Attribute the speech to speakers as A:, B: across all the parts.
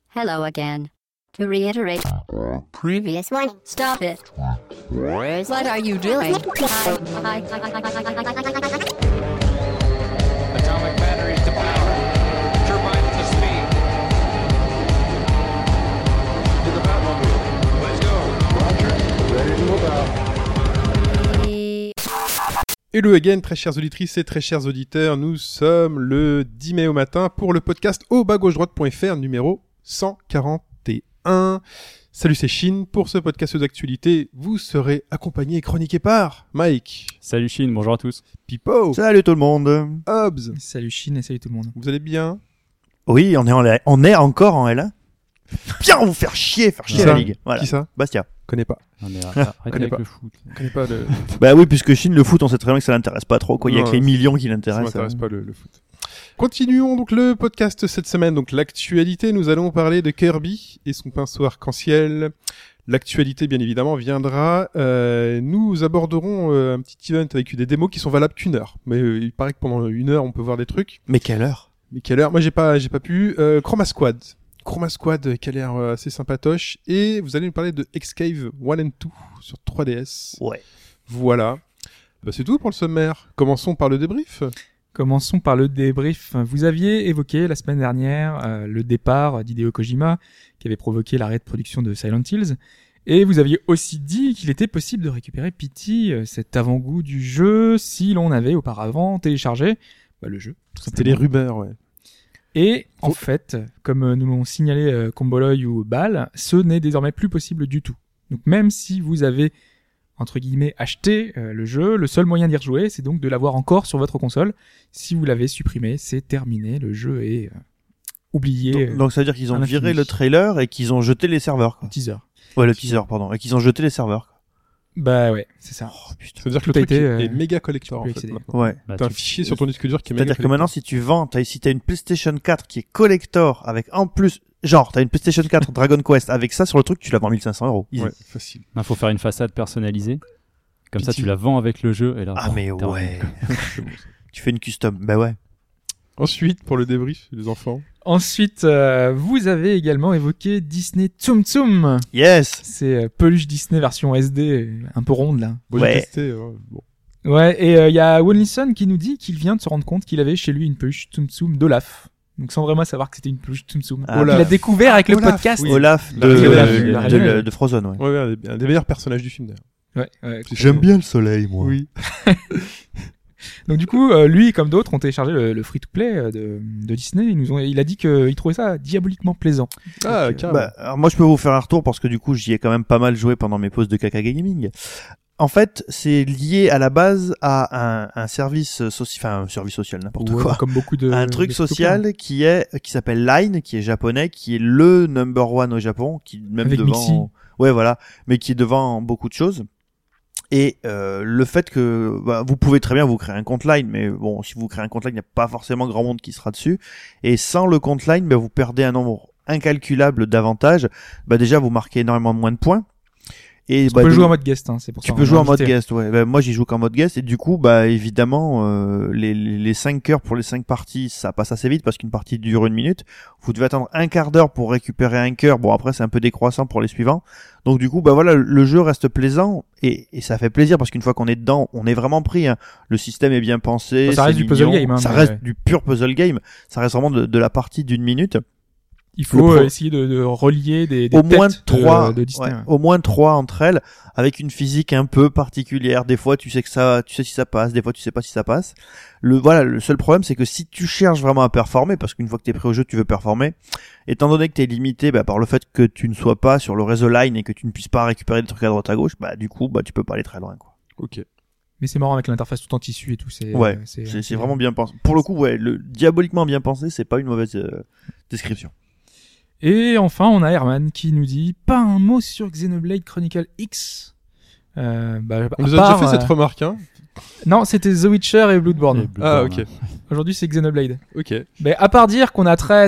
A: Hello again. To reiterate, previous one, stop it. What are you doing?
B: Atomic batteries to power. Turbines to speed. To the Batmobile. Let's go. Roger. Ready to move out.
C: Hello again, très chères auditrices et très chers auditeurs. Nous sommes le 10 mai au matin pour le podcast au bas-gauche-droite.fr numéro 141. Salut, c'est Shin. Pour ce podcast d'actualité, vous serez accompagné et chroniqué par Mike.
D: Salut Shin, bonjour à tous.
C: Pipo.
E: Salut tout le monde.
C: Hobbs.
F: Salut Shin et salut tout le monde.
C: Vous allez bien?
E: Oui, on est encore en L1. Bien, vous faire chier la ligue. Voilà.
C: Qui ça?
E: Bastia.
C: Connais pas.
D: On est arrêtez
C: Connais
D: avec
C: pas.
D: le foot.
C: Connais pas le...
E: Bah oui, puisque Chine, le foot, on sait très bien que ça l'intéresse pas trop, quoi. Il y a
C: Non,
E: que les millions qui
C: Ça
E: l'intéressent.
C: m'intéresse pas le foot. Continuons donc le podcast cette semaine. Donc l'actualité, nous allons parler de Kirby et son pinceau arc-en-ciel. L'actualité, bien évidemment, viendra. Nous aborderons un petit event avec des démos qui sont valables qu'une heure. Mais il paraît que pendant une heure, on peut voir des trucs.
E: Mais quelle heure?
C: Mais quelle heure? Moi, j'ai pas pu. Chroma Squad, qui a l'air assez sympatoche. Et vous allez nous parler de X-Cave 1 and 2 sur 3DS.
E: Ouais.
C: Voilà. Bah, c'est tout pour le sommaire. Commençons par le débrief.
F: Commençons par le débrief. Vous aviez évoqué la semaine dernière le départ d'Hideo Kojima qui avait provoqué l'arrêt de production de Silent Hills. Et vous aviez aussi dit qu'il était possible de récupérer Pity, cet avant-goût du jeu, si l'on avait auparavant téléchargé le jeu.
C: C'était les rumeurs, ouais.
F: Et en fait, comme nous l'ont signalé Comboloy ou Bal, ce n'est désormais plus possible du tout. Donc même si vous avez entre guillemets acheté le jeu, le seul moyen d'y rejouer, c'est donc de l'avoir encore sur votre console. Si vous l'avez supprimé, c'est terminé, le jeu est oublié.
E: Donc ça veut dire qu'ils ont
F: à
E: viré
F: l'infini.
E: le trailer et qu'ils ont jeté les serveurs, quoi.
F: Teaser.
E: Ouais, le teaser, pardon. Et qu'ils ont jeté les serveurs, quoi.
F: Bah ouais, c'est ça.
E: Oh, putain.
C: Ça veut dire que
F: Tout
C: le
F: a
C: truc
F: été,
C: est méga collector, en
F: plus
C: fait,
F: accéder.
C: maintenant.
E: Ouais.
D: Bah,
C: T'as un
D: tu-
C: fichier sur ton disque dur qui est méga
E: C'est-à-dire que
C: collector.
E: maintenant, si tu vends, si t'as une PlayStation 4 qui est collector avec en plus, genre, t'as une PlayStation 4 Dragon Quest avec ça sur le truc, tu la vends 1500 €. Easy.
C: Ouais, facile.
D: Il faut faire une façade personnalisée. Comme ça,
C: Pity.
D: tu la vends avec le jeu. Et là,
E: Ah, mais
D: terminé.
E: ouais. Tu fais une custom. Bah ouais.
C: Ensuite, pour le débrief, les enfants.
F: Ensuite, vous avez également évoqué Disney Tsum Tsum.
E: Yes.
F: C'est peluche Disney version SD, un peu ronde là.
C: Bon,
E: Ouais.
C: j'ai testé. Bon.
F: Ouais, et il y a Wonlison qui nous dit qu'il vient de se rendre compte qu'il avait chez lui une peluche Tsum Tsum d'Olaf. Donc sans vraiment savoir que c'était une peluche Tsum Tsum.
E: Ah,
F: Donc, il
C: Olaf.
F: a découvert avec le
C: Olaf,
F: podcast.
C: oui.
E: Olaf
C: La
E: de,
C: révélation.
E: de Frozen, ouais.
C: Ouais, un des meilleurs personnages du film, d'ailleurs.
F: Ouais.
E: bien le soleil, moi.
C: Oui.
F: Donc du coup, lui comme d'autres ont téléchargé le free-to-play de Disney. Il a dit qu'il trouvait ça diaboliquement plaisant.
C: Ah,
F: Donc,
C: carrément.
E: Bah, alors moi, je peux vous faire un retour parce que du coup, j'y ai quand même pas mal joué pendant mes pauses de caca gaming. En fait, c'est lié à la base à un service social, enfin un service social, n'importe
F: Ouais,
E: quoi.
F: comme beaucoup de
E: Un truc
F: de
E: social qui s'appelle Line, qui est japonais, qui est le number one au Japon, qui même
F: Avec
E: devant,
F: Mixi.
E: ouais voilà, mais qui est devant beaucoup de choses. Et le fait que vous pouvez très bien vous créer un compte Line, mais bon, si vous créez un compte Line, il n'y a pas forcément grand monde qui sera dessus. Et sans le compte Line, vous perdez un nombre incalculable d'avantages. Déjà, vous marquez énormément moins de points. Et
F: Tu peux jouer en mode guest, hein, c'est pour ça.
E: tu peux jouer en mode guest, ouais. Moi, j'y joue qu'en mode guest, et du coup, évidemment, les 5 heures pour les 5 parties, ça passe assez vite parce qu'une partie dure 1 minute. Vous devez attendre un quart d'heure pour récupérer un cœur. Bon, après, c'est un peu décroissant pour les suivants. Donc, du coup, voilà, le jeu reste plaisant et ça fait plaisir parce qu'une fois qu'on est dedans, on est vraiment pris. Hein. Le système est bien pensé.
F: Ça reste
E: c'est
F: du puzzle
E: mignon,
F: game, hein,
E: ça
F: mais
E: reste
F: ouais.
E: du pur puzzle game. Ça reste vraiment de la partie d'1 minute.
F: Il faut
E: Le pro-
F: essayer de relier des
E: Au
F: têtes
E: moins 3
F: de Disney.
E: ouais,
F: Ouais.
E: au moins 3 entre elles avec une physique un peu particulière. Des fois tu sais si ça passe, des fois tu sais pas si ça passe. Le seul problème c'est que si tu cherches vraiment à performer, parce qu'une fois que t'es prêt au jeu tu veux performer, étant donné que t'es limité par le fait que tu ne sois pas sur le réseau Line et que tu ne puisses pas récupérer des trucs à droite à gauche, du coup tu peux pas aller très loin, quoi.
C: Ok.
F: Mais c'est marrant avec l'interface tout en tissu et tout. C'est
E: C'est vraiment bien pensé. Pour le coup, le diaboliquement bien pensé, c'est pas une mauvaise description.
F: Et enfin, on a Herman qui nous dit pas un mot sur Xenoblade Chronicle X.
C: On nous a déjà fait cette remarque, hein.
F: Non, c'était The Witcher et Bloodborne.
D: Et Bloodborne,
C: Ah, ok.
F: Aujourd'hui, c'est Xenoblade.
C: Ok.
F: Mais à part dire qu'on a très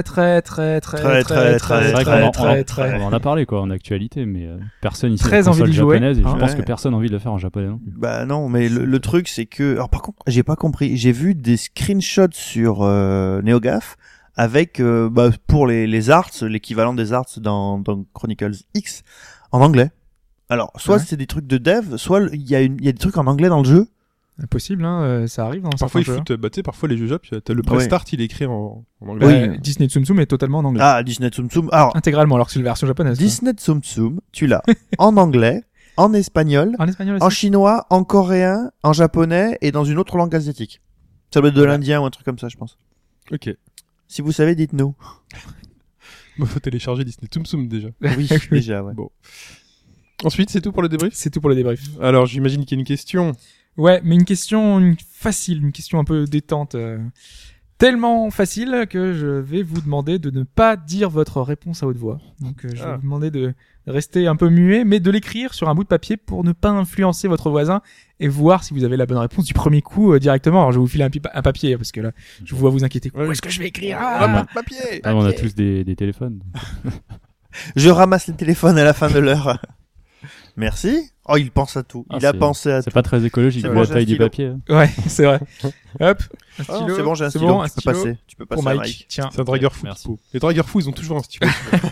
D: On en a parlé quoi en actualité, mais personne ici
F: Très
D: n'a de
F: envie
D: console
F: d'y jouer,
D: japonaise, et je
F: hein.
D: pense
E: Ouais.
D: que personne n'a envie de le faire en japonais non plus.
E: Non, mais le truc c'est que, alors par contre, j'ai pas compris. J'ai vu des screenshots sur NeoGAF avec pour les arts, l'équivalent des arts dans Chronicles X en anglais. Alors, soit c'est des trucs de dev, soit il y a des trucs en anglais dans le jeu.
F: Impossible, ça arrive dans
C: Parfois,
F: certains jeux.
C: tu sais, parfois les jeux Jap, t'as le pré-start, il est écrit en anglais.
E: Oui.
F: Disney Tsum Tsum est totalement en anglais.
E: Ah, Disney Tsum Tsum. Alors,
F: Intégralement, alors que c'est la version japonaise.
E: Disney Tsum Tsum, tu l'as en anglais, en espagnol,
F: En espagnol aussi.
E: en chinois, en coréen, en japonais et dans une autre langue asiatique. Ça doit être de l'indien ou un truc comme ça, je pense.
C: Ok.
E: Si vous savez, dites-nous.
C: Bon, faut télécharger Disney Tsum Tsum déjà.
E: Oui, déjà, ouais.
C: Bon. Ensuite, c'est tout pour le débrief.
F: C'est tout pour le débrief.
C: Alors, j'imagine qu'il y a une question.
F: Ouais, mais une question facile, une question un peu détente. Tellement facile que je vais vous demander de ne pas dire votre réponse à haute voix. Donc je vais vous demander de rester un peu muet, mais de l'écrire sur un bout de papier pour ne pas influencer votre voisin et voir si vous avez la bonne réponse du premier coup directement. Alors je vais vous filer un papier parce que là, je vous vois vous inquiéter. Où est-ce que je vais écrire
C: Papier.
D: Ah, on a tous des téléphones.
E: Je ramasse les téléphones à la fin de l'heure. Merci. Oh, il pense à tout.
D: Ah,
E: Il a pensé à
D: C'est
E: tout.
D: pas très écologique,
E: C'est
D: vu
E: bon,
D: la
E: j'ai un
D: taille du
E: stylo.
D: papier.
F: Ouais, c'est vrai. Hop, un
E: Ah,
F: stylo.
E: c'est bon, j'ai un
F: C'est
E: stylo.
F: bon, un
E: tu peux
F: stylo
E: passer. Tu peux passer
F: pour
E: à
F: Mike. Tiens.
C: C'est un Drager Fou.
D: Merci.
C: Les Drager Fou, ils ont toujours un stylo.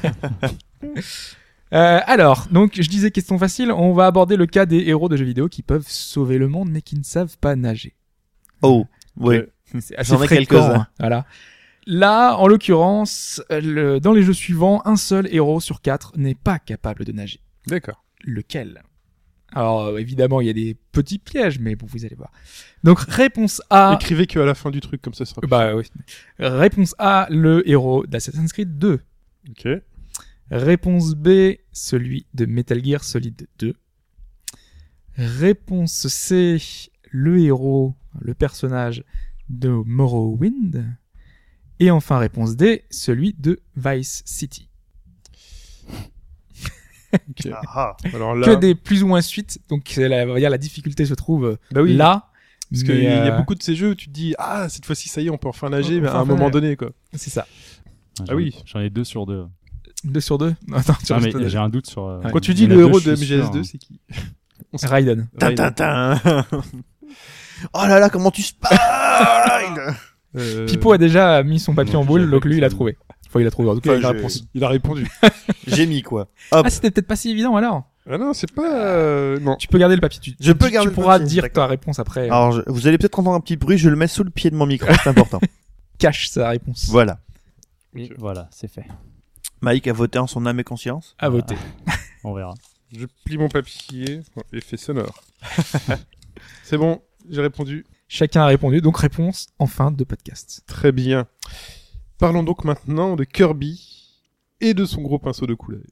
F: Alors, donc je disais question facile, on va aborder le cas des héros de jeux vidéo qui peuvent sauver le monde mais qui ne savent pas nager.
E: Oh, oui.
F: C'est assez
E: J'en ai
F: fréquent,
E: quelques-uns.
F: hein. Voilà. Là, en l'occurrence, dans les jeux suivants, un seul héros sur 4 n'est pas capable de nager.
C: D'accord.
F: Lequel? Alors, évidemment, il y a des petits pièges, mais bon, vous allez voir. Donc, réponse A.
C: Écrivez que à la fin du truc, comme ça sera plus
F: Bah oui. Réponse A, le héros d'Assassin's Creed 2.
C: Ok.
F: Réponse B, celui de Metal Gear Solid 2. Réponse C, le héros, le personnage de Morrowind. Et enfin, réponse D, celui de Vice City.
C: Ok.
E: Ah,
C: Alors là,
F: Que des plus ou moins suites, donc la difficulté se trouve
C: bah oui,
F: là.
C: parce
F: mais,
C: qu'il y a beaucoup de ces jeux où tu te dis cette fois-ci ça y est, on peut enfin nager, mais à un moment donné quoi.
F: C'est ça.
C: Ah oui.
D: J'en ai 2 sur 2.
F: 2 sur 2 Non, attends,
D: Ah, mais j'ai un doute sur.
C: Quand tu
D: il
C: dis
D: y en a
C: le
D: deux,
C: héros
D: je
C: de
D: suis sûr,
C: MGS2,
D: hein.
C: c'est qui?
F: Raiden.
E: Tintin. Oh là là, comment tu parles?
F: Pipo a déjà mis son papier en boule, donc lui il a trouvé. Enfin, il a trouvé, en tout cas,
E: Enfin,
F: il a
E: je-
F: réponse.
C: Il a répondu.
E: J'ai mis quoi. Hop.
F: Ah, c'était peut-être pas si évident alors.
C: Ah non, c'est pas. Non.
F: Tu peux garder le papier.
E: Je peux garder
F: Tu
E: le
F: pourras
E: papier,
F: dire
E: d'accord.
F: ta réponse après.
E: Alors, vous allez peut-être entendre un petit bruit, je le mets sous le pied de mon micro, c'est important.
F: Cache sa réponse.
E: Voilà.
D: Et voilà, c'est fait.
E: Mike a voté en son âme et conscience.
F: À voter.
D: On verra.
C: Je plie mon papier. Bon, effet sonore. C'est bon, j'ai répondu.
F: Chacun a répondu, donc réponse en fin de podcast.
C: Très bien. Parlons donc maintenant de Kirby et de son gros pinceau de couleur.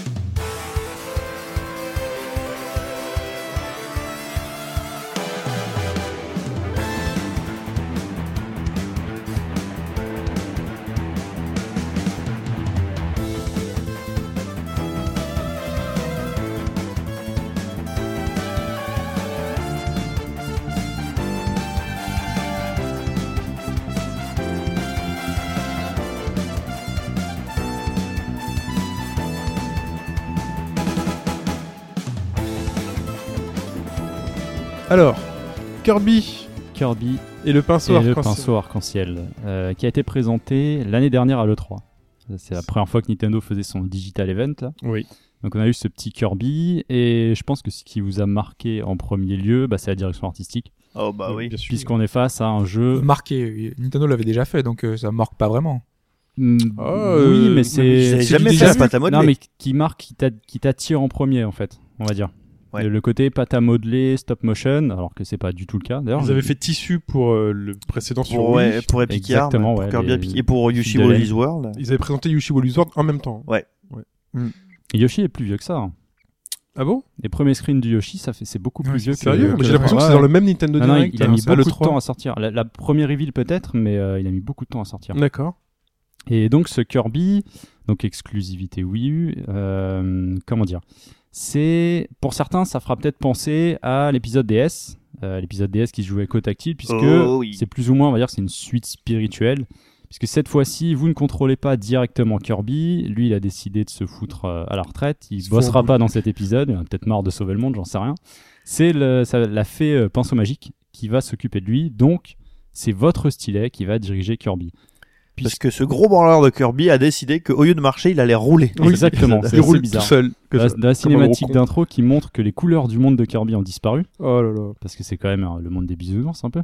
C: Alors, Kirby
D: Kirby
C: et le pinceau
D: et le
C: arc-en-ciel.
D: pinceau arc-en-ciel, qui a été présenté l'année dernière à l'E3. C'est la première fois que Nintendo faisait son digital event là.
C: Oui.
D: Donc on a eu ce petit Kirby et je pense que ce qui vous a marqué en premier lieu, c'est la direction artistique,
E: Oh bah oui.
C: Bien sûr.
D: puisqu'on est face à un jeu.
F: Marqué, Nintendo l'avait déjà fait, donc ça marque pas vraiment.
D: Oui, mais
E: Vous
D: c'est
E: avez jamais
F: déjà
E: fait la pâte à modeler.
D: non mais qui marque, qui t'attire en premier en fait, on va dire.
E: Ouais.
D: Le côté pâte à modeler, stop motion, alors que c'est pas du tout le cas. D'ailleurs,
C: Ils avaient fait tissu pour le précédent sur
E: Pour,
C: Wii.
E: ouais, pour Epic Yarn,
D: Exactement,
E: pour
D: ouais,
E: Kirby
D: les-
E: Epic et pour Yoshi
D: de laine.
E: Woolly's World.
C: Ils avaient présenté Yoshi Woolly's World en même temps.
D: Et Yoshi est plus vieux que ça. hein.
C: Ah bon?
D: Les premiers screens du Yoshi, c'est beaucoup plus
F: Ouais,
D: vieux que.
C: Sérieux?
D: que
C: J'ai
D: le-
C: l'impression que
D: Ouais,
C: c'est dans le même Nintendo
D: Non, non,
C: Direct.
D: il a mis
C: c'est à
D: beaucoup de
C: l'E3.
D: temps à sortir. La première reveal peut-être, mais il a mis beaucoup de temps à sortir.
C: D'accord.
D: Et donc ce Kirby, donc exclusivité Wii U, comment dire, c'est pour certains ça fera peut-être penser à l'épisode DS, l'épisode DS qui se jouait côte tactile, puisque
E: Oh oui.
D: c'est plus ou moins, on va dire, c'est une suite spirituelle, puisque cette fois-ci vous ne contrôlez pas directement Kirby, lui il a décidé de se foutre à la retraite, il
C: se
D: bossera
C: fout en
D: pas dans cet épisode, il a peut-être marre de sauver le monde, j'en sais rien. C'est la fée pinceau magique qui va s'occuper de lui, donc c'est votre stylet qui va diriger Kirby.
E: Parce que ce gros branleur de Kirby a décidé qu'au lieu de marcher, il allait rouler.
C: Oui,
D: Exactement, c'est
C: Il roule
D: assez bizarre.
C: tout seul.
D: Dans la cinématique d'intro qui montre que les couleurs du monde de Kirby ont disparu,
C: Oh là là.
D: parce que c'est quand même le monde des bisounours un peu.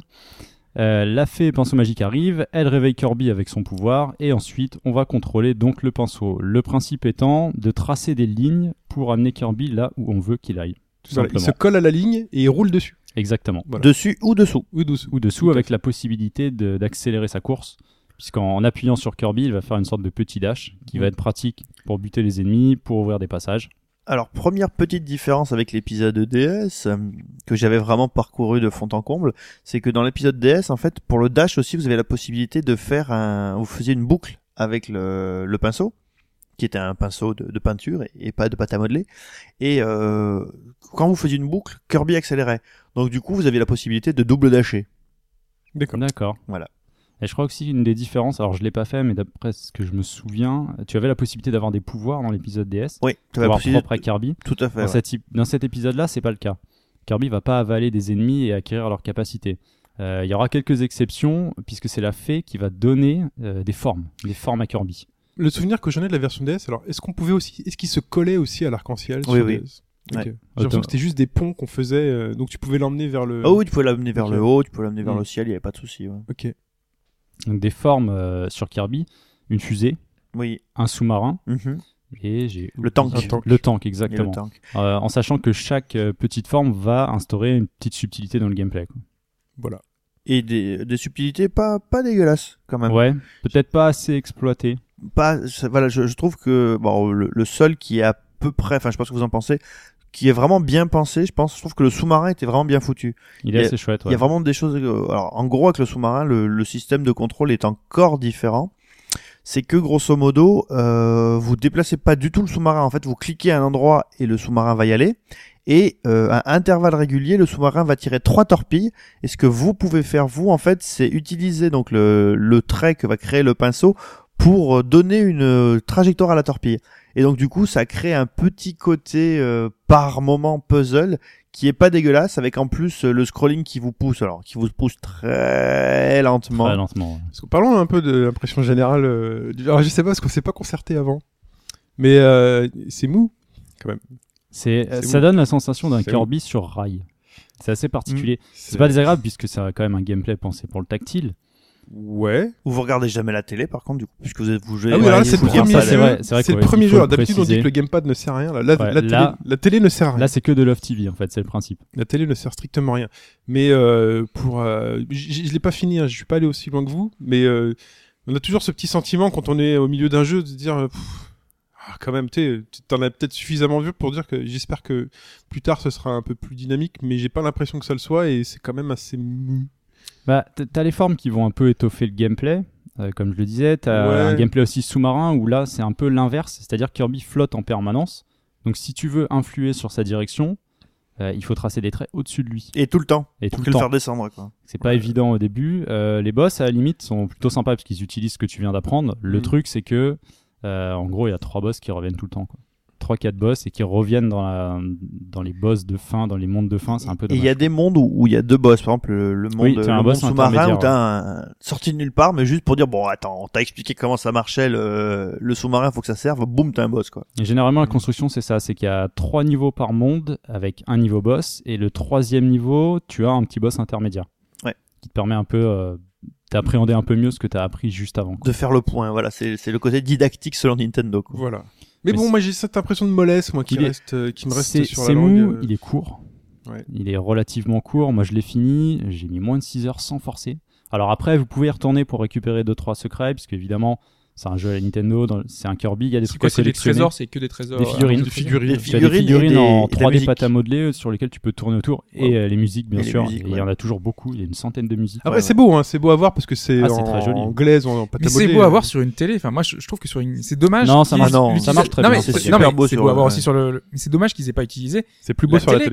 D: La fée pinceau magique arrive, elle réveille Kirby avec son pouvoir, et ensuite on va contrôler donc le pinceau. Le principe étant de tracer des lignes pour amener Kirby là où on veut qu'il aille. Tout
C: Voilà, il
D: simplement.
C: se colle à la ligne et il roule dessus.
D: Exactement.
C: Voilà.
E: Dessus ou dessous.
C: Ou dessous.
D: Ou dessous avec la possibilité d'accélérer sa course, puisqu'en appuyant sur Kirby, il va faire une sorte de petit dash qui va être pratique pour buter les ennemis, pour ouvrir des passages.
E: Alors, première petite différence avec l'épisode DS, que j'avais vraiment parcouru de fond en comble, c'est que dans l'épisode DS, en fait, pour le dash aussi, vous avez la possibilité de faire vous faisiez une boucle avec le pinceau, qui était un pinceau de peinture et pas de pâte à modeler. Et quand vous faisiez une boucle, Kirby accélérait. Donc du coup, vous aviez la possibilité de double dasher.
C: D'accord.
E: Voilà.
D: Et je crois aussi une des différences, alors je l'ai pas fait, mais d'après ce que je me souviens, tu avais la possibilité d'avoir des pouvoirs dans l'épisode DS,
E: Oui, tu avais la
D: pouvoirs
E: possibilité.
D: propres à Kirby.
E: Tout à fait. ouais.
D: Dans cet épisode-là, c'est pas le cas. Kirby va pas avaler des ennemis et acquérir leurs capacités. Il y aura quelques exceptions, puisque c'est la fée qui va donner des formes à Kirby.
C: Le souvenir que j'en ai de la version DS, alors est-ce qu'il se collait aussi à l'arc-en-ciel
E: Oui,
C: sur
E: oui.
C: DS? Ok.
E: Ouais.
C: J'ai l'impression que c'était juste des ponts qu'on faisait, donc tu pouvais l'emmener vers le.
E: Oh oui, tu pouvais l'amener vers
C: Ok.
E: le haut, tu pouvais l'amener vers
C: Mm.
E: le ciel, il n'y avait pas de souci. Ouais.
C: Ok.
D: Donc des formes sur Kirby, une fusée,
E: Oui.
D: un sous-marin,
E: Mhm.
D: et j'ai
E: Le tank.
C: Un tank.
D: Le tank,
E: Et le
D: exactement.
E: tank.
D: En sachant que chaque petite forme va instaurer une petite subtilité dans le gameplay. Quoi.
C: Voilà.
E: Et des subtilités pas dégueulasses quand même.
D: Ouais, peut-être pas assez exploité.
E: Voilà, je trouve que bon, le seul qui est à peu près, enfin je sais pas ce que vous en pensez, qui est vraiment bien pensé, je trouve que le sous-marin était vraiment bien foutu.
D: Il est
E: Il y a-
D: assez chouette.
E: Il y a vraiment des choses. Alors, en gros, avec le sous-marin, le système de contrôle est encore différent. C'est que grosso modo, vous déplacez pas du tout le sous-marin. En fait, vous cliquez à un endroit et le sous-marin va y aller. Et à intervalles réguliers, le sous-marin va tirer 3 torpilles. Et ce que vous pouvez faire, vous, en fait, c'est utiliser donc le trait que va créer le pinceau pour donner une trajectoire à la torpille. Et donc du coup, ça crée un petit côté par moment puzzle qui est pas dégueulasse, avec en plus le scrolling qui vous pousse très lentement.
D: Très lentement. Ouais.
C: Parce que parlons un peu de l'impression générale. Alors je sais pas parce qu'on s'est pas concerté avant, mais c'est mou quand même.
D: Ça
C: ouf.
D: donne la sensation d'un
C: C'est
D: Kirby sur rail. C'est assez particulier. C'est
C: C'est
D: pas désagréable puisque c'est quand même un gameplay pensé pour le tactile.
C: Ouais.
E: Vous regardez jamais la télé, par contre, du coup, puisque vous jouez.
C: Ah oui, alors là, c'est le
D: faut dire
C: premier
D: ça,
C: jeu.
D: c'est vrai
C: C'est
D: qu'il
C: le premier
D: faut
C: jeu.
D: le
C: Alors, d'habitude, on dit
D: préciser.
C: que le gamepad ne sert à rien. Là,
D: Ouais, là-
C: la télé ne sert à rien.
D: Là, c'est que de Love TV en fait, c'est le principe.
C: La télé ne sert strictement à rien. Mais je l'ai pas fini. Hein, je suis pas allé aussi loin que vous. Mais on a toujours ce petit sentiment quand on est au milieu d'un jeu de se dire. Quand même, tu t'en as peut-être suffisamment vu pour dire que j'espère que plus tard ce sera un peu plus dynamique, mais j'ai pas l'impression que ça le soit et c'est quand même assez mou.
D: Bah, t'as les formes qui vont un peu étoffer le gameplay, comme je le disais. T'as
C: Ouais.
D: un gameplay aussi sous-marin où là, c'est un peu l'inverse, c'est-à-dire que Kirby flotte en permanence. Donc, si tu veux influer sur sa direction, il faut tracer des traits au-dessus de lui.
E: Et tout le temps.
D: Et
E: Pour
D: tout
E: que
D: le
E: le
D: temps.
E: faire descendre, quoi.
D: C'est pas évident au début. Les boss, à la limite, sont plutôt sympas parce qu'ils utilisent ce que tu viens d'apprendre. Le truc, c'est que, en gros, il y a 3 boss qui reviennent tout le temps, quoi. 3-4 boss et qui reviennent dans les boss de fin, dans les mondes de fin, c'est un peu
E: Et
D: dommage.
E: il y a des mondes où il y a 2 boss. Par exemple, le monde,
D: Oui, t'as un
E: le
D: boss
E: monde sous-marin
D: intermédiaire,
E: où t'as sorti de nulle part, mais juste pour dire, bon, attends, on t'a expliqué comment ça marchait, le sous-marin, faut que ça serve, boum, t'as un boss, quoi.
D: Et généralement, la construction, c'est ça, c'est qu'il y a 3 niveaux par monde avec un niveau boss, et le 3e niveau, tu as un petit boss intermédiaire.
E: Ouais.
D: Qui te permet un peu d'appréhender un peu mieux ce que tu as appris juste avant. Quoi.
E: De faire le point, voilà, c'est le côté didactique selon Nintendo, quoi.
C: Voilà. Mais
D: Mais
C: bon,
D: c'est-
C: moi j'ai cette impression de mollesse, moi, qui
D: Il est-
C: me reste
D: C'est
C: sur la
D: c'est
C: langue.
D: mou, il est court.
C: Ouais.
D: Il est relativement court. Moi, je l'ai fini. J'ai mis moins de 6 heures sans forcer. Alors après, vous pouvez y retourner pour récupérer 2-3 secrets, parce qu'évidemment, c'est un jeu à la Nintendo, c'est un Kirby, il y a des
F: C'est
D: trucs
F: quoi,
D: à
F: c'est des
D: collectionner.
F: trésors, c'est que des trésors.
D: Des figurines.
C: Des figurines.
E: Des
D: Tu as des
E: figurines
D: figurines
E: et
D: en
E: de la
D: 3D
E: musique.
D: pâte à modeler sur lesquelles tu peux tourner autour, et les musiques, bien
E: Et les
D: sûr.
E: musiques,
D: Et il y en a toujours beaucoup, il y a une centaine de musiques.
C: Après,
E: Ouais,
C: c'est beau, hein, c'est beau à voir parce que c'est
D: Ah, c'est
C: en,
D: très joli.
C: en glaise, en pâte
F: Mais
C: à
F: c'est
C: modeler.
F: beau à voir sur une télé. Enfin, moi, je trouve que sur une, c'est dommage.
D: Non, ça
F: qu'ils
D: marche-
E: non,
F: l'utilisent-
D: ça marche très
F: non,
D: bien.
F: mais
E: C'est
F: non,
E: super
F: mais
E: beau
F: c'est
E: sur
F: beau à voir
E: le-
F: aussi sur le. Mais c'est dommage qu'ils aient pas utilisé
C: C'est plus beau
F: la
C: sur la
F: télé,
C: télé.
F: quoi.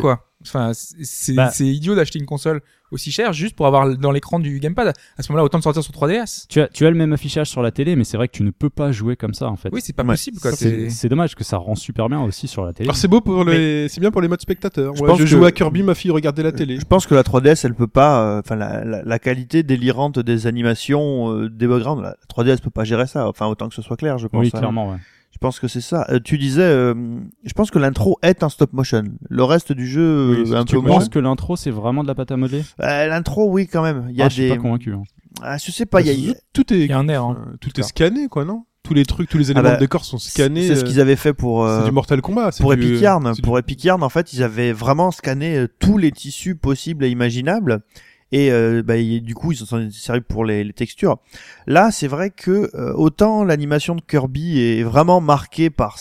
F: Enfin, c'est
D: Bah.
F: c'est idiot d'acheter une console aussi chère juste pour avoir dans l'écran du gamepad. À ce moment-là, autant le sortir sur 3DS.
D: Tu as le même affichage sur la télé, mais c'est vrai que tu ne peux pas jouer comme ça en fait.
F: Oui, c'est pas
E: Ouais.
F: possible, quoi.
D: C'est dommage que ça rend super bien aussi sur la télé.
C: Alors c'est beau pour c'est bien pour les modes spectateurs.
E: Je
C: Ouais,
E: pense
C: je
E: que-
C: jouais à Kirby, ma fille regardait la télé.
E: Je pense que la 3DS, elle peut pas, enfin la qualité délirante des animations, des backgrounds, la 3DS peut pas gérer ça. Enfin autant que ce soit clair, je pense.
D: Oui,
E: hein.
D: clairement, ouais.
E: Je pense que c'est ça. Tu disais, je pense que l'intro est un stop motion. Le reste du jeu,
C: Oui, c'est
E: un
C: stop
E: peu
D: Je
E: moins.
D: pense que l'intro c'est vraiment de la pâte à modeler.
E: L'intro, oui, quand même. Il y a
D: Je suis
E: des.
D: pas convaincu. Hein.
E: Ah, je sais pas. Il y a.
C: Tout est
F: Il y a un air, hein.
C: tout est scanné quoi, non? Tous les trucs, tous les éléments
E: bah,
C: de décor sont scannés.
E: C'est ce qu'ils avaient fait pour.
C: C'est du Mortal Kombat. c'est
E: Pour
C: du-
E: Epic Yarn,
C: c'est du-
E: pour Epic Yarn, en fait, ils avaient vraiment scanné tous les tissus possibles et imaginables. Et du coup, ils se sont servis pour les textures. Là, c'est vrai que autant l'animation de Kirby est vraiment marquée par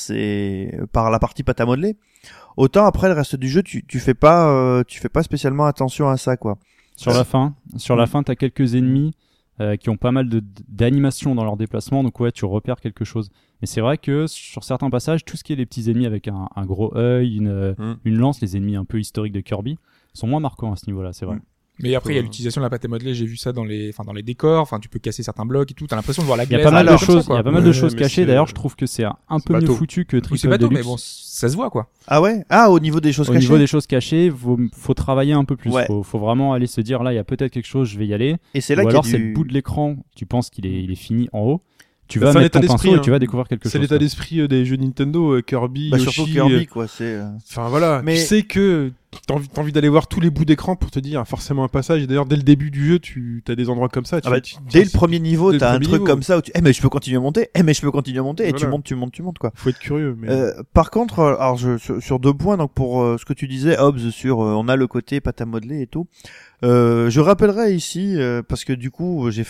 E: la partie pâte à modeler, autant après le reste du jeu, tu fais pas spécialement attention à ça, quoi.
D: Sur la fin, t'as quelques ennemis qui ont pas mal d'animations dans leur déplacement, donc ouais, tu repères quelque chose. Mais c'est vrai que sur certains passages, tout ce qui est les petits ennemis avec un gros œil, une lance, les ennemis un peu historiques de Kirby, sont moins marquants à ce niveau-là, c'est vrai.
F: Mais après, il y a l'utilisation de la pâte à modeler. J'ai vu ça dans les décors. Enfin, tu peux casser certains blocs et tout. T'as l'impression de voir la
D: Il y a
F: glaise.
D: pas mal de
F: comme ça,
D: choses,
F: quoi.
D: il y a pas mal de
C: Ouais,
D: choses
C: mais
D: cachées.
C: c'est-
D: D'ailleurs, je trouve que c'est un peu mieux
C: bateau.
D: foutu que
F: Oui,
D: Triple
F: c'est bateau, mais
D: Deluxe.
F: bon, ça se voit, quoi.
E: Ah ouais? Ah, au niveau des choses
D: Au
E: cachées.
D: niveau des choses cachées, faut travailler un peu plus.
E: Ouais.
D: Faut vraiment aller se dire là, il y a peut-être quelque chose, je vais y aller.
E: Et c'est là
D: Ou
E: qu'il y a
D: alors c'est
E: du...
D: le bout de l'écran, tu penses qu'il est fini en haut. Tu
C: Bah,
D: vas
C: c'est un
D: mettre ton
C: état
D: pinceau
C: d'esprit,
D: et tu
C: hein.
D: vas découvrir quelque
C: C'est
D: chose.
C: l'état
D: quoi.
C: d'esprit des jeux Nintendo, Kirby,
E: Bah,
C: Yoshi.
E: surtout Kirby, quoi. C'est.
C: Enfin voilà,
E: Mais-
C: tu sais que t'as envie d'aller voir tous les bouts d'écran pour te dire forcément un passage. Et d'ailleurs, dès le début du jeu, tu as des endroits comme ça.
E: Ah bah, dès le premier niveau,
C: dès le
E: t'as un
C: premier
E: truc
C: niveau.
E: comme ça où tu, mais je peux continuer à monter, mais je peux continuer à monter, et tu
C: Voilà.
E: montes, quoi.
C: Faut être curieux. Mais...
E: Par contre, alors sur deux points, donc pour ce que tu disais, Hobbs, sur on a le côté pâte à modeler et tout. Je rappellerai ici parce que du coup j'ai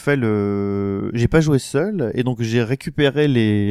E: pas joué seul et donc j'ai récupéré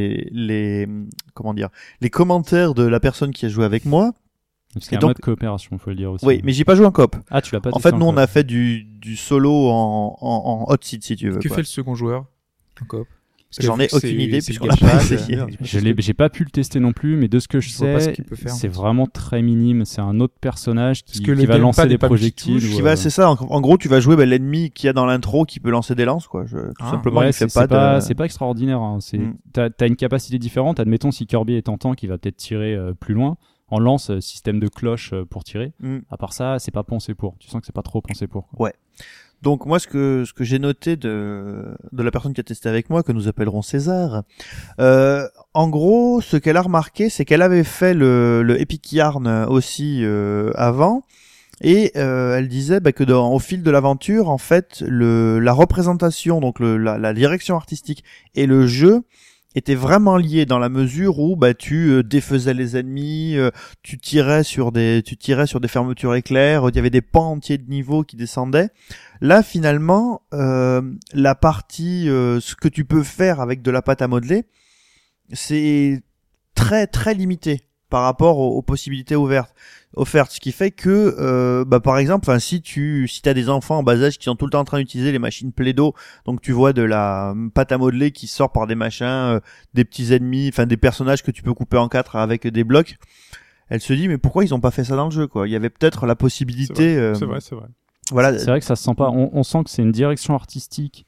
E: les commentaires de la personne qui a joué avec moi.
D: Parce qu'il y a
E: Et
D: un
E: donc-
D: mode coopération, faut le dire aussi.
E: Oui, mais j'ai pas joué en coop.
D: Ah, tu l'as pas
E: En
D: testé
E: fait, nous on
D: encore.
E: a fait du solo en hot seat si tu veux.
F: Que
E: quoi.
F: fait le second joueur en coop? Parce que
E: J'en ai
F: c'est-
E: aucune idée
F: c'est
E: puisqu'on
F: le
E: l'a pas
F: gamepad,
E: essayé.
C: merde.
D: J'ai pas pu le tester non plus, mais de ce que je
F: Je vois pas ce
D: sais,
F: qu'il peut faire,
D: c'est
F: en fait.
D: vraiment très minime. C'est un autre personnage
F: Parce
D: qui
F: que le
D: va
F: gamepad
D: lancer
F: est
D: des
F: pas
D: projectiles.
F: multitouche,
D: ou,
E: C'est ça. En gros, tu vas jouer l'ennemi qu'il y a dans l'intro qui peut lancer des lances, quoi. Tout simplement,
D: Ouais,
E: il fait
D: c'est
E: pas de.
D: c'est pas extraordinaire. Hein.
E: Mm.
D: T'as une capacité différente. Admettons si Kirby est en tank, il va peut-être tirer plus loin. En lance, système de cloche pour tirer.
E: Mm.
D: À part ça, c'est pas pensé pour. Tu sens que c'est pas trop pensé pour. quoi.
E: Donc moi, ce que j'ai noté de la personne qui a testé avec moi, que nous appellerons César, en gros, ce qu'elle a remarqué, c'est qu'elle avait fait le Epic Yarn aussi avant, et elle disait que au fil de l'aventure, en fait, la représentation, donc la direction artistique et le jeu étaient vraiment liés dans la mesure où tu défaisais les ennemis, tu tirais sur des fermetures éclairs, il y avait des pans entiers de niveaux qui descendaient. Là finalement la partie ce que tu peux faire avec de la pâte à modeler, c'est très très limité par rapport aux possibilités offertes, ce qui fait que par exemple, si t'as des enfants en bas âge qui sont tout le temps en train d'utiliser les machines Play-Doh, donc tu vois de la pâte à modeler qui sort par des machins, des petits ennemis, des personnages que tu peux couper en quatre avec des blocs, elle se dit mais pourquoi ils ont pas fait ça dans le jeu, quoi. Il y avait peut-être la possibilité.
C: C'est vrai.
E: Voilà.
D: C'est vrai que ça se sent pas. On sent que c'est une direction artistique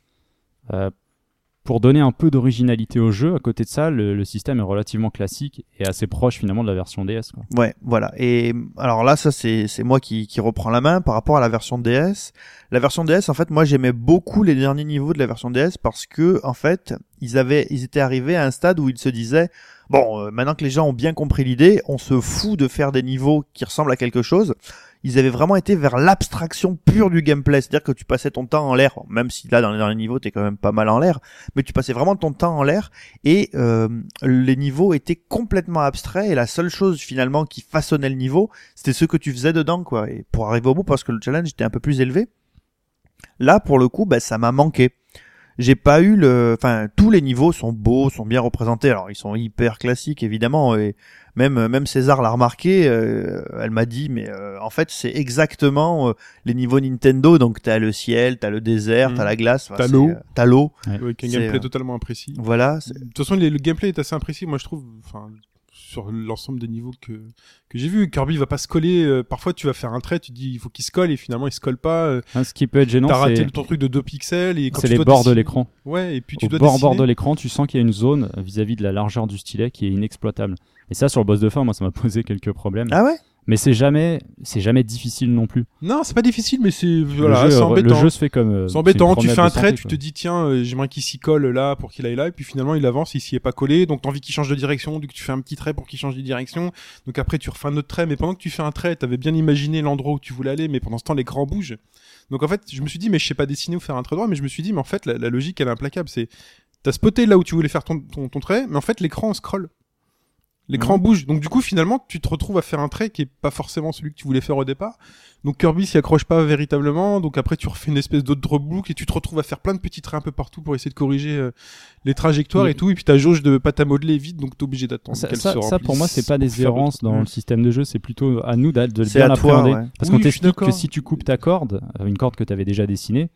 D: pour donner un peu d'originalité au jeu. À côté de ça, le système est relativement classique et assez proche finalement de la version DS. Quoi.
E: Ouais, voilà. Et alors là, ça c'est moi qui reprends la main par rapport à la version DS. La version DS, en fait, moi j'aimais beaucoup les derniers niveaux de la version DS parce que en fait, ils étaient arrivés à un stade où ils se disaient bon, maintenant que les gens ont bien compris l'idée, on se fout de faire des niveaux qui ressemblent à quelque chose. Ils avaient vraiment été vers l'abstraction pure du gameplay, c'est-à-dire que tu passais ton temps en l'air, même si là dans les derniers niveaux t'es quand même pas mal en l'air, mais tu passais vraiment ton temps en l'air et les niveaux étaient complètement abstraits et la seule chose finalement qui façonnait le niveau, c'était ce que tu faisais dedans, quoi. Et pour arriver au bout, parce que le challenge était un peu plus élevé, là pour le coup, ça m'a manqué. J'ai pas eu tous les niveaux sont beaux, sont bien représentés. Alors ils sont hyper classiques évidemment, et même César l'a remarqué. Elle m'a dit mais en fait c'est exactement les niveaux Nintendo. Donc t'as le ciel, t'as le désert, t'as la glace,
C: T'as l'eau.
E: t'as l'eau.
C: Avec un
E: C'est,
C: gameplay totalement imprécis.
E: Voilà.
C: De toute façon, le gameplay est assez imprécis. Moi, je trouve. Enfin, sur l'ensemble des niveaux que j'ai vu. Kirby va pas se coller. Parfois, tu vas faire un trait, tu dis il faut qu'il se colle et finalement il se colle pas.
D: Ce qui peut être gênant,
C: T'as raté
D: c'est
C: ton truc de 2 pixels et quand
D: c'est
C: tu
D: les
C: dois
D: bords de
C: dessiner-
D: l'écran.
C: Ouais, et puis tu
D: Au
C: dois
D: bord
C: dessiner.
D: de l'écran, tu sens qu'il y a une zone vis-à-vis de la largeur du stylet qui est inexploitable. Et ça, sur le boss de fin, moi, ça m'a posé quelques problèmes.
E: Ah ouais?
D: Mais c'est jamais difficile non plus.
C: Non, c'est pas difficile, mais c'est voilà,
D: le,
C: c'est
D: jeu,
C: embêtant.
D: le jeu se fait comme.
C: C'est embêtant,
D: une
C: tu fais
D: promenade
C: un
D: de
C: trait,
D: santé,
C: tu
D: quoi.
C: te dis tiens, j'aimerais qu'il s'y colle là pour qu'il aille là, et puis finalement il avance, il s'y est pas collé, donc t'as envie qu'il change de direction, donc tu fais un petit trait pour qu'il change de direction, donc après tu refais un autre trait, mais pendant que tu fais un trait, t'avais bien imaginé l'endroit où tu voulais aller, mais pendant ce temps l'écran bouge. Donc en fait, je me suis dit mais je sais pas dessiner ou faire un trait droit, mais je me suis dit mais en fait la logique elle est implacable, c'est t'as spoté là où tu voulais faire ton trait, mais en fait l'écran scrolle. L'écran bouge, donc du coup finalement tu te retrouves à faire un trait qui est pas forcément celui que tu voulais faire au départ. Donc Kirby s'y accroche pas véritablement, donc après tu refais une espèce d'autre boucle et tu te retrouves à faire plein de petits traits un peu partout pour essayer de corriger les trajectoires
D: Oui.
C: et tout, et puis ta jauge de pâte à modeler est vide, donc t'es obligé d'attendre qu'elle se
D: Ça,
C: remplisse
D: pour moi, c'est pas
C: pour
D: des
C: faire
D: errances
C: d'autres
D: dans le
C: trucs.
D: système de jeu, c'est plutôt à nous de
E: C'est
D: bien
E: à toi,
D: l'appréhender.
E: ouais.
D: Parce
C: Oui,
D: qu'on
C: je suis
D: t'explique
C: d'accord.
D: que si tu coupes ta corde, une corde que tu avais déjà dessinée,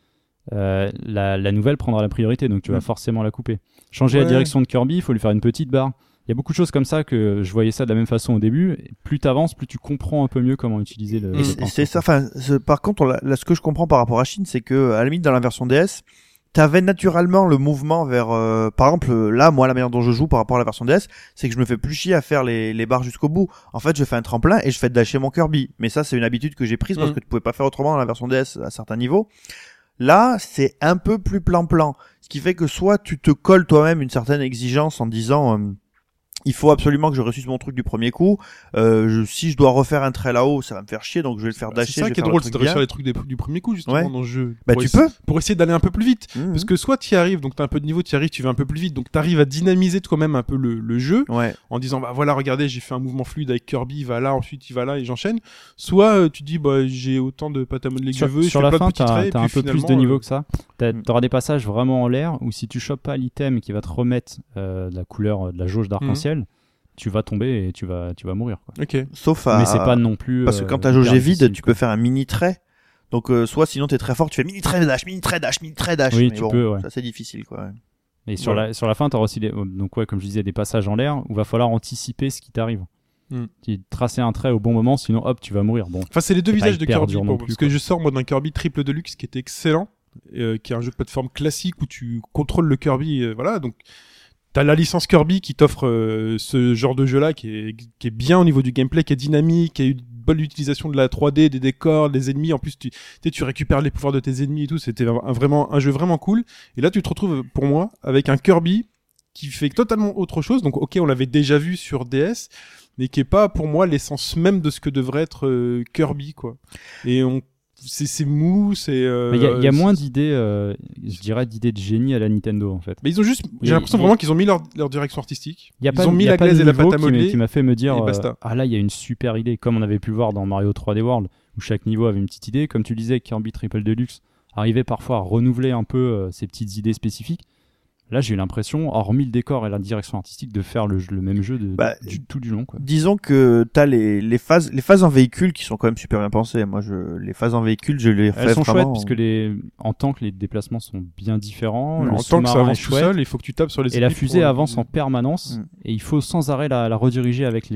D: la nouvelle prendra la priorité, donc tu vas forcément la couper. Changer la
C: Ouais.
D: direction de Kirby, il faut lui faire une petite barre. Il y a beaucoup de choses comme ça que je voyais ça de la même façon au début. Et plus t'avances, plus tu comprends un peu mieux comment utiliser le.
E: Et
D: le
E: c'est
D: pinceau,
E: ça.
D: quoi.
E: Enfin, par contre, là, ce que je comprends par rapport à Chine, c'est que à la limite dans la version DS, t'avais naturellement le mouvement vers. Par exemple, là, moi, la manière dont je joue par rapport à la version DS, c'est que je me fais plus chier à faire les barres jusqu'au bout. En fait, je fais un tremplin et je fais dasher mon Kirby. Mais ça, c'est une habitude que j'ai prise parce que tu pouvais pas faire autrement dans la version DS à certains niveaux. Là, c'est un peu plus plan-plan. Ce qui fait que soit tu te colles toi-même une certaine exigence en disant il faut absolument que je réussisse mon truc du premier coup. Si je dois refaire un trait là-haut, ça va me faire chier, donc je vais le faire dasher.
C: C'est ça
E: je vais
C: qui est
E: faire
C: drôle,
E: le
C: c'est
E: truc
C: de réussir
E: bien.
C: les trucs du premier coup justement
E: Ouais.
C: dans le jeu.
E: Bah,
C: Pour
E: tu
C: essayer-
E: peux.
C: pour essayer d'aller un peu plus vite.
E: Mhm.
C: Parce que soit tu y arrives, donc t'as un peu de niveau, tu y arrives, tu vas un peu plus vite, donc t'arrives à dynamiser toi-même un peu le jeu
E: Ouais.
C: en disant bah voilà regardez j'ai fait un mouvement fluide avec Kirby, il va là, ensuite il va là et j'enchaîne. Soit tu dis bah j'ai autant de pâte à modeler que je veux, je
D: sur
C: fais
D: la
C: plein
D: fin,
C: de petits traits, et
D: t'as un
C: puis
D: peu plus de
C: finalement,
D: niveau que ça.
E: Mm.
D: T'auras des passages vraiment en l'air où si tu chopes pas l'item qui va te remettre de la couleur de la jauge d'arc-en-ciel, tu vas tomber et tu vas mourir, quoi.
C: Ok.
E: Sauf
D: Mais c'est pas non plus.
E: parce que quand ta
D: hyper
E: jauge est vide,
D: difficile,
E: tu
D: quoi.
E: peux faire un mini trait. Donc soit sinon t'es très fort, tu fais mini trait dash, mini trait dash, mini trait dash.
D: Oui,
E: Mais
D: tu
E: bon,
D: peux, ouais.
E: ça c'est difficile quoi. Ouais.
D: Et sur la fin, t'auras aussi donc ouais, comme je disais, des passages en l'air où va falloir anticiper ce qui t'arrive.
C: Mm.
D: Tu tracer un trait au bon moment, sinon hop, tu vas mourir. Bon.
C: Enfin, c'est les deux
D: C'est pas
C: visages de
D: hyper
C: Kirby
D: dur non plus,
C: parce
D: quoi.
C: que je sors moi d'un Kirby triple deluxe qui était excellent, qui est un jeu de plateforme classique où tu contrôles le Kirby, voilà. Donc t'as la licence Kirby qui t'offre ce genre de jeu-là qui est bien au niveau du gameplay, qui est dynamique, qui a eu une bonne utilisation de la 3D, des décors, des ennemis. En plus, tu récupères les pouvoirs de tes ennemis et tout. C'était vraiment un jeu vraiment cool. Et là, tu te retrouves pour moi avec un Kirby qui fait totalement autre chose. Donc, ok, on l'avait déjà vu sur DS, mais qui est pas pour moi l'essence même de ce que devrait être Kirby, quoi. Et c'est mou, c'est.
D: Mais il y a moins d'idées, je dirais, d'idées de génie à la Nintendo en fait.
C: Mais ils ont juste.
D: Il-
C: J'ai l'impression
D: il-
C: vraiment qu'ils ont mis leur direction artistique.
D: Il y a pas,
C: Ils ont mis
D: il y a
C: la
D: pas de
C: glaise et la
D: niveau
C: pâte à modeler.
D: qui m'a fait me dire
C: et basta.
D: ah là il y a une super idée, comme on avait pu le voir dans Mario 3D World où chaque niveau avait une petite idée. Comme tu disais, Kirby Triple Deluxe arrivait parfois à renouveler un peu ses petites idées spécifiques. Là, j'ai eu l'impression, hormis le décor et la direction artistique, de faire le même jeu tout du long, quoi.
E: Disons que t'as les phases en véhicule qui sont quand même super bien pensées. Moi, les phases en véhicule, je les refais
D: Elles sont chouettes
E: vraiment.
D: puisque en tank les déplacements sont bien différents. Le
C: En tant que ça
D: sous-marin
C: avance
D: est
C: tout
D: chouette.
C: seul, il faut que tu tapes sur les
D: Et la
C: ennemis
D: fusée
C: pour-
D: avance en permanence
E: Mm.
D: et il faut sans arrêt la rediriger avec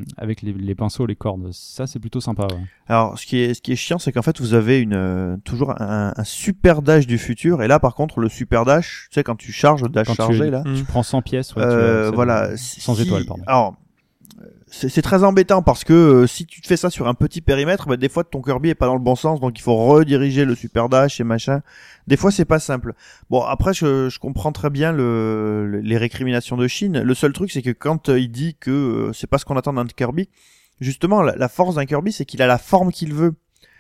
D: les pinceaux, les cordes. Ça, c'est plutôt sympa. Ouais.
E: Alors, ce qui est chiant, c'est qu'en fait, vous avez toujours un super dash du futur. Et là, par contre, le super dash, tu sais, quand tu charges, le dash
D: Quand
E: chargé, là.
D: tu prends 100 pièces, ouais, tu vois,
E: Voilà.
D: sans
E: Si-
D: étoiles, pardon.
E: Alors, c'est très embêtant parce que si tu te fais ça sur un petit périmètre, bah, des fois ton Kirby est pas dans le bon sens, donc il faut rediriger le super dash et machin. Des fois c'est pas simple. Bon après je comprends très bien les récriminations de Chine. Le seul truc c'est que quand il dit que c'est pas ce qu'on attend d'un Kirby, justement la force d'un Kirby c'est qu'il a la forme qu'il veut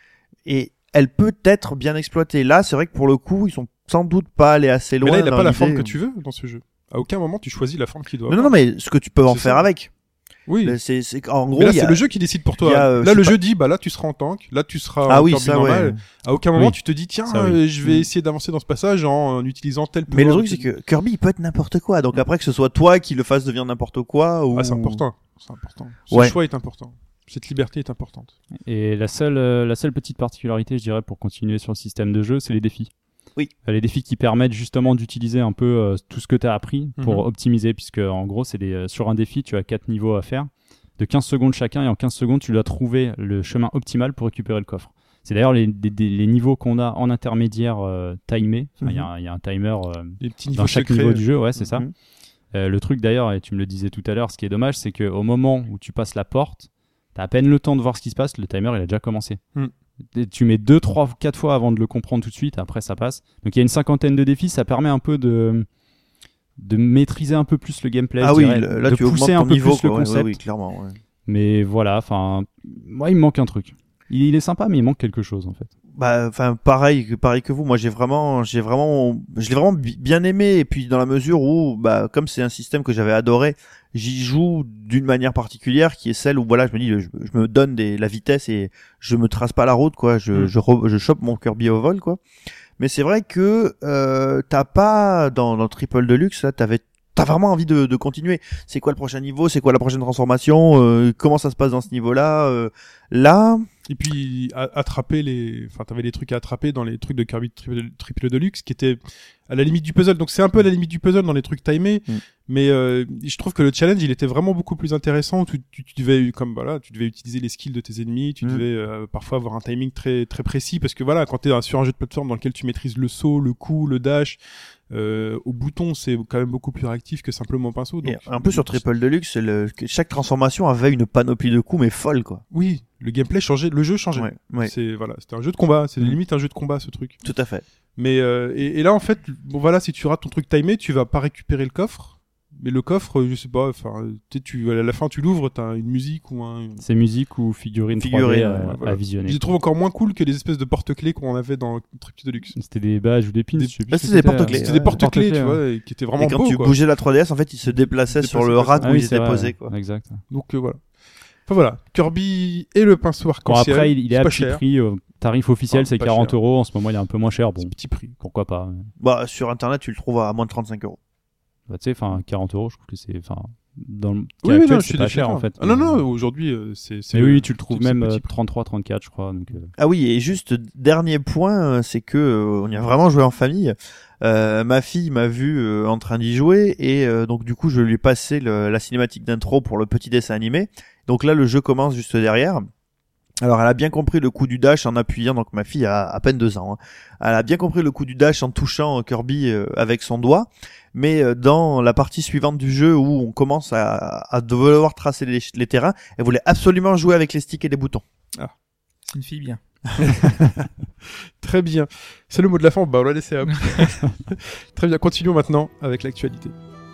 E: et elle peut être bien exploitée. Là c'est vrai que pour le coup ils sont sans doute pas allés assez
C: Mais
E: loin.
C: là, il a
E: dans
C: pas la
E: l'idée.
C: forme que tu veux dans ce jeu. À aucun moment tu choisis la forme qu'il doit.
E: Non, mais ce que tu peux en
C: C'est
E: faire
C: ça.
E: avec.
C: Oui.
E: En gros,
C: Mais là,
E: il y a-
C: c'est le jeu qui décide pour
E: il y
C: toi.
E: a,
C: Là,
E: je sais
C: le
E: pas-
C: jeu dit, bah là, tu seras en tank, là, tu seras
E: Ah
C: en
E: oui,
C: Kirby
E: ça,
C: normal.
E: ouais.
C: À aucun moment,
D: Oui.
C: tu te dis, tiens,
D: Ça, oui.
C: je vais essayer d'avancer dans ce passage en utilisant tel
E: Mais le
C: pouvoir.
E: truc, c'est que Kirby, il peut être n'importe quoi. Donc après, que ce soit toi qui le fasse devenir n'importe quoi ou...
C: Ah, c'est important. C'est important. Ce
E: Ouais.
C: choix est important. Cette liberté est importante.
D: Et la seule petite particularité, je dirais, pour continuer sur le système de jeu, c'est les défis.
E: Oui.
D: Les défis qui permettent justement d'utiliser un peu tout ce que tu as appris pour optimiser, puisque en gros, sur un défi, tu as 4 niveaux à faire, de 15 secondes chacun, et en 15 secondes, tu dois trouver le chemin optimal pour récupérer le coffre. C'est d'ailleurs les niveaux qu'on a en intermédiaire timés. Il y a un timer dans chaque niveau du jeu, ouais, c'est ça. Le truc d'ailleurs, et tu me le disais tout à l'heure, ce qui est dommage, c'est qu'au moment où tu passes la porte, tu as à peine le temps de voir ce qui se passe, le timer il a déjà commencé. Et tu mets 2, 3, 4 fois avant de le comprendre tout de suite, après ça passe. Donc il y a une 50aine de défis, ça permet un peu de maîtriser un peu plus le gameplay,
E: là
D: de
E: tu
D: pousser un peu
E: niveau,
D: plus le concept.
E: Oui, clairement. Ouais.
D: Mais voilà, enfin, moi il me manque un truc. Il est sympa, mais il manque quelque chose en fait.
E: Bah, enfin, pareil que vous. Moi, je l'ai vraiment bien aimé. Et puis, dans la mesure où, bah, comme c'est un système que j'avais adoré, j'y joue d'une manière particulière, qui est celle où, voilà, je me dis, je me donne la vitesse et je me trace pas la route, quoi. Je chope mon Kirby au vol, quoi. Mais c'est vrai que t'as pas dans Triple Deluxe, là, t'as vraiment envie de continuer. C'est quoi le prochain niveau? C'est quoi la prochaine transformation? Comment ça se passe dans ce niveau-là? Là.
C: Et puis t'avais des trucs à attraper dans les trucs de Kirby Triple Deluxe qui étaient à la limite du puzzle. Donc c'est un peu à la limite du puzzle dans les trucs timés, mais je trouve que le challenge il était vraiment beaucoup plus intéressant. Tu devais tu devais utiliser les skills de tes ennemis, tu devais parfois avoir un timing très très précis parce que voilà, quand t'es sur un jeu de plateforme dans lequel tu maîtrises le saut, le coup, le dash, au bouton c'est quand même beaucoup plus réactif que simplement pinceau. Donc,
E: un peu sur Triple Deluxe, chaque transformation avait une panoplie de coups mais folle, quoi.
C: Oui, le gameplay changeait, le jeu changeait.
E: Ouais.
C: C'était un jeu de combat, c'est limite un jeu de combat ce truc.
E: Tout à fait.
C: Mais et là en fait, bon voilà, si tu rates ton truc timé, tu vas pas récupérer le coffre. Mais le coffre, je sais pas, enfin, à la fin tu l'ouvres, t'as une musique ou un.
D: C'est musique ou figurine 3D à visionner.
C: Je les trouve encore moins cool que les espèces de porte-clés qu'on avait dans Triple Deluxe.
D: C'était des badges ou des pins.
E: C'était des porte-clés.
C: C'était des porte-clés, tu vois, qui étaient vraiment beaux.
E: Et quand tu bougeais la 3DS, en fait, ils se déplaçaient sur le rack où ils étaient posés, quoi.
D: Exact.
C: Donc voilà. Enfin voilà, Kirby et le pinceau arc-en-ciel.
D: Bon après, il est à petit prix. Tarif officiel, c'est 40 €. En ce moment, il est un peu moins cher. Bon,
C: petit prix.
D: Pourquoi pas.
E: Bah sur internet, tu le trouves à moins de 35 €.
D: Bah, tu sais, 40 €, je trouve que c'est, dans le
C: cas
D: actuel, c'est pas cher en fait.
C: Ah, non, aujourd'hui, c'est.
D: Mais oui, tu le trouves même 33, 34, je crois. Donc,
E: Ah oui, et juste dernier point, c'est que on y a vraiment joué en famille. Ma fille m'a vu en train d'y jouer et donc du coup, je lui ai passé la cinématique d'intro pour le petit dessin animé. Donc là, le jeu commence juste derrière. Alors, elle a bien compris le coup du dash en appuyant, donc ma fille a à peine 2 ans. Hein. Elle a bien compris le coup du dash en touchant Kirby avec son doigt. Mais dans la partie suivante du jeu où on commence à devoir tracer les terrains, elle voulait absolument jouer avec les sticks et les boutons.
C: Ah,
F: c'est une fille bien.
C: Très bien. C'est le mot de la fin, bah on l'a laissé. Très bien, continuons maintenant avec l'actualité.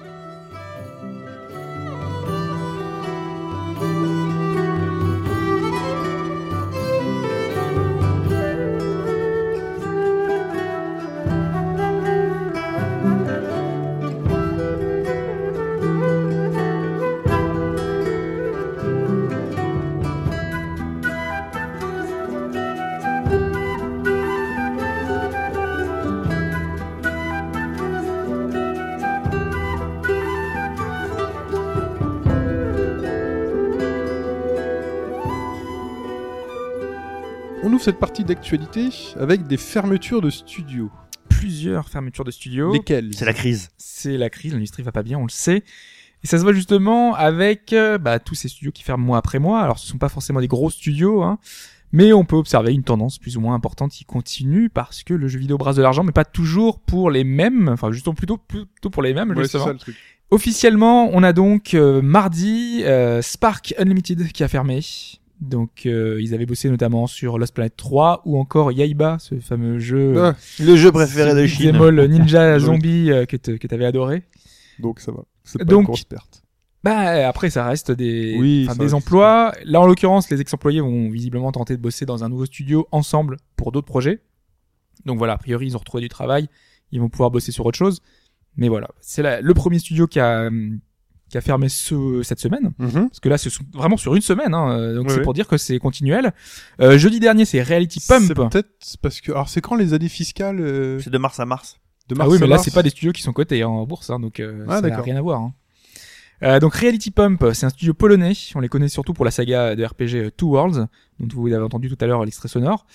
C: On ouvre cette partie d'actualité avec des fermetures de studios.
F: Plusieurs fermetures de studios.
C: Lesquelles ?
E: C'est la crise.
F: C'est la crise, l'industrie va pas bien, on le sait. Et ça se voit justement avec tous ces studios qui ferment mois après mois. Alors ce sont pas forcément des gros studios, hein, mais on peut observer une tendance plus ou moins importante qui continue parce que le jeu vidéo brasse de l'argent, mais pas toujours pour les mêmes, enfin justement plutôt pour les mêmes, justement.
C: C'est ça le truc.
F: Officiellement, on a donc mardi Spark Unlimited qui a fermé. Donc ils avaient bossé notamment sur Lost Planet 3 ou encore Yaiba, ce fameux jeu,
E: le jeu préféré de Chine.
F: Beat'em Ninja Zombie que t'avais adoré.
C: Donc ça va. C'est pas
F: Donc,
C: une grosse perte.
F: Bah après ça reste des
C: ça
F: emplois. Là en l'occurrence, les ex-employés vont visiblement tenter de bosser dans un nouveau studio ensemble pour d'autres projets. Donc voilà, a priori ils ont retrouvé du travail, ils vont pouvoir bosser sur autre chose. Mais voilà, c'est le premier studio qui a fermé cette semaine, parce que là c'est vraiment sur une semaine, hein, donc c'est pour dire que c'est continuel. Jeudi dernier c'est Reality Pump.
C: C'est peut-être parce que alors c'est quand les années fiscales
E: C'est de mars à mars.
F: Ah oui, mais là c'est pas des studios qui sont cotés en bourse, hein, donc ça n'a rien à voir. Hein. Donc Reality Pump, c'est un studio polonais. On les connaît surtout pour la saga de RPG Two Worlds, dont vous avez entendu tout à l'heure l'extrait sonore.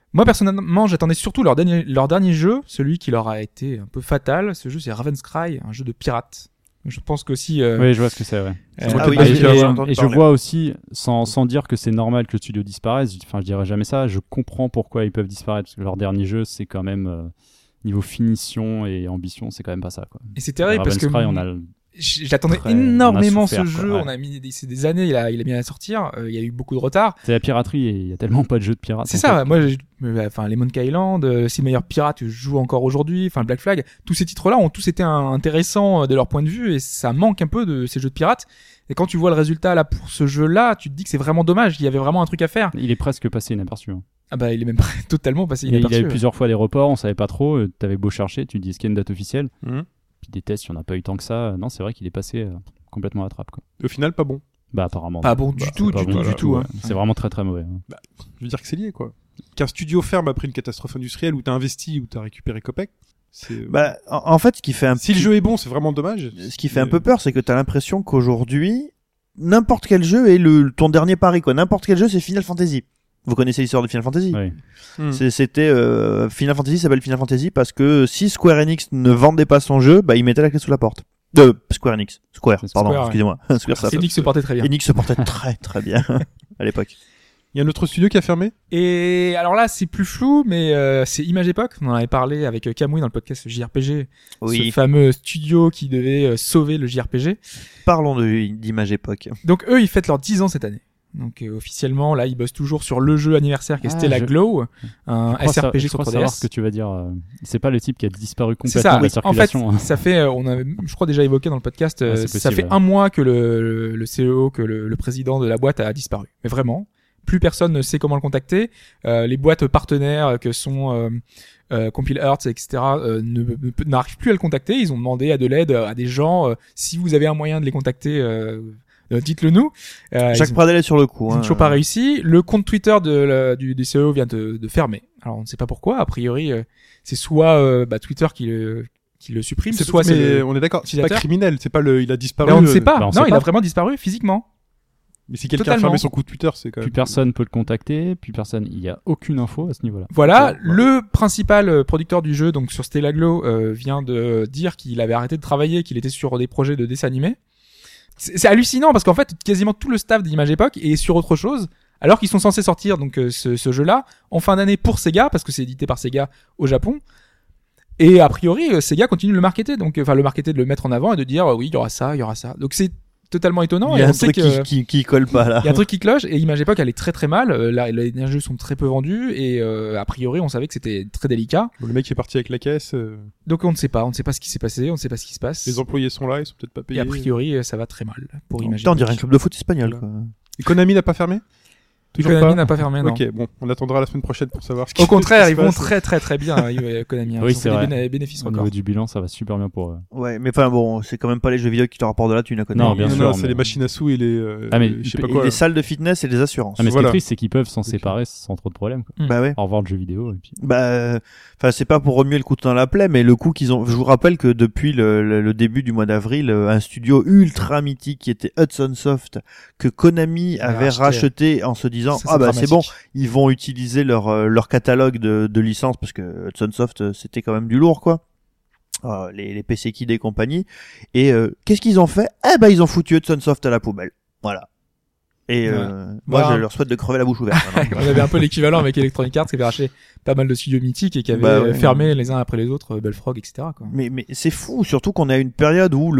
F: Moi, personnellement, j'attendais surtout leur dernier jeu, celui qui leur a été un peu fatal. Ce jeu, c'est Raven's Cry, un jeu de pirate. Je pense qu'aussi...
D: Oui, je vois ce que c'est, ouais.
E: Ah oui,
D: Et,
E: j'ai entendu
D: et je
E: parler.
D: vois aussi, sans dire que c'est normal que le studio disparaisse, enfin je dirais jamais ça, je comprends pourquoi ils peuvent disparaître, parce que leur dernier jeu, c'est quand même, niveau finition et ambition, c'est quand même pas ça, quoi.
F: Et c'est terrible parce
D: Raven's
F: que
D: Cry, on a le-
F: j'attendais
D: très-
F: énormément
D: on a souffert,
F: ce jeu.
D: quoi, ouais.
F: On a mis c'est des années, il a mis à sortir. Il y a eu beaucoup de retard.
D: c'est la piraterie et il y a tellement pas de jeux de pirates.
F: C'est
D: en
F: ça.
D: fait.
F: Moi, enfin, les Monkey Island, c'est le meilleur pirate que je joue encore aujourd'hui. Enfin, le Black Flag. Tous ces titres-là ont tous été intéressants de leur point de vue et ça manque un peu de ces jeux de pirates. Et quand tu vois le résultat là pour ce jeu-là, tu te dis que c'est vraiment dommage. Il y avait vraiment un truc à faire.
D: Il est presque passé inaperçu. Hein.
F: Ah bah, il est même totalement passé
D: Il y a
F: inaperçu.
D: eu plusieurs fois des reports, on savait pas trop, t'avais beau chercher, tu te dis est-ce qu'il y a une date officielle,
C: Mhm.
D: puis des tests, il y en a pas eu tant que ça. Non, c'est vrai qu'il est passé complètement à la trappe, quoi.
C: Au final, pas bon.
D: Bah apparemment.
F: Pas bon
D: Bah,
F: du
D: c'est
F: tout,
D: pas
F: du
D: bon
F: tout, du tout.
D: ouais.
F: Hein.
D: C'est vraiment très très mauvais. Hein.
C: Je veux dire que c'est lié, quoi. Qu'un studio ferme après une catastrophe industrielle où t'as investi, où t'as récupéré Copec, c'est...
E: Bah, en fait, ce qui fait un
C: si le jeu est bon, c'est vraiment dommage.
E: Ce qui fait un peu peur, c'est que t'as l'impression qu'aujourd'hui, n'importe quel jeu est ton dernier pari, quoi. N'importe quel jeu, c'est Final Fantasy. Vous connaissez l'histoire de Final Fantasy?
D: Ouais.
E: C'était Final Fantasy s'appelle Final Fantasy parce que si Square Enix ne vendait pas son jeu, bah il mettait la clé sous la porte. Square Enix. Square, pardon,
F: Square,
E: excusez-moi. Square, ça.
F: Enix se portait très bien.
E: Enix se portait très très bien à l'époque.
C: Il y a un autre studio qui a fermé.
F: Et alors là, c'est plus flou, mais c'est Image Epoch. On en avait parlé avec Kamui dans le podcast JRPG. Ce fameux studio qui devait sauver le JRPG.
E: Parlons d'Image Epoch.
F: Donc eux, ils fêtent leurs 10 ans cette année. Donc officiellement, là, ils bossent toujours sur le jeu anniversaire qui est Stella Glow, un SRPG sur 3DS.
D: Savoir ce que tu vas dire. C'est pas le type qui a disparu
F: C'est
D: complètement
F: ça.
D: de la
F: En fait,
D: circulation.
F: ça fait, on avait, je crois déjà évoqué dans le podcast,
D: Ouais, c'est
F: ça
D: possible,
F: fait
D: ouais.
F: un mois que le CEO, que le président de la boîte a disparu. Mais vraiment, plus personne ne sait comment le contacter. Les boîtes partenaires que sont Compile Hearts, etc., n'arrivent plus à le contacter. Ils ont demandé de l'aide à des gens. Si vous avez un moyen de les contacter, dites-le nous.
E: Jacques Pradel est sur le coup.
F: Ils n'ont toujours pas réussi. Le compte Twitter du CEO vient de fermer. Alors on ne sait pas pourquoi. A priori, c'est soit Twitter qui le supprime, soit c'est
C: mais
F: le
C: on est d'accord, c'est pas
F: utilisateur.
C: criminel, c'est pas il a disparu.
F: Mais on ne sait pas.
D: Bah, on
F: non,
D: sait
F: il
D: pas.
F: a vraiment disparu physiquement.
C: Mais si quelqu'un a
F: Totalement.
C: fermé son compte Twitter, c'est quand même.
D: Plus personne peut le contacter, plus personne. Il y a aucune info à ce niveau-là.
F: Voilà,
C: Ok,
F: le principal producteur du jeu, donc sur Stella Glow, vient de dire qu'il avait arrêté de travailler, qu'il était sur des projets de dessin animé. C'est hallucinant parce qu'en fait, quasiment tout le staff d'Image Epoch est sur autre chose, alors qu'ils sont censés sortir donc ce jeu-là en fin d'année pour Sega, parce que c'est édité par Sega au Japon. Et a priori, Sega continue de le marketer, donc enfin le marketer, de le mettre en avant et de dire oui, il y aura ça, il y aura ça. Donc c'est totalement étonnant.
E: Il y
F: et
E: a
F: on
E: un
F: sait
E: truc
F: que
E: qui colle pas là.
F: il y a un truc qui cloche et Image Epoch elle est très très mal. Là, les jeux sont très peu vendus et a priori on savait que c'était très délicat.
C: Bon, le mec est parti avec la caisse,
F: Donc on ne sait pas ce qui s'est passé, on ne sait pas ce qui se passe.
C: les employés sont là, ils sont peut-être pas
F: Et
C: payés.
F: a priori ça va très mal pour Image
E: Putain, on
F: Epoch.
E: dirait un club de foot espagnol, quoi.
C: Et Konami n'a pas fermé? Toujours
F: Konami
C: pas.
F: n'a pas fermé, non.
C: Ok, bon, on attendra la semaine prochaine pour savoir ce qui
F: Au contraire,
C: ce qui
F: ils
C: se
F: vont
C: passe.
F: très très très bien, Konami. Hein.
D: Oui,
F: Ils ont
D: c'est
F: fait
D: vrai.
F: des bénéfices
D: Au
F: records.
D: niveau du bilan, ça va super bien pour eux.
E: Ouais, mais enfin bon, c'est quand même pas les jeux vidéo qui te rapportent de la thune à Konami.
D: Non, bien
C: Non,
D: sûr,
C: non, c'est
D: mais-
C: les machines à sous et les,
D: Ah, mais
C: je sais
D: il
C: pas
E: Et
C: quoi.
E: les salles de fitness et les assurances.
D: Ah, mais ce qui
C: Voilà.
D: est triste, c'est qu'ils peuvent s'en séparer sans trop de problèmes. Quoi.
E: Bah ouais.
D: Au revoir le jeu vidéo. Et puis...
E: Enfin, c'est pas pour remuer le couteau dans la plaie, mais le coup qu'ils ont, je vous rappelle que depuis le début du mois d'avril, un studio ultra mythique qui était Hudson Soft, que Konami avait racheté en se disant,
F: Ça, c'est
E: c'est bon,
F: dramatique.
E: ils vont utiliser leur catalogue de licences parce que Hudson Soft, c'était quand même du lourd, quoi. Les PC Kid et compagnie. Et, qu'est-ce qu'ils ont fait? Ils ont foutu Hudson Soft à la poubelle. Voilà. Et,
F: Ouais.
E: moi,
F: Bah,
E: je leur souhaite de crever la bouche ouverte. maintenant.
F: On avait un peu l'équivalent avec Electronic Arts qui avait racheté pas mal de studios mythiques et qui avait
E: Bah ouais.
F: fermé les uns après les autres Bullfrog, etc. Quoi.
E: Mais c'est fou, surtout qu'on a une période où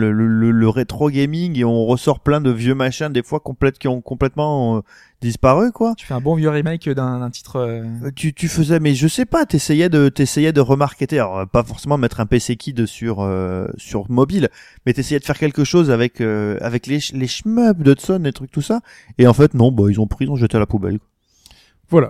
E: le rétro gaming et on ressort plein de vieux machins des fois qui ont complètement disparu, quoi.
F: Tu fais un bon vieux remake d'un titre.
E: Tu faisais, mais je sais pas, t'essayais de remarketer, alors pas forcément de mettre un PC Kid sur mobile, mais t'essayais de faire quelque chose avec les shmups d'Hudson, les trucs tout ça, et en fait non, ils ont jeté à la poubelle.
C: Voilà.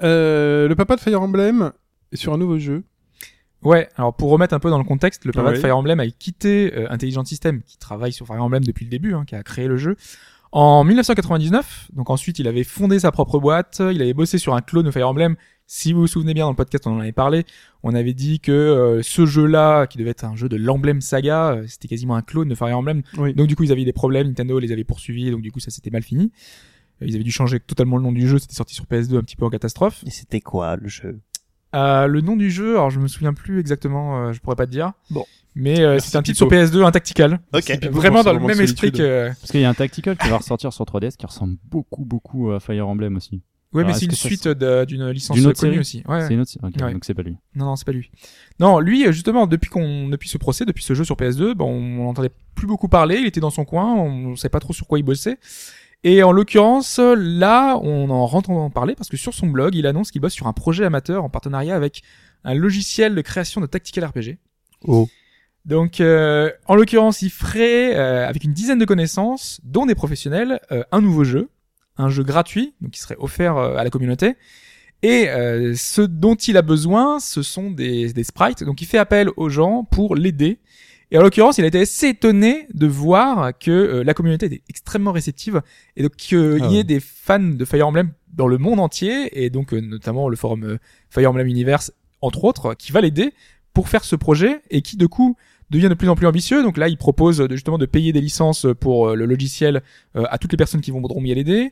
C: Le papa de Fire Emblem est sur un nouveau jeu.
F: Ouais, alors pour remettre un peu dans le contexte, le papa
C: Ouais.
F: de Fire Emblem a quitté Intelligent System, qui travaille sur Fire Emblem depuis le début, qui a créé le jeu, en 1999. Donc ensuite, il avait fondé sa propre boîte, il avait bossé sur un clone de Fire Emblem. Si vous vous souvenez bien, dans le podcast, on en avait parlé. On avait dit que ce jeu-là, qui devait être un jeu de l'Emblem Saga, c'était quasiment un clone de Fire Emblem.
C: Oui.
F: Donc du coup, ils avaient eu des problèmes, Nintendo les avait poursuivis, donc du coup, ça s'était mal fini. Ils avaient dû changer totalement le nom du jeu, c'était sorti sur PS2 un petit peu en catastrophe.
E: Et c'était quoi le jeu?
F: Le nom du jeu, alors je me souviens plus exactement, je pourrais pas te dire.
E: Bon.
F: Mais
C: Merci,
F: c'était un titre
C: Pipo.
F: sur PS2, un tactical.
E: Ok.
F: C'est
C: Pipo
F: vraiment
C: pour
F: dans
C: ce
F: le
C: moment de
F: même esprit
C: solitude.
F: que...
D: Parce qu'il y a un Tactical qui va ressortir sur 3DS qui ressemble beaucoup à Fire Emblem aussi.
F: Ouais, mais
D: Alors,
F: c'est une
D: est-ce que ça
F: suite d'une licence
D: D'une autre
F: connue
D: série
F: aussi. Ouais.
D: C'est une autre. Ok,
F: Ouais.
D: donc c'est pas lui.
F: Non, c'est pas lui. Non, lui, justement, depuis ce procès, depuis ce jeu sur PS2, bon, on n'entendait plus beaucoup parler. Il était dans son coin, on savait pas trop sur quoi il bossait. Et en l'occurrence, là, on en rentre en parler parce que sur son blog, il annonce qu'il bosse sur un projet amateur en partenariat avec un logiciel de création de tactical RPG.
E: Oh.
F: Donc, en l'occurrence, il ferait, avec une dizaine de connaissances, dont des professionnels, un nouveau jeu, un jeu gratuit, donc qui serait offert à la communauté. Et ce dont il a besoin, ce sont des sprites. Donc, il fait appel aux gens pour l'aider. Et en l'occurrence, il a été assez étonné de voir que la communauté était extrêmement réceptive et donc qu'il y ait des fans de Fire Emblem dans le monde entier et donc notamment le forum Fire Emblem Universe entre autres qui va l'aider pour faire ce projet et qui de coup devient de plus en plus ambitieux. Donc là, il propose justement de payer des licences pour le logiciel à toutes les personnes qui voudront y l'aider.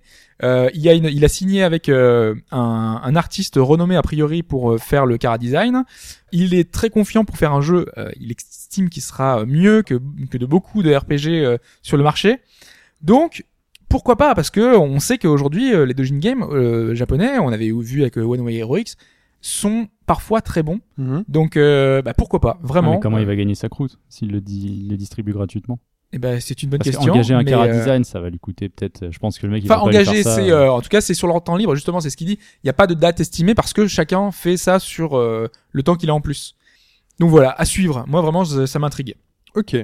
F: Il a signé avec un artiste renommé a priori pour faire le chara design. Il est très confiant pour faire un jeu. Il estime qu'il sera mieux que de beaucoup de RPG sur le marché. Donc pourquoi pas, parce que on sait qu'aujourd'hui les doujin games japonais, on avait vu avec One Way Heroics, sont parfois très bons. Donc pourquoi pas, vraiment.
D: Mais comment il va gagner sa croûte s'il le distribue gratuitement?
F: Eh ben c'est une bonne
D: Parce
F: question.
D: qu'engager un
F: mais,
D: chara design, ça va lui coûter peut-être. Je pense que le mec il
F: enfin
D: va pas lui
F: engager,
D: faire ça.
F: c'est en tout cas c'est sur leur temps libre, justement, c'est ce qu'il dit. Il n'y a pas de date estimée parce que chacun fait ça sur le temps qu'il a en plus. Donc voilà, à suivre. Moi vraiment ça m'intrigue.
C: Ok.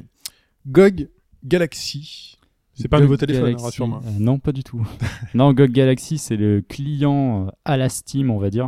C: GOG Galaxy. C'est pas un
D: GOG
C: nouveau téléphone,
D: Galaxy,
C: rassure-moi.
D: non, pas du tout. Non, GOG Galaxy, c'est le client à la Steam, on va dire,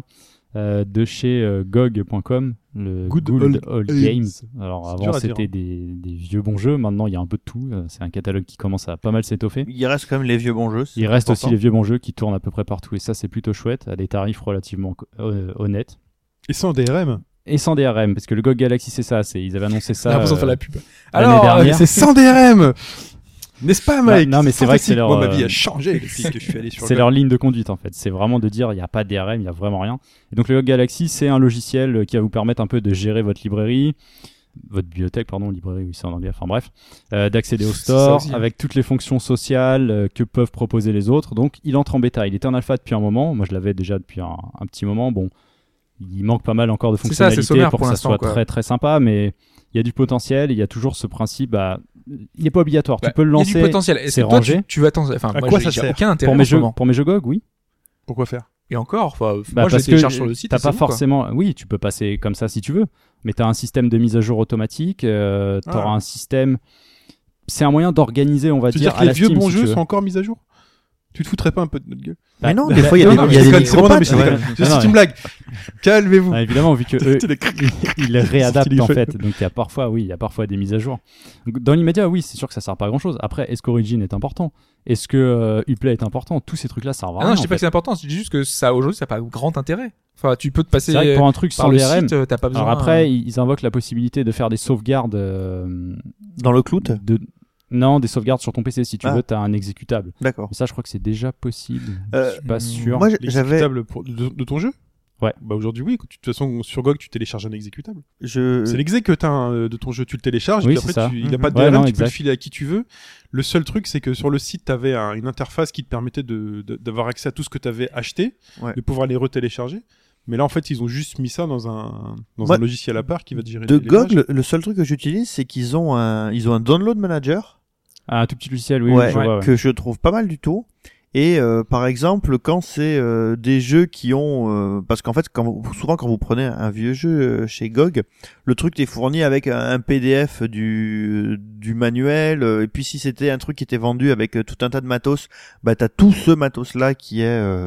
D: de chez GOG.com, le
C: Good
D: Old
C: Games.
D: Games. Alors
C: C'est
D: avant,
C: dur à dire,
D: c'était des vieux bons jeux. Maintenant, il y a un peu de tout. C'est un catalogue qui commence à pas mal s'étoffer.
E: Il reste quand même les vieux bons jeux. c'est
D: Il reste
E: important.
D: aussi les vieux bons jeux qui tournent à peu près partout. Et ça, c'est plutôt chouette, à des tarifs relativement honnêtes.
C: Et sans DRM.
D: Et sans DRM, parce que le GOG Galaxy, c'est ça. Ils avaient annoncé
F: J'ai
D: ça.
F: l'impression de faire la pub.
D: l'année
F: Alors
D: dernière.
C: C'est sans DRM. N'est-ce pas, Mike?
D: Non, mais c'est vrai que c'est
C: fantastique.
D: leur,
C: Moi, ma vie a changé depuis que je suis allé sur
D: c'est
C: GOG.
D: leur ligne de conduite en fait. C'est vraiment de dire il n'y a pas de DRM, il n'y a vraiment rien. Et donc le GOG Galaxy, c'est un logiciel qui va vous permettre un peu de gérer votre librairie, votre bibliothèque, pardon, librairie, oui, c'est en anglais, enfin bref, d'accéder au
F: C'est ça
D: store
F: aussi, hein.
D: avec toutes les fonctions sociales que peuvent proposer les autres. Donc il entre en bêta. Il était en alpha depuis un moment. Moi je l'avais déjà depuis un petit moment. Bon, il manque pas mal encore de
F: C'est ça, c'est
D: fonctionnalités
F: sommaire
D: pour
F: pour
D: que ça
F: l'instant,
D: soit
F: quoi.
D: très très sympa, mais il y a du potentiel. Il y a toujours ce principe. Il n'est pas obligatoire. Tu peux le
F: Il y a
D: lancer.
F: du potentiel. Est-ce
D: c'est
F: que toi,
D: rangé.
F: tu vas t'en... Enfin,
C: À
F: moi,
C: quoi
F: j'ai
C: ça
F: j'ai
C: sert
F: aucun intérêt
D: Pour
F: en
D: mes
F: ce
D: jeux,
F: moment.
D: pour mes jeux GOG, oui.
C: Pourquoi faire?
F: Et encore, enfin,
D: Bah,
F: moi, je
D: parce
F: les télécharge sur le site.
D: t'as
F: et c'est
D: pas
F: bon, quoi.
D: forcément. Oui, tu peux passer comme ça si tu veux, mais t'as un système de mise à jour automatique. T'auras un système. C'est un moyen d'organiser, on va
C: Tu veux
D: dire,
C: dire que
D: à
C: les
D: la
C: vieux
D: Steam,
C: bons
D: si tu
C: jeux
D: veux.
C: sont encore mis à jour? Tu te foutrais pas un peu de notre gueule?
E: Mais non,
D: Bah,
E: des fois il y a
C: Non,
E: des
C: mais c'est
E: micropathes,
C: c'est bon, non, mais c'est
E: ouais.
C: déconne. C'est une blague. Calmez-vous.
D: Ah, évidemment, vu que eux, ils les réadaptent
C: Sorti
D: en
C: les
D: fait. Donc il y a parfois des mises à jour. Donc, dans l'immédiat, oui, c'est sûr que ça sert pas à grand chose. Après, est-ce qu'Origin est important? Est-ce que Uplay est important? Tous ces trucs-là servent à
F: Ah
D: rien.
F: non, je dis
D: en
F: pas
D: fait.
F: que c'est important, je dis juste que ça, aujourd'hui, ça n'a pas grand intérêt. Enfin, tu peux te passer
D: C'est vrai que pour un truc
F: par
D: sans
F: le
D: DRM.
F: site, t'as pas besoin.
D: Alors après, ils invoquent la possibilité de faire des sauvegardes
E: Dans le cloud.
D: Non, des sauvegardes sur ton PC. Si tu
E: Ah.
D: veux, t'as un exécutable.
E: D'accord.
D: Mais ça, je crois que c'est déjà possible.
E: Euh,
D: Je suis pas sûr.
E: Moi j'avais
C: L'exécutable de ton jeu?
D: Ouais.
C: Bah aujourd'hui oui, de toute façon sur GOG tu télécharges un exécutable.
E: je
C: C'est l'exé que t'as de ton jeu, tu le télécharges
D: Oui,
C: et puis
D: c'est
C: après
D: ça.
C: il a pas de
D: Ouais,
C: DRM,
D: non,
C: tu peux le
D: exact.
C: filer à qui tu veux. Le seul truc c'est que sur le site t'avais une interface qui te permettait d'avoir accès à tout ce que t'avais acheté,
E: Ouais.
C: de pouvoir les retélécharger. Mais là en fait ils ont juste mis ça dans un
E: Moi,
C: logiciel à part qui va te gérer
E: de
C: les
E: GOG,
C: images.
E: le seul truc que j'utilise, c'est qu'ils ont un download manager,
D: Ah, un tout petit logiciel, oui,
E: ouais,
D: je vois, ouais.
E: que je trouve pas mal du tout. Et par exemple, quand c'est des jeux qui ont, parce qu'en fait, souvent quand vous prenez un vieux jeu chez GOG, le truc est fourni avec un PDF du manuel. Et puis si c'était un truc qui était vendu avec tout un tas de matos, bah t'as tout ce matos là qui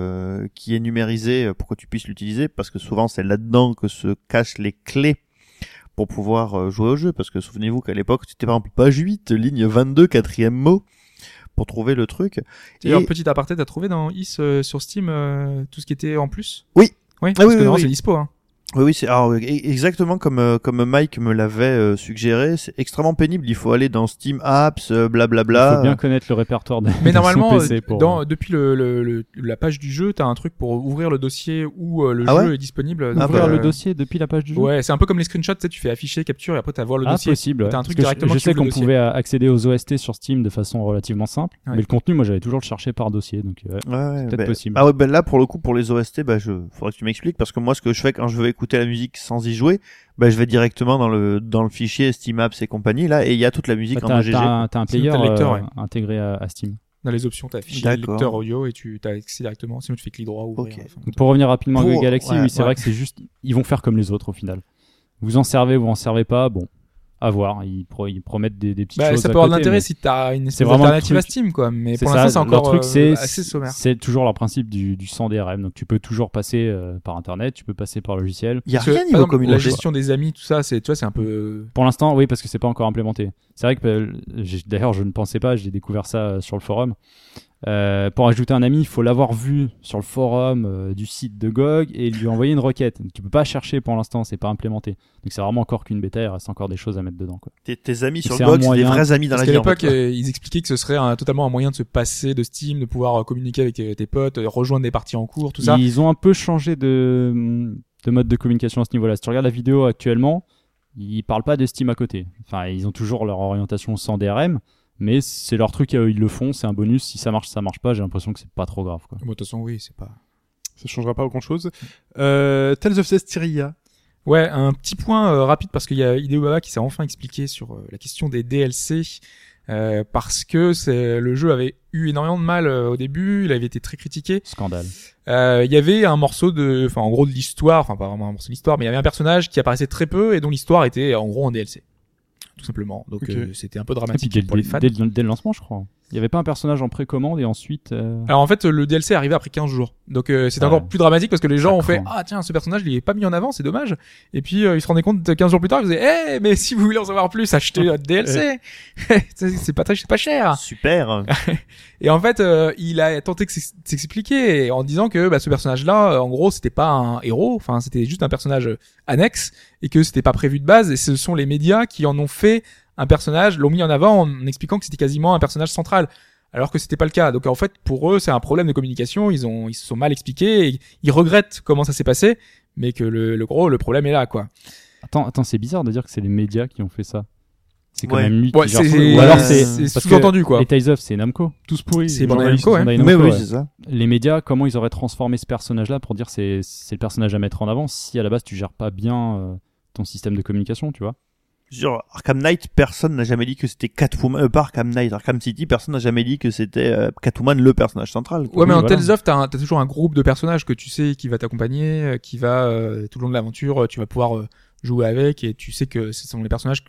E: est numérisé pour que tu puisses l'utiliser, parce que souvent c'est là-dedans que se cachent les clés pour pouvoir jouer au jeu. Parce que souvenez-vous qu'à l'époque, c'était par exemple page 8, ligne 22, quatrième mot, pour trouver le truc.
F: D'ailleurs,
E: Et-
F: petit aparté, t'as trouvé dans Is sur Steam tout ce qui était en plus?
E: Oui.
F: Oui,
E: Ah
F: parce
E: oui,
F: que
E: oui,
F: non,
E: oui.
F: c'est dispo. Hein.
E: Oui, c'est exactement comme Mike me l'avait suggéré. C'est extrêmement pénible. Il faut aller dans Steam Apps, blablabla.
D: Il faut bien connaître le répertoire de
F: Mais normalement,
D: son PC pour...
F: depuis la page du jeu, t'as un truc pour ouvrir le dossier où le
E: Ah
F: jeu
E: ouais
F: est disponible.
D: Ouvrir le dossier depuis la page du jeu.
F: Ouais, c'est un peu comme les screenshots, tu sais, tu fais afficher, capture et après t'as voir le dossier.
D: Possible. Ouais.
F: T'as un truc
D: Parce que
F: directement
D: je
F: qui
D: sais
F: ouvre le
D: qu'on
F: dossier.
D: pouvait accéder aux OST sur Steam de façon relativement simple,
F: Ouais.
D: mais le contenu, moi, j'avais toujours le cherché par dossier, donc
E: Ouais,
D: c'est peut-être possible.
E: Ah ouais, ben là pour le coup pour les OST, faudrait que tu m'expliques parce que moi ce que je fais quand je veux écouter la musique sans y jouer, je vais directement dans le fichier Steam Apps et compagnie là et il y a toute la musique en OGG.
D: T'as un player
F: T'as le lecteur, ouais.
D: intégré à Steam.
F: Dans les options, t'as affiché
E: D'accord.
F: lecteur audio et tu t'as accès directement. Sinon, tu fais clic droit ouvrir.
E: Ok.
F: Enfin,
D: Donc, pour revenir rapidement à
E: Pour-
D: Galaxy,
E: ouais,
D: oui, c'est
F: ouais.
D: vrai que c'est juste, ils vont faire comme les autres au final. Vous en servez, vous en servez pas, bon, à voir. Ils promettent des petites choses.
F: ça
D: à
F: peut avoir de
D: côté,
F: l'intérêt
D: mais
F: si t'as une
D: c'est
F: espèce
D: vraiment le
F: d'alternative à
D: truc.
F: Steam, quoi. Mais
D: c'est
F: pour
D: ça,
F: l'instant, c'est
D: leur
F: encore
D: truc, c'est
F: assez sommaire.
D: c'est toujours leur principe du sans DRM. Donc tu peux toujours passer par internet, tu peux passer par logiciel.
E: Il y a
F: Parce que,
E: rien
F: par
E: niveau
F: exemple, la
E: communauté.
F: gestion des amis, tout ça, c'est, tu vois, c'est un peu.
D: Pour l'instant, oui, parce que c'est pas encore implémenté. C'est vrai que d'ailleurs, je ne pensais pas, j'ai découvert ça sur le forum. Pour ajouter un ami, il faut l'avoir vu sur le forum du site de GOG et lui envoyer une requête. Donc, tu peux pas chercher pour l'instant, c'est pas implémenté. Donc c'est vraiment encore qu'une bêta, il reste encore des choses à mettre dedans, quoi.
E: Tes amis sur
D: C'est
E: le
D: un
E: blog, c'est des
D: moyen.
E: vrais amis dans
F: Parce
E: la
F: qu'à
E: vie. en
F: l'époque,
E: fait.
F: ils expliquaient que ce serait totalement un moyen de se passer de Steam, de pouvoir communiquer avec tes potes, rejoindre des parties en cours, tout ça.
D: Ils ont un peu changé de mode de communication à ce niveau-là. Si tu regardes la vidéo actuellement, ils parlent pas de Steam à côté. Enfin, ils ont toujours leur orientation sans DRM. Mais c'est leur truc, ils le font, c'est un bonus. Si ça marche pas. J'ai l'impression que c'est pas trop grave, quoi.
F: Bon, de toute façon, oui, c'est pas.
C: Ça changera pas grand chose. Tales of Cestiria.
F: Ouais, un petit point rapide parce qu'il y a Hideo Baba qui s'est enfin expliqué sur la question des DLC parce que le jeu avait eu énormément de mal au début, il avait été très critiqué.
D: Scandale.
F: Il y avait un morceau en gros de l'histoire, enfin pas vraiment un morceau de l'histoire, mais il y avait un personnage qui apparaissait très peu et dont l'histoire était en gros en DLC. Tout simplement. Donc
C: Ok.
F: c'était un peu
D: Et puis
F: dramatique pour les fans.
D: dès le lancement, je crois. Il y avait pas un personnage en précommande et ensuite.
F: Alors en fait, le DLC est arrivé après 15 jours. Donc c'était
D: Ouais.
F: encore plus dramatique parce que les gens
D: Ça
F: ont fait
D: craint.
F: ah tiens, ce personnage il est pas mis en avant, c'est dommage. Et puis ils se rendaient compte 15 jours plus tard, ils faisaient mais si vous voulez en savoir plus, achetez notre DLC. c'est pas cher.
E: Super.
F: Et en fait, il a tenté de s'expliquer en disant que ce personnage-là, en gros, c'était pas un héros, enfin c'était juste un personnage annexe et que c'était pas prévu de base. Et ce sont les médias qui en ont fait un personnage, l'ont mis en avant en expliquant que c'était quasiment un personnage central, alors que c'était pas le cas. Donc en fait, pour eux, c'est un problème de communication. Ils se sont mal expliqués. Et ils regrettent comment ça s'est passé, mais que le problème est là, quoi.
D: Attends, c'est bizarre de dire que c'est les médias qui ont fait ça. C'est quand
E: Ouais.
D: même lui
F: Ouais,
D: qui gère
F: c'est
D: tout. Ou alors
F: c'est
D: parce que
F: sous-entendu, quoi.
D: Les Tales of, c'est Namco.
C: Tous pourris.
F: C'est
C: Bandai
F: Bandai Namco, ouais.
D: Bandai
E: Mais
D: Namco,
E: oui,
D: ouais.
E: c'est ça.
D: Les médias, comment ils auraient transformé ce personnage-là pour dire c'est le personnage à mettre en avant si à la base tu gères pas bien ton système de communication, tu vois.
E: Sur Arkham Knight, personne n'a jamais dit que c'était Catwoman. Pas Arkham Knight, Arkham City, personne n'a jamais dit que c'était Catwoman le personnage central. quoi.
F: Ouais, mais
D: Oui,
F: en
D: voilà.
F: Tales of, t'as toujours un groupe de personnages que tu sais qui va t'accompagner, qui va tout le long de l'aventure, tu vas pouvoir jouer avec et tu sais que ce sont les personnages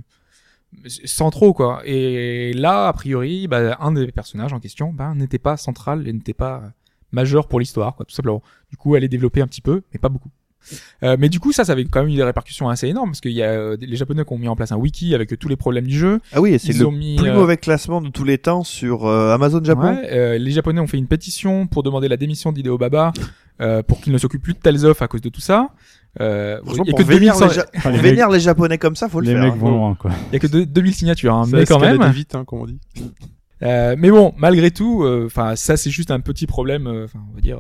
F: centraux, quoi. Et là, a priori, un des personnages en question, n'était pas central et n'était pas majeur pour l'histoire, quoi, tout simplement. Du coup, elle est développée un petit peu, mais pas beaucoup. Mais du coup, ça avait quand même eu des répercussions assez énormes parce qu'il y a les Japonais qui ont mis en place un wiki avec tous les problèmes du jeu.
E: Ah oui, et c'est
F: Ils
E: le
F: ont mis,
E: plus mauvais classement de tous les temps sur Amazon Japon.
F: Ouais, les Japonais ont fait une pétition pour demander la démission d'Hideo Baba pour qu'il ne s'occupe plus de Tales of à cause de tout ça.
E: Franchement,
F: Il y a
E: pour
F: que 2000
E: vénère les Japonais comme ça, faut le
D: Les
E: faire.
D: mecs
E: hein.
D: vont loin, quoi.
F: il y a que 2000 signatures, hein,
C: Ça
F: mais quand
C: escalade
F: même.
C: vite, comme on dit.
F: Mais bon, malgré tout, enfin ça c'est juste un petit problème. Enfin, on va dire,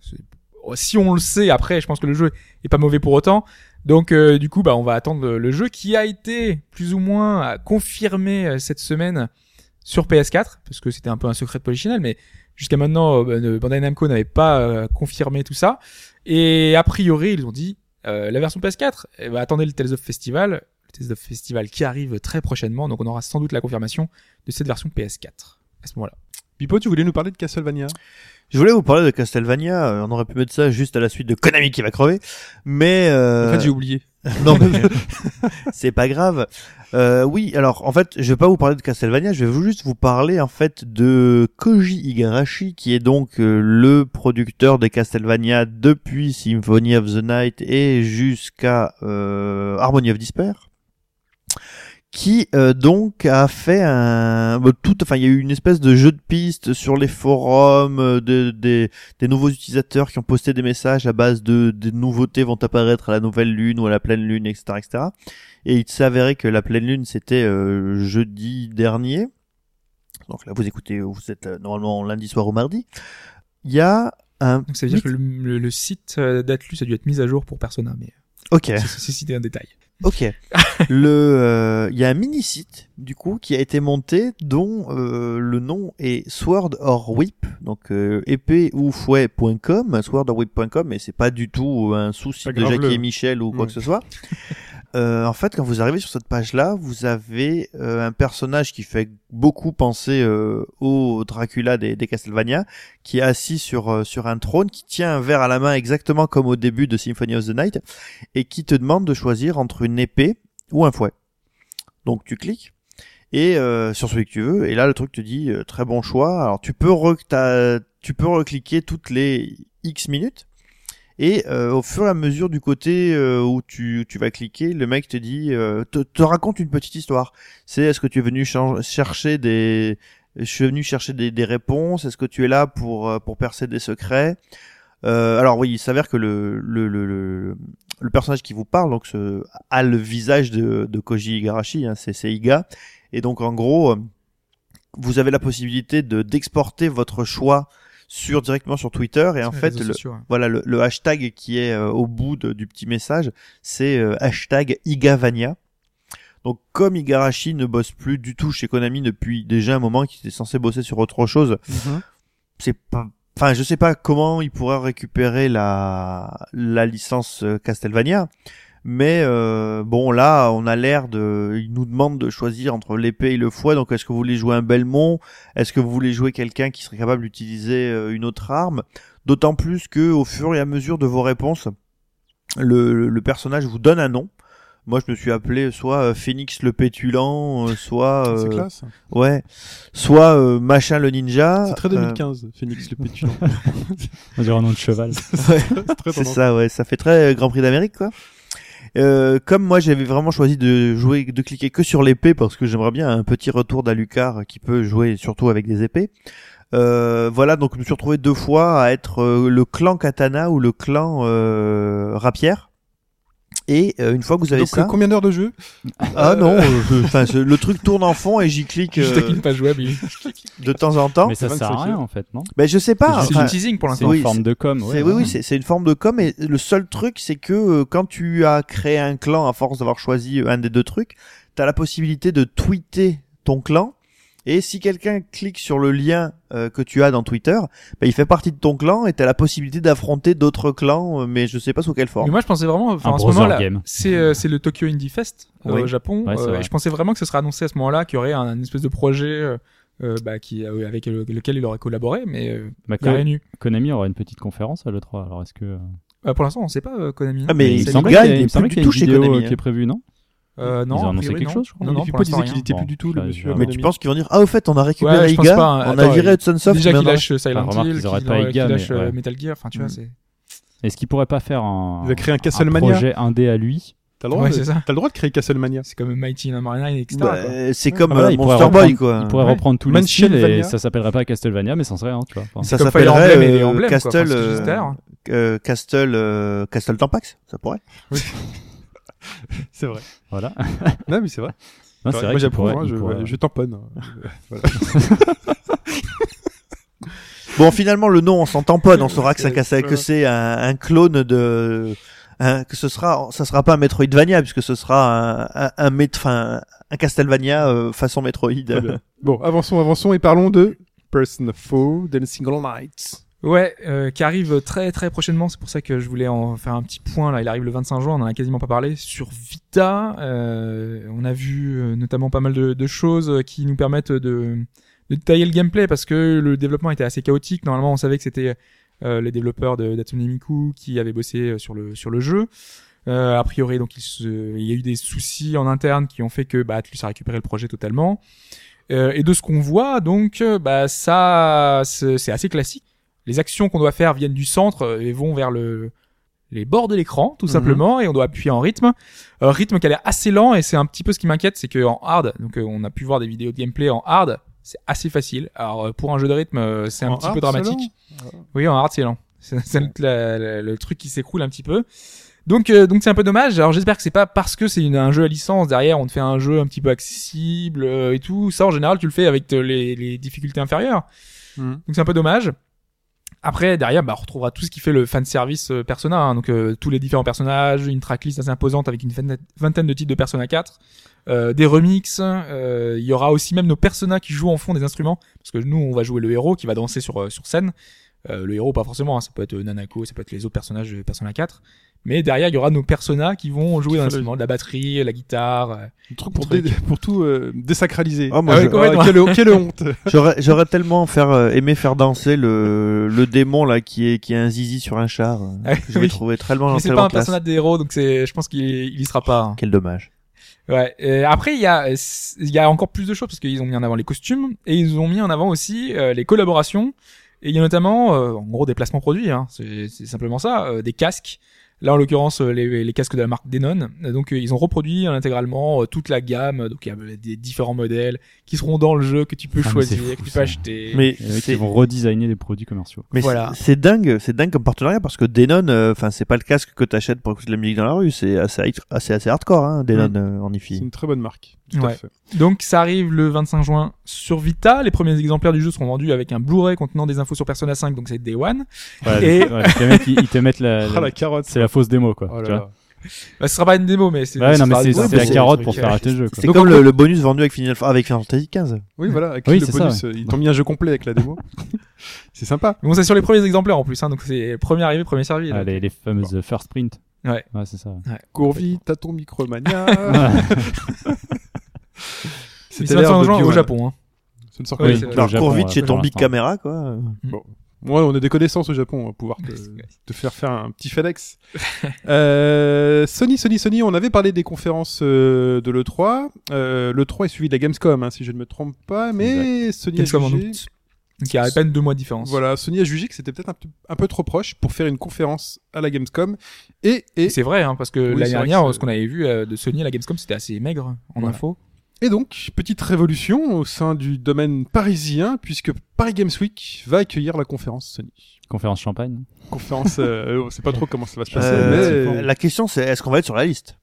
F: si on le sait après, je pense que le jeu est pas mauvais pour autant. Donc du coup, on va attendre le jeu qui a été plus ou moins confirmé cette semaine sur PS4 parce que c'était un peu un secret de Polichinelle, mais jusqu'à maintenant, Bandai Namco n'avait pas confirmé tout ça. Et a priori, ils ont dit la version PS4. Attendez le Tales of Festival qui arrive très prochainement, donc on aura sans doute la confirmation de cette version PS4 à ce moment-là.
C: Pipo, tu voulais nous parler de Castlevania?
E: Je voulais vous parler de Castlevania. On aurait pu mettre ça juste à la suite de Konami qui va crever, mais
C: En fait, j'ai oublié.
E: non, c'est pas grave. Oui, alors en fait, je vais pas vous parler de Castlevania, je vais juste vous parler en fait de Koji Igarashi, qui est donc le producteur des Castlevania depuis Symphony of the Night et jusqu'à Harmony of Despair, qui donc a fait il y a eu une espèce de jeu de pistes sur les forums, des nouveaux utilisateurs qui ont posté des messages à base des nouveautés vont apparaître à la nouvelle lune ou à la pleine lune, etc., etc. Et il s'est avéré que la pleine lune c'était jeudi dernier. Donc là vous êtes normalement lundi soir ou mardi. Il y a
F: Donc ça veut dire que le site d'Atlus a dû être mis à jour pour Persona, mais
E: Ok.
F: c'est cité un détail.
E: Ok. Il y a un mini-site, du coup, qui a été monté, dont le nom est Sword or Whip, donc épée ou fouet.com, swordorwhip.com, mais c'est pas du tout un sous-site de Jackie et Michel ou quoi que ce soit. En fait, quand vous arrivez sur cette page-là, vous avez un personnage qui fait beaucoup penser au Dracula des Castlevania, qui est assis sur un trône, qui tient un verre à la main exactement comme au début de Symphony of the Night, et qui te demande de choisir entre une épée ou un fouet. Donc tu cliques et sur celui que tu veux, et là le truc te dit très bon choix. Alors tu peux recliquer toutes les X minutes. Et au fur et à mesure du côté où tu vas cliquer, le mec te dit te raconte une petite histoire. Est-ce que tu es venu chercher des réponses, est-ce que tu es là pour percer des secrets. Alors oui, il s'avère que le personnage qui vous parle donc a le visage de Koji Igarashi, hein, c'est Iga, et donc en gros vous avez la possibilité d'exporter votre choix directement sur Twitter, et en fait le hashtag qui est au bout du petit message, c'est hashtag Igavania. Donc comme Igarashi ne bosse plus du tout chez Konami depuis déjà un moment, qu'il était censé bosser sur autre chose, je sais pas comment il pourrait récupérer la licence Castlevania. Mais bon, là, on a il nous demande de choisir entre l'épée et le fouet. Donc, est-ce que vous voulez jouer un Belmont? Est-ce que vous voulez jouer quelqu'un qui serait capable d'utiliser une autre arme? D'autant plus que, au fur et à mesure de vos réponses, le personnage vous donne un nom. Moi, je me suis appelé soit Phoenix le pétulant, soit
C: c'est classe.
E: Ouais, soit machin le ninja.
C: C'est très 2015, Phoenix le pétulant.
D: On dirait un nom de cheval.
E: C'est ça, ouais. Ça fait très Grand Prix d'Amérique, quoi. Comme moi j'avais vraiment choisi de cliquer que sur l'épée parce que j'aimerais bien un petit retour d'Alucard qui peut jouer surtout avec des épées. Voilà, donc je me suis retrouvé 2 fois à être le clan katana ou le clan rapière. Et une fois que vous avez
C: donc,
E: ça,
C: combien d'heures de jeu?
E: Ah non, le truc tourne en fond et j'y clique
F: Juste une page web,
E: de temps en temps.
D: Mais ça sert à rien en fait, non?
E: Ben je sais pas.
F: C'est du teasing pour l'instant.
D: C'est une forme de com.
E: Oui, c'est une forme de com. Et le seul truc, c'est que quand tu as créé un clan à force d'avoir choisi un des 2 trucs, t'as la possibilité de tweeter ton clan. Et si quelqu'un clique sur le lien que tu as dans Twitter, il fait partie de ton clan et t'as la possibilité d'affronter d'autres clans, mais je sais pas sous quelle forme.
F: Mais moi je pensais vraiment, en ce moment là, c'est le Tokyo Indie Fest au Japon, et je pensais vraiment que ce serait annoncé à ce moment-là qu'il y aurait un espèce de projet avec lequel il aurait collaboré, mais il n'y a rien eu.
D: Konami aura une petite conférence à l'E3, alors est-ce que...
F: pour l'instant on sait pas Konami.
E: Ah mais
D: il semble
E: qu'il
D: y a une vidéo qui est prévue, non?
F: Non,
D: ils ont annoncé quelque chose, je crois.
F: Non,
C: il disait qu'il était plus du tout le monsieur.
E: Mais tu penses qu'ils vont dire au fait on a récupéré Iga, on a viré Hudson Soft,
F: déjà qu'il lâche Silent Hill, qu'il lâche
D: mais
F: Metal Gear, enfin tu vois c'est.
D: Est-ce qu'il pourrait pas faire
C: il va créer un Castlemania,
D: projet indé à lui?
C: T'as le droit de créer Castlemania.
F: C'est comme Mighty Number 9, etc.
E: C'est comme Monster Boy, quoi.
D: Il pourrait reprendre tout le style et ça s'appellerait pas Castlevania, mais ça serait, tu vois.
E: Ça s'appellerait Castle Tampax, ça pourrait.
C: C'est vrai.
D: Voilà.
C: Non, mais c'est vrai.
D: Non, c'est vrai.
C: Moi, j'approuve, je tamponne. Voilà.
E: Bon, finalement, le nom, on s'en tamponne. On saura que c'est un clone de, ça sera pas un Metroidvania, puisque ce sera un Castlevania façon Metroid.
C: Bon, avançons et parlons de Persona 4 Dancing All Night.
F: Ouais, qui arrive très très prochainement. C'est pour ça que je voulais en faire un petit point là. Il arrive le 25 juin. On en a quasiment pas parlé. Sur Vita, on a vu notamment pas mal de choses qui nous permettent de détailler le gameplay, parce que le développement était assez chaotique. Normalement, on savait que c'était les développeurs de Hatsune Miku qui avaient bossé sur le jeu. A priori, donc il y a eu des soucis en interne qui ont fait que Atlus a récupéré le projet totalement. Et de ce qu'on voit, donc, ça, c'est assez classique. Les actions qu'on doit faire viennent du centre et vont vers les bords de l'écran, tout simplement, et on doit appuyer en rythme. Rythme qui a l'air assez lent, et c'est un petit peu ce qui m'inquiète, c'est que en hard, donc on a pu voir des vidéos de gameplay en hard, c'est assez facile. Alors pour un jeu de rythme, c'est un petit peu dramatique. Oui, en hard c'est lent. C'est le truc qui s'écroule un petit peu. Donc c'est un peu dommage. Alors j'espère que c'est pas parce que c'est un jeu à licence derrière, on te fait un jeu un petit peu accessible et tout. Ça en général tu le fais avec les difficultés inférieures. Donc c'est un peu dommage. Après derrière on retrouvera tout ce qui fait le fan service Persona, hein. Donc tous les différents personnages, une tracklist assez imposante avec une vingtaine de titres de Persona 4, des remixes, il y aura aussi même nos personnages qui jouent en fond des instruments, parce que nous on va jouer le héros qui va danser sur scène. Le héros pas forcément, hein, ça peut être Nanako, ça peut être les autres personnages de Persona 4, mais derrière il y aura nos personnages qui vont jouer d'un instrument, de la batterie, la guitare,
C: un truc pour tout désacraliser.
E: Oh, moi,
C: quelle honte.
E: J'aurais tellement aimé faire danser le démon là qui est un zizi sur un char. Je l'ai trouvé tellement
F: mais c'est
E: tellement
F: pas un
E: classe.
F: personnage des héros, donc je pense qu'il y sera pas, hein.
E: Quel dommage.
F: Ouais. Après il y a encore plus de choses, parce qu'ils ont mis en avant les costumes et ils ont mis en avant aussi les collaborations. Et il y a notamment, en gros, des placements produits, hein. C'est simplement ça, des casques. Là, en l'occurrence, les casques de la marque Denon. Donc, ils ont reproduit intégralement toute la gamme. Donc, il y a des différents modèles qui seront dans le jeu, que tu peux choisir,
D: fou,
F: que tu
D: ça.
F: peux acheter.
E: Mais
D: Ils vont redesigner des produits commerciaux.
E: Mais
F: voilà.
E: c'est dingue comme partenariat, parce que Denon, enfin c'est pas le casque que t'achètes pour écouter de la musique dans la rue, c'est assez hardcore, hein, Denon en
C: C'est
E: IFI.
C: une très bonne marque. Tout à
F: Ouais.
C: fait.
F: Donc, ça arrive le 25 juin sur Vita. Les premiers exemplaires du jeu seront vendus avec un Blu-ray contenant des infos sur Persona 5, donc c'est Day One.
D: Ouais,
F: Et-
D: les mecs, ils te mettent
C: La carotte.
D: c'est la fausse démo, quoi.
C: Oh là
D: tu vois.
C: là.
F: Bah, ce sera pas une démo, mais c'est...
D: Ouais, non, mais
F: sera
D: c'est
F: des
D: c'est
F: infos
D: la
F: sur
D: carotte
F: le
D: pour
F: truc.
D: faire arrêter le jeu, quoi.
E: C'est
C: Donc,
E: comme
C: en
E: le bonus vendu avec Final Fantasy XV.
C: Oui, voilà, avec
D: Oui,
C: le
D: c'est ça,
C: bonus, ils t'ont mis un jeu complet avec la démo. C'est sympa.
F: Bon, c'est sur les premiers exemplaires en plus, hein, donc c'est premier arrivé, premier servi.
D: Ah,
F: donc.
D: les fameuses first print.
F: Ouais.
D: Ouais, c'est ça.
C: Cours vite, t'as ton Micromania.
F: C'est 25 juin au Japon, hein.
C: Ça ne sort
F: Oui,
C: pas.
F: c'est vrai.
E: Alors
D: Japon,
E: cours vite
D: ouais,
E: chez
D: pour
E: ton big
D: l'instant.
E: caméra, quoi.
C: Moi, on a des connaissances au Japon, on va pouvoir te faire un petit FedEx. Sony, on avait parlé des conférences de l'E3. L'E3 est suivi de la Gamescom, hein, si je ne me trompe pas, mais Sony a
F: Gamescom en
C: jugé...
F: août. Donc il y a à peine 2 mois de différence.
C: Voilà, Sony a jugé que c'était peut-être un peu trop proche pour faire une conférence à la Gamescom. Et
F: C'est vrai, hein, parce que
C: Oui,
F: l'année
C: c'est vrai
F: dernière,
C: que
F: ce qu'on avait vu de Sony à la Gamescom, c'était assez maigre en
C: Voilà.
F: info.
C: Et donc, petite révolution au sein du domaine parisien, puisque Paris Games Week va accueillir la conférence Sony.
D: Conférence champagne.
C: Conférence, on sait pas trop comment ça va se passer, mais
E: La question c'est est-ce qu'on va être sur la liste?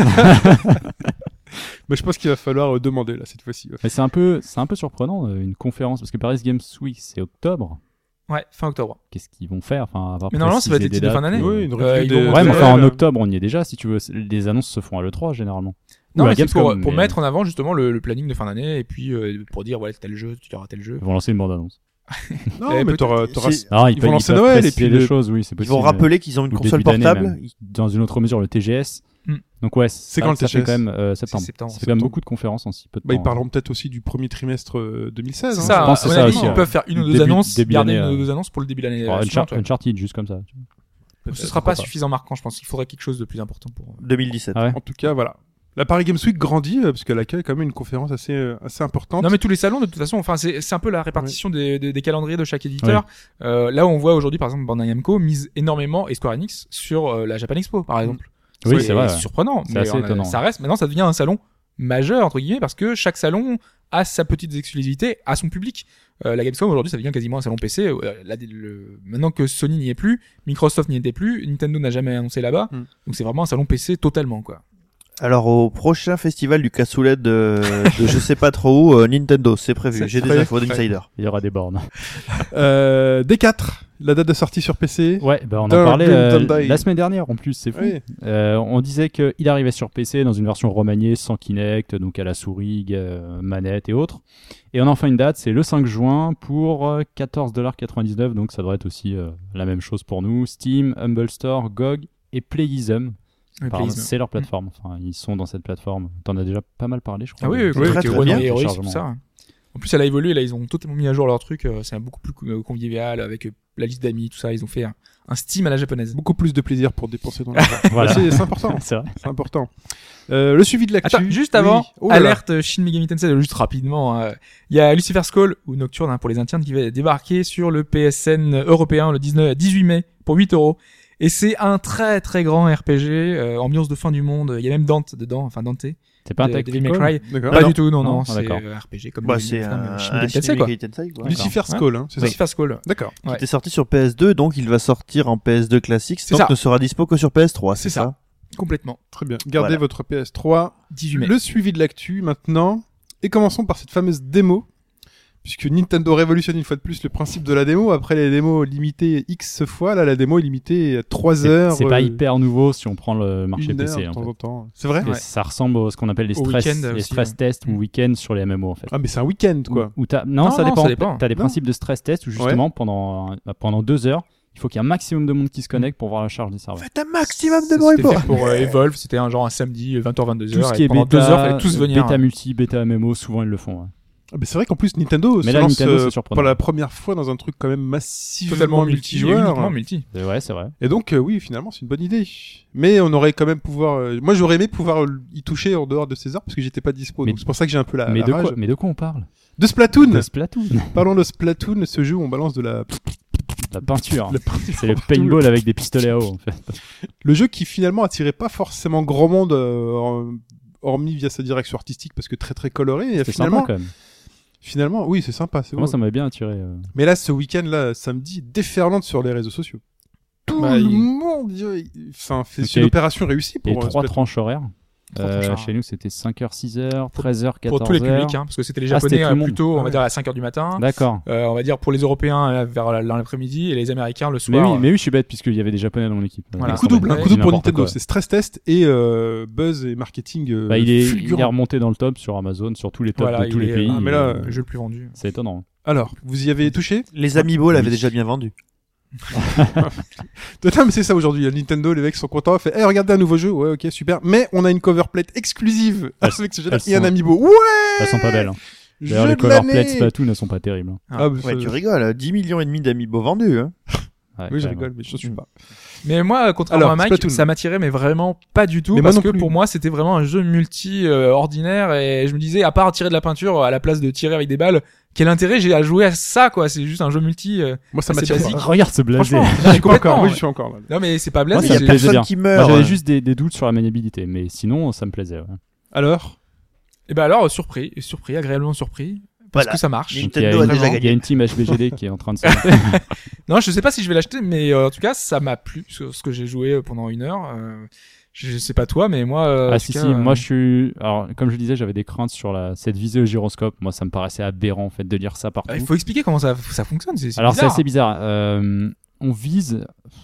C: je pense qu'il va falloir demander là cette fois-ci.
D: Mais c'est un peu surprenant, une conférence, parce que Paris Games Week, c'est octobre.
F: Ouais, fin octobre.
D: Qu'est-ce qu'ils vont faire? Enfin, avoir
F: Mais normalement, ça va être
D: précisé
F: les
D: des
F: titres de fin
D: dates,
F: d'année.
C: Oui, une
F: ils
C: revue des...
F: vont-
D: Ouais, mais enfin, en
C: Ouais.
D: octobre, on y est déjà, si tu veux. Les annonces se font à l'E3, généralement.
F: Non,
D: Ou à
F: mais c'est
D: Gamescom,
F: pour
D: mais
F: mettre en avant justement le planning de fin d'année et puis pour dire voilà tel jeu, tu auras tel jeu.
D: Ils vont lancer une bande-annonce.
C: Non,
F: Eh,
C: mais t'auras...
E: C'est-
D: Ah,
C: Ils vont lancer
D: peuvent
C: Noël, et
D: préciser
C: puis
D: des
C: le-
D: choses, oui, c'est
E: Ils
D: possible.
E: vont rappeler qu'ils ont une
D: Ou
E: console
D: début d'année,
E: portable.
D: même. Dans une autre mesure, le TGS.
F: Hmm.
D: Donc ouais,
C: C'est quand le
D: ça fait
C: TGS?
D: quand même septembre.
F: C'est septembre.
D: Ça fait quand même beaucoup de conférences en si peu de
C: Bah,
D: temps.
C: ils parleront peut-être aussi du premier trimestre 2016.
F: C'est
C: hein.
F: ça,
D: je pense que
F: à
D: c'est
F: mon
D: ça
F: avis,
D: aussi,
F: ils
D: ouais.
F: peuvent faire une ou deux
D: Début-
F: annonces,
D: début
F: garder
D: d'année,
F: une ou deux annonces pour le début de l'année.
D: Alors,
F: suivante, ouais.
D: Uncharted, juste comme ça.
F: Ce sera pas suffisant marquant, je pense. Il faudrait quelque chose de plus important pour.
E: 2017.
D: Ah ouais.
C: En tout cas, voilà. La Paris Games Week grandit, parce qu'elle accueille quand même une conférence assez importante.
F: Non mais tous les salons de toute façon, enfin c'est un peu la répartition des calendriers de chaque éditeur. Là où on voit aujourd'hui par exemple Bandai Namco mise énormément et Square Enix sur la Japan Expo par exemple.
D: Oui, c'est vrai.
F: C'est surprenant,
D: C'est
F: mais
D: assez étonnant.
F: ça reste maintenant ça devient un salon majeur entre guillemets parce que chaque salon a sa petite exclusivité à son public. La Gamescom aujourd'hui ça devient quasiment un salon PC. Maintenant que Sony n'y est plus, Microsoft n'y était plus, Nintendo n'a jamais annoncé là-bas, donc c'est vraiment un salon PC totalement quoi.
E: Alors au prochain festival du cassoulet de je sais pas trop où, Nintendo, c'est prévu.
C: C'est
E: J'ai des
C: prévu.
E: infos d'insider.
D: Il y aura des bornes.
C: D4, la date de sortie sur PC.
D: Ouais, bah on en
C: Don't
D: parlait
C: Dream, Don't Die.
D: la semaine dernière en plus, c'est fou.
C: Oui.
D: On disait qu'il arrivait sur PC dans une version remaniée sans Kinect, donc à la souris, manette et autres. Et on a enfin une date, c'est le 5 juin pour 14,99$, donc ça devrait être aussi la même chose pour nous. Steam, Humble Store, GOG et Playism. Apparemment, c'est leur plateforme, enfin ils sont dans cette plateforme. T'en as déjà pas mal parlé, je crois.
F: Ah oui,
C: oui,
F: avec
E: très, très
F: One
E: bien.
F: et Heroic,
D: Téléchargement.
F: tout ça. En plus, elle a évolué, là, ils ont totalement mis à jour leur truc, c'est beaucoup plus convivial, avec la liste d'amis, tout ça, ils ont fait un Steam à la japonaise.
C: Beaucoup plus de plaisir pour dépenser dans l'argent.
D: Voilà.
C: C'est important.
D: C'est vrai.
C: C'est important. Le suivi de l'actu.
F: Attends, juste avant,
C: Oui. Oh là là.
F: alerte Shin Megami Tensei, juste rapidement, il y a Lucifer's Call, ou Nocturne, pour les internes, qui va débarquer sur le PSN européen le 18 mai, pour 8€. Et c'est un très très grand RPG, ambiance de fin du monde. Il y a même Dante dedans, enfin Dante.
D: C'est pas un
F: de Devil May
D: tactical.
F: Cry.
C: D'accord.
F: Pas
E: non.
F: du tout, non,
D: Non,
F: c'est
D: d'accord.
F: RPG comme
E: Bah,
F: Devil
E: c'est
F: May Cry,
E: un
F: Shin Megami Tensei, quoi.
E: Tensei, quoi.
C: Lucifer's
F: Ouais.
C: Call, hein, c'est ça.
F: Lucifer's Call.
C: D'accord.
E: Qui
F: Ouais.
E: était sorti sur PS2, donc il va sortir en PS2 classique,
F: C'est
E: donc
F: ça.
E: ne sera dispo que sur PS3, c'est
F: C'est ça.
E: ça?
F: Complètement.
C: Très bien. Gardez
E: Voilà.
C: votre PS3.
F: 18 mai.
C: Le suivi de l'actu maintenant. Et commençons par cette fameuse démo. Puisque Nintendo révolutionne une fois de plus le principe de la démo. Après les démos limitées X fois, là la démo est limitée à 3 heures.
D: C'est pas hyper nouveau si on prend le marché
C: 1 heure
D: PC.
C: de
D: En
C: temps
D: fait.
C: en temps. C'est vrai
D: Et
F: Ouais.
D: ça ressemble à ce qu'on appelle les
F: Au
D: stress,
F: week-end
D: les
F: aussi,
D: stress
F: ouais.
D: tests ou week-end sur les MMO en fait.
C: Ah mais c'est un week-end quoi.
D: Non, ça
F: Non,
D: dépend.
F: ça dépend.
D: T'as des
C: Non.
D: principes de stress test où justement pendant 2 heures, il faut qu'il y ait un maximum de monde qui se connecte pour voir la charge des serveurs.
E: Faites un maximum de
F: Ça,
E: bruit
F: c'était
E: pour...
F: fait pour Evolve, c'était un genre un samedi 20h 22h
D: Tout ce qui
F: et
D: est
F: pendant 2 heures,
D: bêta,
F: fallait tous venir.
D: bêta multi, bêta MMO, souvent ils le font. Ouais.
C: Ah, mais c'est vrai qu'en plus Nintendo
D: Mais
C: se
D: là,
C: lance
D: Nintendo, c'est surprenant.
C: pour la première fois dans un truc quand même massivement
F: Totalement
C: multijoueur.
F: uniquement multi.
D: Ouais, c'est vrai.
C: Et donc oui, finalement, c'est une bonne idée. Mais on aurait quand même pouvoir moi j'aurais aimé pouvoir y toucher en dehors de ces heures parce que j'étais pas dispo.
D: Mais-
C: Donc c'est pour ça que j'ai un peu la
D: mais, de
C: rage.
D: quoi, mais de quoi on parle
C: De Splatoon.
D: De Splatoon.
C: Parlons de Splatoon, ce jeu où on balance de la
D: La peinture.
C: la peinture
D: C'est le
C: partout.
D: paintball avec des pistolets à eau en fait.
C: Le jeu qui finalement attirait pas forcément grand monde hormis via sa direction artistique parce que très très coloré et
D: C'est
C: finalement
D: sympa quand même.
C: finalement oui, c'est sympa, c'est
D: Moi
C: beau.
D: ça m'avait bien attiré.
C: Mais là ce week-end là, samedi, déferlante sur les réseaux sociaux. Tout
F: Bah,
C: le
F: il-
C: monde enfin, c'est
D: Donc, il y a
C: une
D: eu-
C: opération réussie
D: Il y a
C: pour
D: eu 3
C: Splatoon.
D: tranches horaires.
F: Trois tranches horaires.
D: Chez nous c'était 5h, 6h, 13h, 14h.
F: Pour tous les publics, hein, parce que c'était les
D: Ah, c'était
F: Japonais
D: tout le monde.
F: plutôt, on
C: Ah
F: va dire à 5h du matin.
D: D'accord.
F: On va dire pour les Européens vers l'après-midi et les Américains le
D: Mais
F: soir.
D: oui, je suis bête puisqu'il y avait des Japonais dans mon équipe.
F: Voilà.
C: Un coup double,
F: Ouais,
C: un coup double pour
D: n'importe
C: Nintendo,
D: quoi.
C: c'est stress test et buzz et marketing
D: Bah, il est
C: fulgurant.
D: remonté dans le top sur Amazon, sur tous les tops
F: Voilà,
D: de tous
F: il
D: les
F: est,
D: pays.
C: ah, mais là,
F: le jeu le plus vendu.
D: C'est étonnant.
C: Alors, vous y avez touché
E: Les Amiibo l'avaient déjà bien vendu.
C: Non, mais c'est ça aujourd'hui. À Nintendo, les mecs sont contents. Fait, hey, regardez un nouveau jeu. Ouais, ok, super. Mais on a une cover plate exclusive avec ce jeu-là
D: elles
C: et un
D: sont-
C: amiibo. Ouais!
D: Elles sont pas belles. Hein. D'ailleurs,
C: Jeu
D: les
C: de
D: cover plates
C: l'année!
D: Splatoon, elles sont pas terribles. hein.
C: Ah, bah,
E: Ouais,
C: ça-
E: tu rigoles, 10 millions et demi d'Amiibo vendus, hein.
D: Ouais,
C: Oui, je
D: carrément.
C: rigole, mais je ne suis pas.
F: Mais moi, contrairement
C: Alors,
F: à Mike,
C: Splatoon.
F: ça m'attirait, mais vraiment pas du tout,
C: Mais moi
F: parce
C: non
F: que
C: plus.
F: pour moi, c'était vraiment un jeu multi ordinaire, et je me disais, à part tirer de la peinture à la place de tirer avec des balles, quel intérêt j'ai à jouer à ça, quoi. C'est juste un jeu multi.
C: Moi, ça
F: C'est
C: m'attire
F: basique.
C: pas.
D: Regarde ce blasé.
F: Franchement,
C: Je suis pas encore.
F: complètement,
C: Oui,
F: ouais.
C: je suis encore là.
F: Non, mais c'est pas
D: Moi,
F: blasé.
E: Il y a
D: ça me plaisait
E: personne
D: bien.
E: qui
D: Moi,
E: meurt.
D: j'avais juste des doutes sur la maniabilité, mais sinon, ça me plaisait. Ouais.
C: Alors?
F: Et ben alors, surpris, agréablement surpris, parce
E: Voilà.
F: que ça marche.
E: Nintendo
D: Donc, il y a
E: a
D: une-
E: déjà
D: Il y a
E: gagné.
D: une team HBGD qui est en train de se
F: Non, je sais pas si je vais l'acheter, mais en tout cas, ça m'a plu, ce que j'ai joué pendant 1 heure. Je sais pas toi, mais moi. en
D: Ah
F: tout
D: si
F: cas,
D: si, moi je suis alors comme je disais, j'avais des craintes sur cette visée au gyroscope. Moi ça me paraissait aberrant en fait de lire ça partout.
F: Il faut expliquer comment ça fonctionne. C'est
D: Alors c'est
F: bizarre.
D: assez bizarre. On vise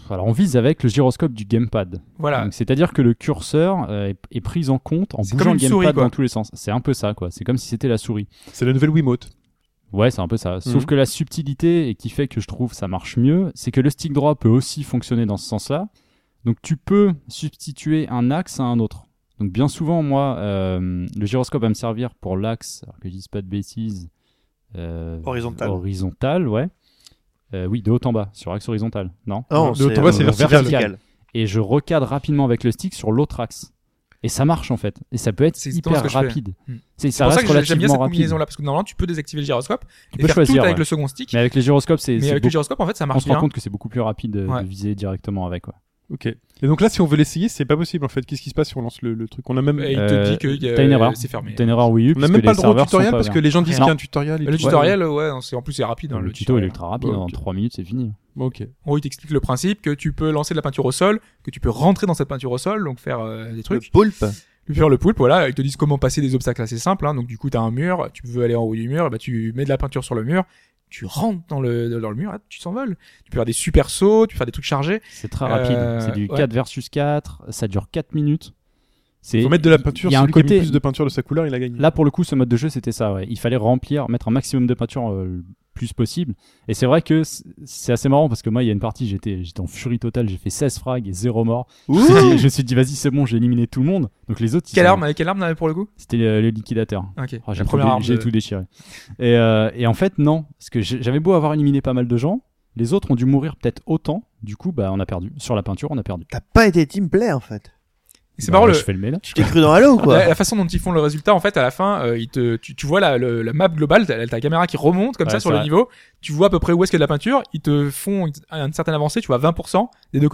D: avec le gyroscope du gamepad.
F: Voilà.
D: Donc, c'est-à-dire que le curseur est pris en compte en
F: C'est
D: bougeant
F: comme
D: le
F: une souris,
D: gamepad
F: quoi.
D: dans tous les sens. C'est un peu ça quoi. C'est comme si c'était la souris.
C: C'est la nouvelle Wiimote.
D: Ouais, c'est un peu ça. Sauf
C: Mhm.
D: que la subtilité et qui fait que je trouve ça marche mieux, c'est que le stick droit peut aussi fonctionner dans ce sens-là. Donc tu peux substituer un axe à un autre. Donc bien souvent, moi, le gyroscope va me servir pour l'axe, alors que je dise pas de bêtises,
E: Horizontal.
D: horizontal, ouais. Oui, de haut en bas, sur axe horizontal, non
E: Non,
C: de haut en bas, c'est
D: vertical. Et je recadre rapidement avec le stick sur l'autre axe. Et ça marche en fait. Et ça peut être
F: C'est exactement
D: hyper
F: ce que je fais.
D: rapide.
F: Hmm.
D: C'est
F: C'est pour ça que j'aime bien cette
D: relativement rapide.
F: combinaison-là, parce que normalement, tu peux désactiver le gyroscope
D: Tu
F: et
D: peux
F: faire
D: choisir,
F: tout avec
D: ouais.
F: le second stick.
D: Mais avec les gyroscopes, c'est
F: Mais avec
D: beaucoup-
F: le gyroscope, en fait, ça
D: on
F: marche
D: se rend
F: bien.
D: compte que c'est beaucoup plus rapide de
F: Ouais.
D: viser directement avec. Ouais.
C: Ok. Et donc là, si on veut l'essayer, c'est pas possible en fait. Qu'est-ce qui se passe si on lance le truc? On a même,
F: Et il te dit que
D: t'as une erreur.
F: c'est fermé.
D: T'as une erreur Wii U.
C: on a
D: puisque
C: même pas
D: les
C: le droit au
D: serveurs sont
C: tutoriel
D: pas
C: parce
D: bien.
C: que les gens disent
D: Non.
C: qu'il y a un tutoriel. et
F: Le
C: tout.
F: tutoriel, ouais, en plus, c'est rapide. hein,
D: Le tuto, il est ultra rapide.
C: Ouais,
D: En
C: ok.
D: 3 minutes, c'est fini.
C: Bon, ok.
F: En gros, il t'explique le principe que tu peux lancer de la peinture au sol, que tu peux rentrer dans cette peinture au sol, donc faire des
E: Le
F: trucs.
E: poulpe.
F: Faire le poulpe, voilà. Ils te disent comment passer des obstacles assez simples. Hein. Donc du coup, t'as un mur, tu veux aller en haut du mur, bah tu mets de la peinture sur le mur, tu rentres dans le mur, là, tu s'envoles. Tu peux faire des super sauts, tu peux faire des trucs chargés.
D: C'est très rapide. C'est du
F: ouais.
D: 4 versus 4. Ça dure 4 minutes. C'est-
C: Faut mettre de la peinture.
D: Il y a un
C: Celui qui a mis
D: côté.
C: plus de peinture de sa couleur, il a gagné.
D: Là, pour le coup, ce mode de jeu, c'était ça. Ouais. Il fallait mettre un maximum de peinture le plus possible. Et c'est vrai que c'est assez marrant parce que moi, il y a une partie, j'étais en furie totale. J'ai fait 16 frags et 0 mort. Je me suis dit, vas-y, c'est bon, j'ai éliminé tout le monde. Donc les autres,
F: Quelle arme t'avais pour le coup?
D: C'était le liquidateur.
F: Ok.
D: Oh,
F: La première arme.
D: j'ai tout déchiré. Et en fait, non. Parce que j'avais beau avoir éliminé pas mal de gens, les autres ont dû mourir peut-être autant. Du coup, bah, on a perdu. Sur la peinture, on a perdu.
E: T'as pas été team play en fait.
F: Et c'est
D: Bah,
F: marrant
D: là,
F: le.
D: je fais le mail.
E: Tu t'es cru dans Halo ou quoi?
F: La façon dont ils font le résultat, en fait, à la fin, tu vois la map globale, t'as ta caméra qui remonte comme
D: Ouais,
F: ça sur
D: c'est
F: le
D: vrai.
F: niveau, tu vois à peu près où est-ce qu'il y a de la peinture, ils te font à une certaine avancée, tu vois 20% des deux côtés,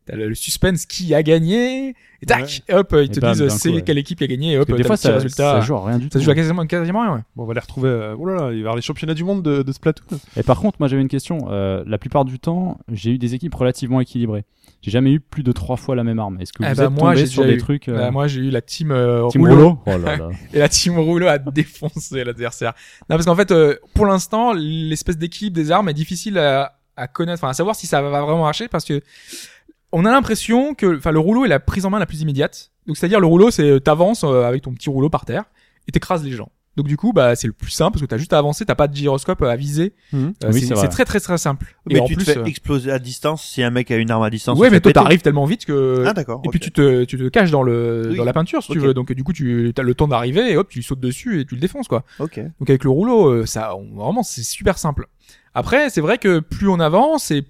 F: t'as le suspense qui a gagné, et tac, hop, ils te
D: bam,
F: disent
D: d'un
F: c'est
D: coup, ouais.
F: quelle équipe qui a gagné, et hop,
D: Parce que des
F: t'as
D: fois,
F: le petit résultat.
D: ça joue à rien du
F: Ça
D: tout.
F: se joue à quasiment rien, ouais.
C: Bon, on va les retrouver. Oh là là, il va y avoir les championnats du monde de Splatoon.
D: Et par contre, moi j'avais une question. La plupart du temps, j'ai eu des équipes relativement équilibrées. J'ai jamais eu plus de 3 fois la même arme. Est-ce que vous êtes
F: moi,
D: tombé
F: j'ai
D: sur
F: déjà
D: des
F: eu.
D: trucs
F: Moi, j'ai eu la team,
D: Team
F: rouleau.
D: Oh là là.
F: Et la team rouleau a défoncé l'adversaire. Non, parce qu'en fait, pour l'instant, l'espèce d'équipe des armes est difficile à connaître, enfin, à savoir si ça va vraiment marcher, parce que on a l'impression que, enfin, le rouleau est la prise en main la plus immédiate. Donc, c'est-à-dire, le rouleau, c'est, t'avances avec ton petit rouleau par terre, et t'écrases les gens. Donc, du coup, bah, c'est le plus simple, parce que t'as juste à avancer, t'as pas de gyroscope à viser.
D: Oui, c'est vrai.
F: C'est très, très, très simple. Et
E: Mais
F: en
E: tu
F: plus,
E: te fais exploser à distance si un mec a une arme à distance.
F: ouais,
E: tu
F: mais
E: te
F: toi,
E: fais péter.
F: t'arrives tellement vite que,
E: Ah, d'accord.
F: et puis
E: ok.
F: tu te caches dans la peinture, si tu
E: Ok.
F: veux. Donc, du coup, t'as le temps d'arriver, et hop, tu sautes dessus, et tu le défonces, quoi.
E: Ok.
F: Donc avec le rouleau, vraiment c'est super simple. Après, c'est vrai que plus on avance et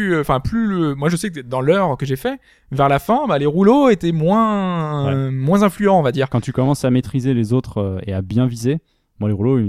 F: moi je sais que dans l'heure que j'ai fait, vers la fin, bah les rouleaux étaient moins influents, on va dire.
D: Quand tu commences à maîtriser les autres et à bien viser, moi les rouleaux,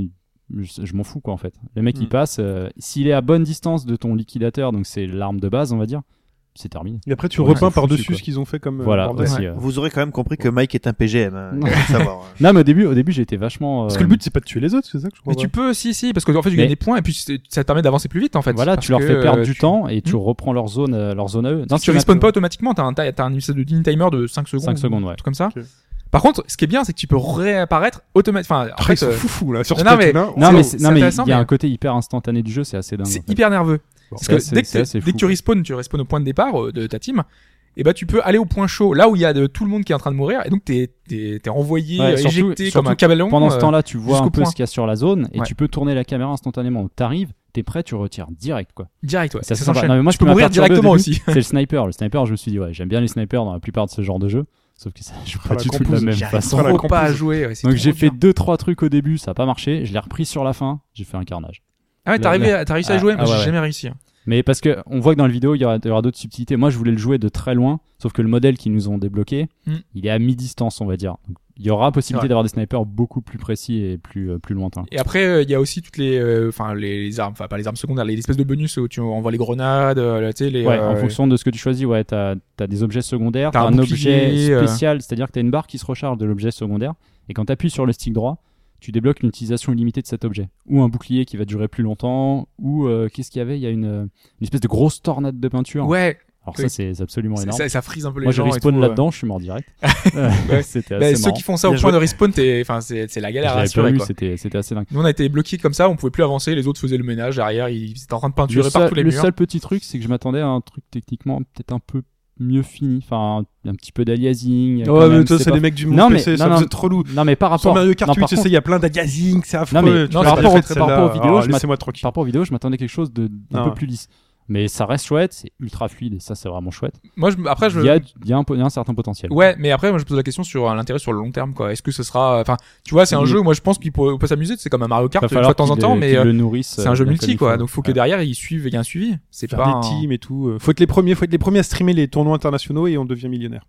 D: je m'en fous quoi en fait. Le mec il passe, s'il est à bonne distance de ton liquidateur, donc c'est l'arme de base on va dire, c'est terminé.
C: Et après, tu
D: Ouais,
C: repeins
D: c'est
C: par-dessus
D: foutu, quoi.
C: ce qu'ils ont fait comme.
D: Voilà,
C: bordel.
D: aussi.
E: Vous aurez quand même compris que Mike est un PGM. Hein, il faut le savoir.
D: Non mais au début j'étais vachement...
C: Parce que le but, c'est pas de tuer les autres, c'est ça que je crois.
F: Mais tu peux, si, parce que en fait tu
D: Mais-
F: gagnes des points et puis ça te permet d'avancer plus vite en fait.
D: Voilà,
F: Parce
D: tu leur
F: que,
D: fais perdre du
F: tu-
D: temps et tu reprends leur zone à eux. Non,
F: Si tu
D: c'est
F: respawns
D: un
F: pas
D: peu-
F: automatiquement, t'as un espèce de timer de 5 secondes.
D: 5 secondes, ouais.
F: Un truc comme ça.
C: Ok.
F: Par contre, ce qui est bien, c'est que tu peux réapparaître automatiquement. Enfin, en
C: Après, ils
F: fait,
C: sont foufous là sur
F: non, mais-
C: Splatoon. hein.
D: Non
F: C'est-
D: mais,
F: c'est
D: non, mais
F: intéressant,
D: il y a
F: mais-
D: un côté hyper instantané du jeu, c'est assez dingue.
F: c'est
D: en fait.
F: hyper nerveux. Parce que
D: c'est-
F: dès
D: c'est assez
F: que
D: fou,
F: tu respawns au point de départ de ta team, et bah tu peux aller au point chaud, là où il y a tout le monde qui est en train de mourir, et donc t'es envoyé,
D: Ouais, surtout-
F: éjecté
D: surtout
F: comme un cabalon.
D: Pendant ce temps-là, tu vois
F: jusqu'au
D: un peu
F: point.
D: ce qu'il y a sur la zone et
F: Ouais.
D: tu peux tourner la caméra instantanément. Donc t'arrives, t'es prêt, tu retires direct quoi.
F: direct, ouais.
D: C'est assez
F: Ça
D: sympa.
F: s'enchaîne.
D: Non, mais moi,
F: tu
D: ce
F: peux
D: qui m'a
F: mourir
D: perturbé au
F: directement
D: début,
F: aussi.
D: C'est le sniper. Le sniper, je me suis dit ouais, j'aime bien les snipers dans la plupart de ce genre de jeu, sauf que ça, je ferai
C: la
D: pas du tout de la
C: compouse,
D: même
C: j'arrive
D: façon.
C: pas à la
F: Faut pas à
C: compose.
F: jouer. Ouais, c'est
D: Donc
F: trop
D: j'ai fait
F: dur.
D: 2-3 trucs au début, ça a pas marché. Je l'ai repris sur la fin, j'ai fait un carnage.
F: Ah ouais, t'as réussi à
D: Ah,
F: jouer, moi
D: ah
F: j'ai
D: ouais,
F: jamais réussi.
D: Mais parce que on voit que dans la vidéo, il y aura d'autres subtilités. Moi, je voulais le jouer de très loin, sauf que le modèle qu'ils nous ont débloqué, il est à mi-distance, on va dire. Donc, il y aura possibilité
F: Ouais.
D: d'avoir des snipers beaucoup plus précis et plus lointains.
F: Et après, il y a aussi toutes les armes, enfin pas les armes secondaires, les espèces de bonus où tu envoies les grenades, tu sais, les.
D: Ouais, en fonction de ce que tu choisis, ouais, t'as des objets secondaires,
F: T'as
D: t'as
F: un
D: un
F: bouclier,
D: objet spécial, c'est-à-dire que t'as une barre qui se recharge de l'objet secondaire, et quand t'appuies sur le stick droit, tu débloques une utilisation illimitée de cet objet. Ou un bouclier qui va durer plus longtemps, ou qu'est-ce qu'il y avait ? Il y a une espèce de grosse tornade de peinture.
F: Ouais.
D: Alors
F: oui.
D: ça, c'est absolument énorme.
F: Ça frise un peu les
D: Moi, je
F: gens. et
D: respawn
F: tout,
D: là-dedans, je suis mort direct. C'était
F: Bah,
D: assez
F: ceux
D: marrant.
F: qui font ça au
E: Bien
F: point
E: joué.
F: de respawn, c'est la galère à
D: J'avais pas
F: assurer,
D: vu,
F: quoi.
D: c'était assez dingue.
F: Nous, on a été bloqués comme ça, on pouvait plus avancer, les autres faisaient le ménage derrière, ils étaient en train de peinturer partout les
D: Le
F: murs.
D: seul petit truc, c'est que je m'attendais à un truc techniquement peut-être un peu mieux fini, enfin un petit peu d'aliasing. quand
C: Ouais,
D: même,
C: mais toi,
D: c'est
C: c'est
D: pas-
C: les mecs du monde
D: Non, mais-
C: PC,
D: non,
C: ça
D: non,
C: faisait trop lourd.
D: Non mais par
C: Sur
D: rapport
C: Mario Kart
D: non,
C: 8,
D: par
C: tu sais,
D: contre-
C: il y a plein d'aliasing, c'est affreux.
D: Non, mais
C: Tu
D: par
C: l'as
D: rapport
C: pas
D: au-
C: fait,
D: par
C: celle-là.
D: rapport aux vidéos,
C: Ah,
D: je
C: laissez-moi tranquille.
D: par rapport aux vidéos, je m'attendais à quelque chose d'un
C: Ah.
D: peu plus lisse. Mais ça reste chouette, c'est ultra fluide et ça c'est vraiment chouette.
F: Moi, après,
D: Il y a un certain potentiel.
F: Ouais, mais après, moi, je pose la question sur l'intérêt sur le long terme, quoi. Est-ce que ce sera, enfin, tu vois, c'est un
D: Oui.
F: jeu, moi, je pense qu'il peut s'amuser, c'est comme un Mario Kart,
D: Va
F: une fois
D: falloir
F: de temps en
D: qu'ils
F: temps,
D: le-
F: mais
D: qu'ils le nourrissent.
F: c'est un jeu
D: bien
F: multi,
D: comme il
F: quoi.
D: faut.
F: Donc, faut que
D: Ouais.
F: derrière, il y a un suivi. C'est
C: Faire
F: pas
C: des
F: un-
C: teams et tout. Faut être les premiers à streamer les tournois internationaux et on devient millionnaire.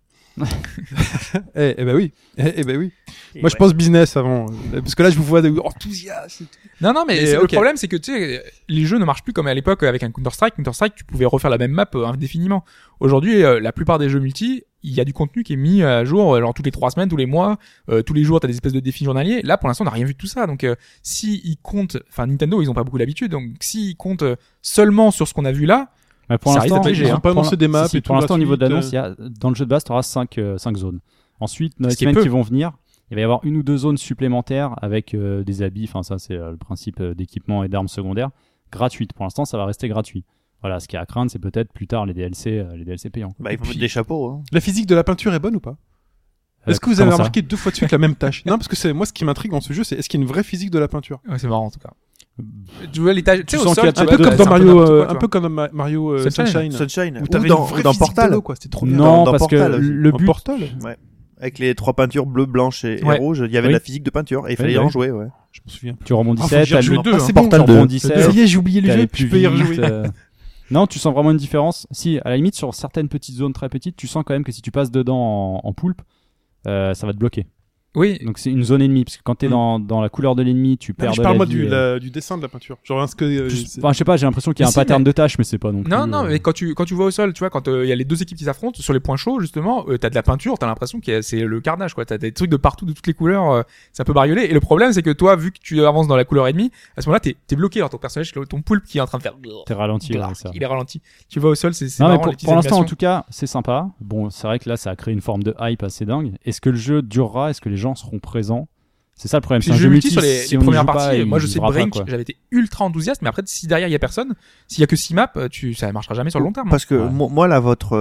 C: Eh ben oui. Eh ben oui. Moi, je pense business avant. Parce que là, je vous vois enthousiaste. et tout.
F: Non, mais
C: Et,
F: le
C: ok.
F: problème, c'est que, tu sais, les jeux ne marchent plus comme à l'époque avec un Counter-Strike. Counter-Strike, tu pouvais refaire la même map indéfiniment. Aujourd'hui, la plupart des jeux multi, il y a du contenu qui est mis à jour, genre toutes les 3 semaines, tous les mois, tous les jours, t'as des espèces de défis journaliers. Là, pour l'instant, on n'a rien vu de tout ça. Donc, si ils comptent, enfin, Nintendo, ils ont pas beaucoup l'habitude. Donc, s'ils comptent seulement sur ce qu'on a vu là,
D: Mais pour
F: Ça risque
D: l'instant,
F: d'être léger,
C: Ils ont
F: hein.
C: pas annoncé des maps
D: si,
C: et tout.
D: pour l'instant, au niveau de
C: gratuites,
D: l'annonce, dans le jeu de base, tu auras 5 zones. Ensuite, dans les
F: Ce qui est
D: semaines
F: peu.
D: qui vont venir, il va y avoir 1 ou 2 zones supplémentaires avec des habits, enfin ça c'est le principe d'équipement et d'armes secondaires, gratuites. Pour l'instant, ça va rester gratuit. Voilà, ce qui est à craindre, c'est peut-être plus tard les DLC payants.
E: Bah, il faut mettre des chapeaux. Hein.
C: La physique de la peinture est bonne ou pas? Est-ce que vous avez remarqué 2 fois de suite la même tâche? Non, parce que c'est moi ce qui m'intrigue dans ce jeu, c'est est-ce qu'il y a une vraie physique de la peinture?
F: ouais, c'est marrant en tout cas. Tu vois les tâches, tu sais, au
D: sens
F: sol,
D: qu'il y a
F: tu
C: Un
F: vois,
C: peu comme
F: c'est
C: dans
F: un peu
C: Mario,
F: n'importe quoi,
C: un
F: tu
C: peu comme Mario
F: Sunshine.
C: Sunshine.
E: Sunshine.
C: Où
E: Ou
C: t'avais
E: dans,
C: une vraie
E: dans
C: physique
E: Portal.
C: de l'eau, quoi. C'était trop bien.
D: Non,
E: dans
D: parce
E: Portal
D: que
E: aussi.
D: le
C: En
D: but,
C: Portal.
E: Ouais. Avec les 3 peintures bleu, blanche et
F: Ouais.
E: rouge, il y avait
D: Oui.
E: de la physique de peinture et il fallait
D: Oui,
E: en
D: oui.
E: jouer. Ouais.
C: Je me souviens.
D: tu rebondissais,
C: Ah, faut que j'y
D: t'as
C: rejoue
D: le
C: deux,
E: Ah,
C: hein.
E: c'est
C: Portal
E: bon,
C: deux.
D: rebondissais,
C: Ça y est, j'ai oublié le
D: t'allais
C: jeu,
D: plus
C: je peux y
D: vite,
C: rejouer.
D: Non, tu sens vraiment une différence. Si, à la limite, sur certaines petites zones très petites, tu sens quand même que si tu passes dedans en poulpe, ça va te bloquer.
F: Oui.
D: Donc c'est une zone ennemie, parce que quand t'es dans la couleur de l'ennemi, tu
C: Non,
D: perds
C: mais je
D: de
C: parle
D: la
C: moi
D: vie.
C: du dessin de la peinture. Genre, ce que,
D: Enfin, je sais pas, j'ai l'impression qu'il y a
F: Mais
D: un
F: si,
D: pattern
F: mais-
D: de tâches, mais c'est pas non plus.
F: Non, mais quand tu vois au sol, tu vois, quand il y a les deux équipes qui s'affrontent sur les points chauds, justement, t'as de la peinture, t'as l'impression que c'est le carnage, quoi. T'as des trucs de partout, de toutes les couleurs, c'est un peu bariolé. Et le problème, c'est que toi, vu que tu avances dans la couleur ennemie, à ce moment-là, t'es bloqué. Alors ton personnage, ton poulpe qui est en train de faire.
D: T'es ralenti, ouais, ça.
F: Il est ralenti. Tu vois au sol, c'est
D: Non, mais
F: marrant, les petites
D: pour l'instant, en
F: animations.
D: tout cas, c'est sympa. Bon, c'est vrai que là, ça a créé une forme de hype assez dingue. Est-ce que le jeu durera? Est-ce que les gens seront présents? C'est ça le problème.
F: Puis
D: C'est un
F: jeu
D: jeu
F: multi
D: multi.
F: sur les
D: si on y
F: premières
D: joue pas,
F: parties.
D: il
F: Moi, je sais
D: vivra pas,
F: Brink,
D: quoi.
F: j'avais été ultra enthousiaste, mais après, si derrière il y a personne, s'il y a que 6 maps, ça marchera jamais sur le long terme.
E: Parce que
D: Ouais.
E: moi là, votre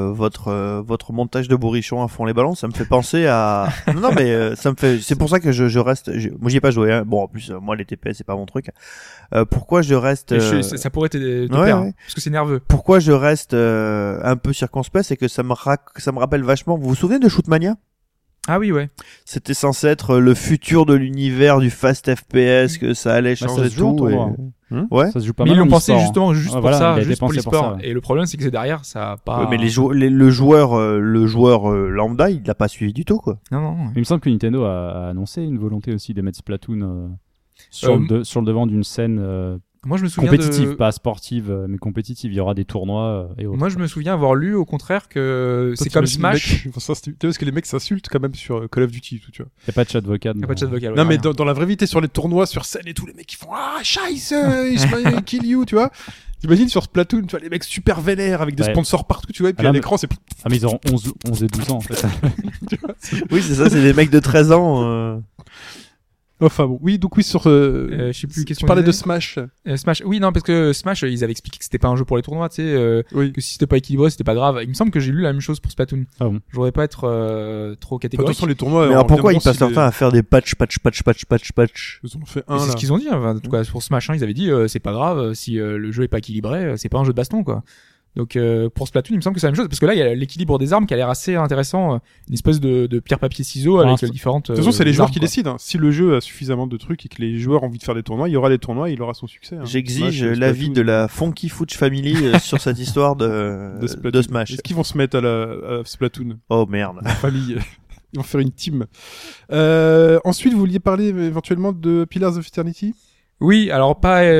E: montage de bourrichon à fond les ballons, ça me fait penser à. Non, mais ça me fait. C'est pour ça que je reste. Moi, j'y ai pas joué. Hein. Bon, en plus, moi, les TPS, c'est pas mon truc. Pourquoi je reste.
F: Et ça pourrait te
E: ouais,
F: perdre,
E: ouais.
F: parce que c'est nerveux.
E: Pourquoi je reste un peu circonspect, c'est que ça me rappelle vachement. Vous vous souvenez de Shootmania?
F: Ah oui, ouais.
E: C'était censé être le futur de l'univers du fast FPS, que ça allait
D: Bah,
E: changer
D: ça se joue en
E: tout.
D: tournoi.
E: Ouais.
D: Ça se joue pas
F: Mais ils
D: mal
F: l'ont
D: en
F: pensé
D: e-sport, hein.
F: justement juste
D: Ouais,
F: pour
D: voilà,
F: ça,
D: il a
F: juste pour
D: dépensé pour
F: l'e-sport.
D: ça.
F: Et le problème, c'est que derrière, ça a pas.
E: Ouais, mais le joueur lambda, il l'a pas suivi du tout, quoi.
F: Non, non.
D: Il me semble que Nintendo a annoncé une volonté aussi d'émettre Splatoon sur le devant d'une scène
F: Moi, je me souviens
D: compétitive, pas sportive, mais compétitive. Il y aura des tournois et autres.
F: Moi, je me souviens avoir lu au contraire que c'est
C: Toi,
F: comme
C: t'imagines les
F: Smash.
C: mecs- enfin, ça, parce que les mecs s'insultent quand même sur Call of Duty, tout, tu vois.
D: Il n'y a pas de chat vocal.
F: Il y a pas de chat vocal. ouais,
C: Non, mais
F: rien.
C: dans la vraie vie, t'es sur les tournois, sur scène et tout, les mecs ils font ah scheiße, je kill you, tu vois. T'imagines sur Splatoon, tu vois les mecs super vénères avec des
D: Ouais.
C: sponsors partout, tu vois, et puis
D: Ah,
C: à
D: mais-
C: l'écran c'est
D: Ah, mais ils auront 11 et 12 ans en fait.
E: Oui, c'est ça, c'est des mecs de 13 ans.
C: enfin bon. Oui, donc oui sur
F: Je sais plus qu'est-ce
C: tu
F: qu'on
C: parlais de
F: disait.
C: Smash.
F: Smash. Oui, non, parce que Smash, ils avaient expliqué que c'était pas un jeu pour les tournois, tu sais,
C: Oui.
F: que si c'était pas équilibré, c'était pas grave. Il me semble que j'ai lu la même chose pour Splatoon.
D: Ah bon.
F: Je voudrais pas être trop
C: Enfin,
F: catégorique.
C: attention les tournois.
E: Mais alors pourquoi ils
C: reviendront
E: passent leur
C: si
E: temps à faire des patch?
C: Ils en ont fait
F: Mais
C: un
F: c'est
C: là.
F: ce qu'ils ont dit. Enfin, en tout cas, pour Smash 1, ils avaient dit c'est pas grave si le jeu est pas équilibré, c'est pas un jeu de baston, quoi. Donc pour Splatoon, il me semble que c'est la même chose parce que là, il y a l'équilibre des armes qui a l'air assez intéressant, une espèce de pierre papier ciseaux avec
D: l'instant-
F: différentes.
C: De toute façon, c'est les joueurs
F: armes,
C: qui
F: quoi.
C: décident. Hein. Si le jeu a suffisamment de trucs et que les joueurs ont envie de faire des tournois, il y aura des tournois, et il aura son succès. Hein.
E: J'exige
C: Smash,
E: l'avis
C: Splatoon,
E: de la Funky Fooch Family sur cette histoire de
C: Splatoon.
E: Smash.
C: Est-ce qu'ils vont se mettre à Splatoon
E: Oh merde.
C: en famille? Ils vont faire une team. Ensuite, vous vouliez parler éventuellement de Pillars of Eternity?
F: Oui, alors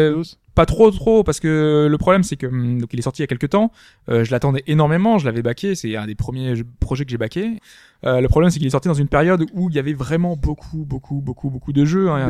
F: pas trop parce que le problème c'est que donc il est sorti il y a quelques temps, je l'attendais énormément, je l'avais backé, c'est un des premiers projets que j'ai backé. Le problème c'est qu'il est sorti dans une période où il y avait vraiment beaucoup de jeux. Hein.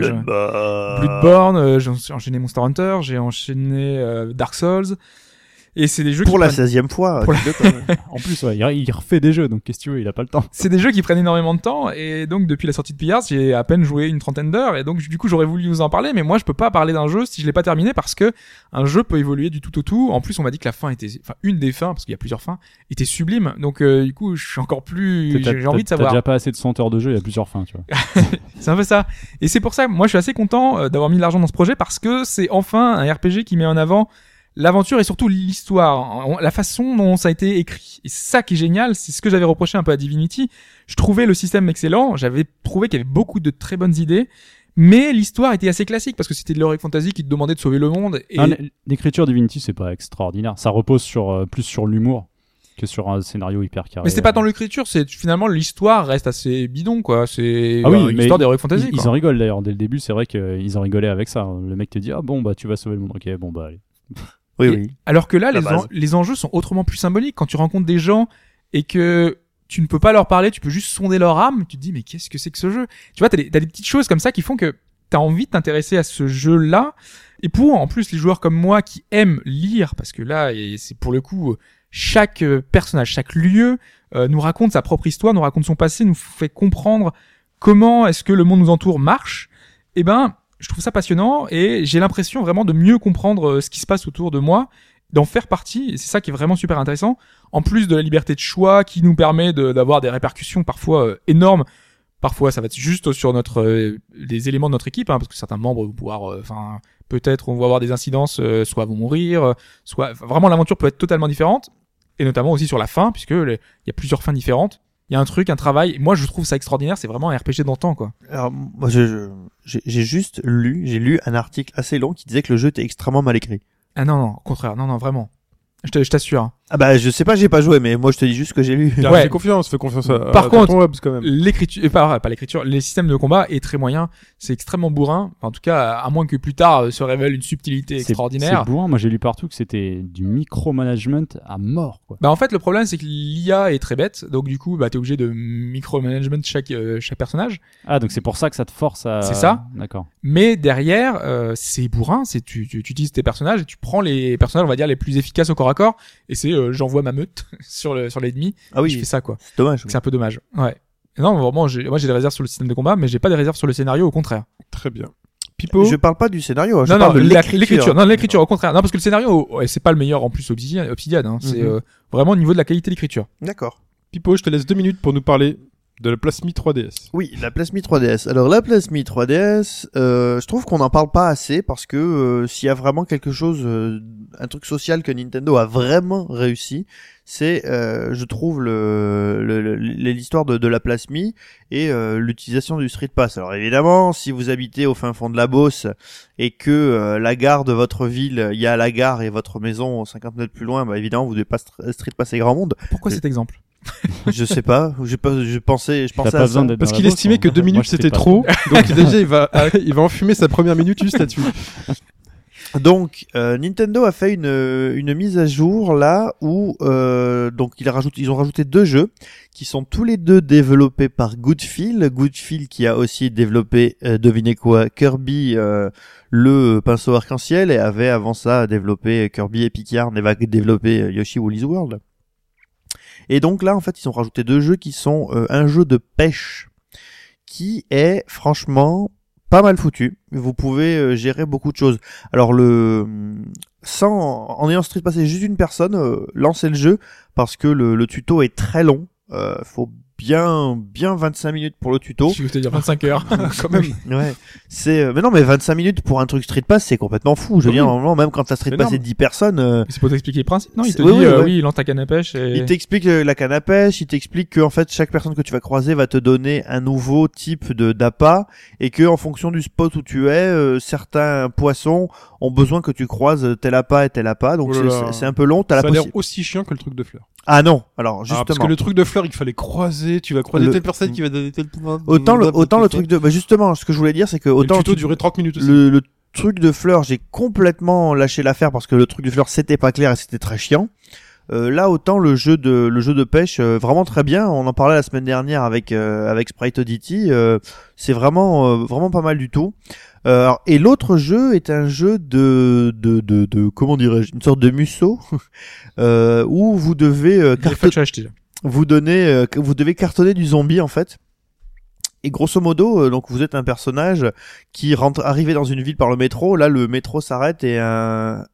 F: Bloodborne, j'ai enchaîné Monster Hunter, j'ai enchaîné Dark Souls. Et c'est des jeux
E: Pour
F: qui
E: la
F: prennent...
E: 16e fois.
F: Pour
E: dis-le quand même.
D: En plus, ouais, il refait des jeux, donc qu'est-ce que tu veux, il a pas le temps.
F: C'est des jeux qui prennent énormément de temps et donc depuis la sortie de Pillars, j'ai à peine joué une trentaine d'heures et donc du coup j'aurais voulu vous en parler, mais moi je peux pas parler d'un jeu si je l'ai pas terminé parce que un jeu peut évoluer du tout au tout. En plus on m'a dit que la fin était, enfin une des fins parce qu'il y a plusieurs fins, était sublime. Donc du coup je suis encore plus, j'ai envie de
D: T'as
F: savoir.
D: déjà pas assez de 100 heures de jeu, il y a plusieurs fins, tu vois.
F: C'est un peu ça. Et c'est pour ça, moi je suis assez content d'avoir mis de l'argent dans ce projet parce que c'est enfin un RPG qui met en avant l'aventure et surtout l'histoire, la façon dont ça a été écrit. Et c'est ça qui est génial, c'est ce que j'avais reproché un peu à Divinity. Je trouvais le système excellent, j'avais trouvé qu'il y avait beaucoup de très bonnes idées, mais l'histoire était assez classique parce que c'était de l'heroic fantasy qui te demandait de sauver le monde. Et
D: Ah, l'écriture Divinity, c'est pas extraordinaire. Ça repose sur plus sur l'humour que sur un scénario hyper carré.
F: mais c'était pas dans l'écriture, c'est finalement l'histoire reste assez bidon quoi. C'est
D: Ah oui,
F: une
D: mais
F: histoire d'heroic fantasy.
D: Ils
F: quoi.
D: en rigolent d'ailleurs dès le début. C'est vrai qu'ils en rigolaient avec ça. Le mec te dit ah bon bah tu vas sauver le monde. Ok bon bah allez.
E: Oui,
F: Et-
E: oui.
F: Alors que là,
E: La base.
F: les enjeux sont autrement plus symboliques. Quand tu rencontres des gens et que tu ne peux pas leur parler, tu peux juste sonder leur âme, tu te dis mais qu'est-ce que c'est que ce jeu? Tu vois, t'as des petites choses comme ça qui font que t'as envie de t'intéresser à ce jeu-là. Et pour en plus les joueurs comme moi qui aiment lire, parce que là, et c'est pour le coup chaque personnage, chaque lieu nous raconte sa propre histoire, nous raconte son passé, nous fait comprendre comment est-ce que le monde nous entoure marche. Eh ben je trouve ça passionnant et j'ai l'impression vraiment de mieux comprendre ce qui se passe autour de moi, d'en faire partie, et c'est ça qui est vraiment super intéressant, en plus de la liberté de choix qui nous permet d'avoir des répercussions parfois énormes. Parfois ça va être juste sur les éléments de notre équipe, hein, parce que certains membres vont pouvoir, peut-être on va avoir des incidences, soit vont mourir, soit vraiment l'aventure peut être totalement différente, et notamment aussi sur la fin, puisque il y a plusieurs fins différentes. Il y a un truc, un travail, et moi je trouve ça extraordinaire, c'est vraiment un RPG d'antan quoi.
E: Alors, moi, j'ai juste lu un article assez long qui disait que le jeu était extrêmement mal écrit.
F: Ah non, au contraire, non, vraiment. Je t'assure. Hein.
E: Ah bah je sais pas, j'ai pas joué, mais moi je te dis juste que j'ai lu.
C: Ouais. Fais confiance
F: Par contre,
C: ton Hobbs, quand même.
F: l'écriture, pas l'écriture, les systèmes de combat est très moyen. C'est extrêmement bourrin. Enfin, en tout cas, à moins que plus tard se révèle une subtilité extraordinaire.
D: C'est bourrin. Moi, j'ai lu partout que c'était du micromanagement à mort, quoi.
F: Bah en fait, le problème c'est que l'IA est très bête. Donc du coup, bah t'es obligé de micromanagement chaque personnage.
D: Ah, donc c'est pour ça que ça te force à.
F: C'est ça.
D: D'accord.
F: Mais derrière, c'est bourrin. C'est tu utilises tes personnages et tu prends les personnages, on va dire les plus efficaces au corps à corps. Et c'est j'envoie ma meute sur l'ennemi.
E: Ah oui,
F: je fais ça quoi.
E: c'est dommage.
F: C'est un peu dommage. Ouais. Non, vraiment, moi j'ai des réserves sur le système de combat, mais j'ai pas des réserves sur le scénario, au contraire.
C: Très bien. Pipo.
E: Je parle pas du scénario, je
F: non,
E: parle de
F: l'écriture. Non, l'écriture, au contraire. Non, parce que le scénario, c'est pas le meilleur en plus Obsidian. Hein. C'est vraiment au niveau de la qualité d'écriture.
E: D'accord.
C: Pipo, je te laisse 2 minutes pour nous parler de la Plasmi 3DS.
E: Oui, la Plasmi 3DS. Alors la Plasmi 3DS, je trouve qu'on n'en parle pas assez parce que s'il y a vraiment quelque chose, un truc social que Nintendo a vraiment réussi, c'est, je trouve, l'histoire de la Plasmi et l'utilisation du Street Pass. Alors évidemment, si vous habitez au fin fond de la Beauce et que la gare de votre ville, il y a la gare et votre maison 50 mètres plus loin, bah évidemment, vous devez pas Street Passer grand monde.
F: Pourquoi cet exemple?
E: Je sais pas, je pensais
D: T'as
E: à
D: pas besoin
E: ça.
D: d'être
C: Parce
D: dans
C: qu'il
D: la bosse,
C: estimait que 2
D: moi,
C: minutes
D: je sais
C: c'était
D: pas.
C: trop. Donc déjà, il va enfumer sa première minute juste là-dessus.
E: Donc Nintendo a fait une mise à jour là où donc ils ont rajouté 2 jeux qui sont tous les deux développés par Goodfield qui a aussi développé devinez quoi, Kirby le pinceau arc-en-ciel et avait avant ça développé Kirby Epic Yarn et va développer Yoshi Woolly's World. Et donc là en fait ils ont rajouté 2 jeux qui sont un jeu de pêche qui est franchement pas mal foutu. Vous pouvez gérer beaucoup de choses. Alors en ayant Street Passer juste une personne, lancez le jeu parce que le tuto est très long. Faut bien 25 minutes pour le tuto.
F: Je veux te dire 25 heures.
C: Quand même.
E: Ouais. Mais non, mais 25 minutes pour un truc Street Pass, c'est complètement fou. Je veux dire, normalement, même quand t'as Street
C: C'est
E: Pass et
C: énorme.
E: 10 personnes,
F: C'est pour t'expliquer le principe. Non, il te
E: Oui,
F: dit,
E: oui, ouais.
F: oui, lance ta canne à pêche et...
E: il t'explique la canne à pêche, il t'explique que en fait chaque personne que tu vas croiser va te donner un nouveau type d'appât et que en fonction du spot où tu es, certains poissons ont besoin que tu croises tel appât et tel appât. Donc
C: Oh là là.
E: c'est un peu long. T'as
C: Ça
E: la
C: a l'air
E: possibilité.
C: aussi chiant que le truc de fleurs.
E: Ah non. Alors justement.
C: Parce que le truc de fleurs, il fallait croiser. Tu vas croiser
E: Le-
C: telle personne qui va donner tel pouvoir.
E: Autant le truc de, bah justement, ce que je voulais dire, c'est que autant
C: le tuto durait 30 minutes aussi.
E: le truc de fleurs, j'ai complètement lâché l'affaire parce que le truc de fleurs c'était pas clair et c'était très chiant. Là autant le jeu de pêche vraiment très bien. On en parlait la semaine dernière avec Sprite Oddity. C'est vraiment pas mal du tout. Et l'autre jeu est un jeu de comment dirais-je, une sorte de musso où vous devez vous devez cartonner du zombie en fait. Et grosso modo, donc vous êtes un personnage qui arrivé dans une ville par le métro. Là, le métro s'arrête et un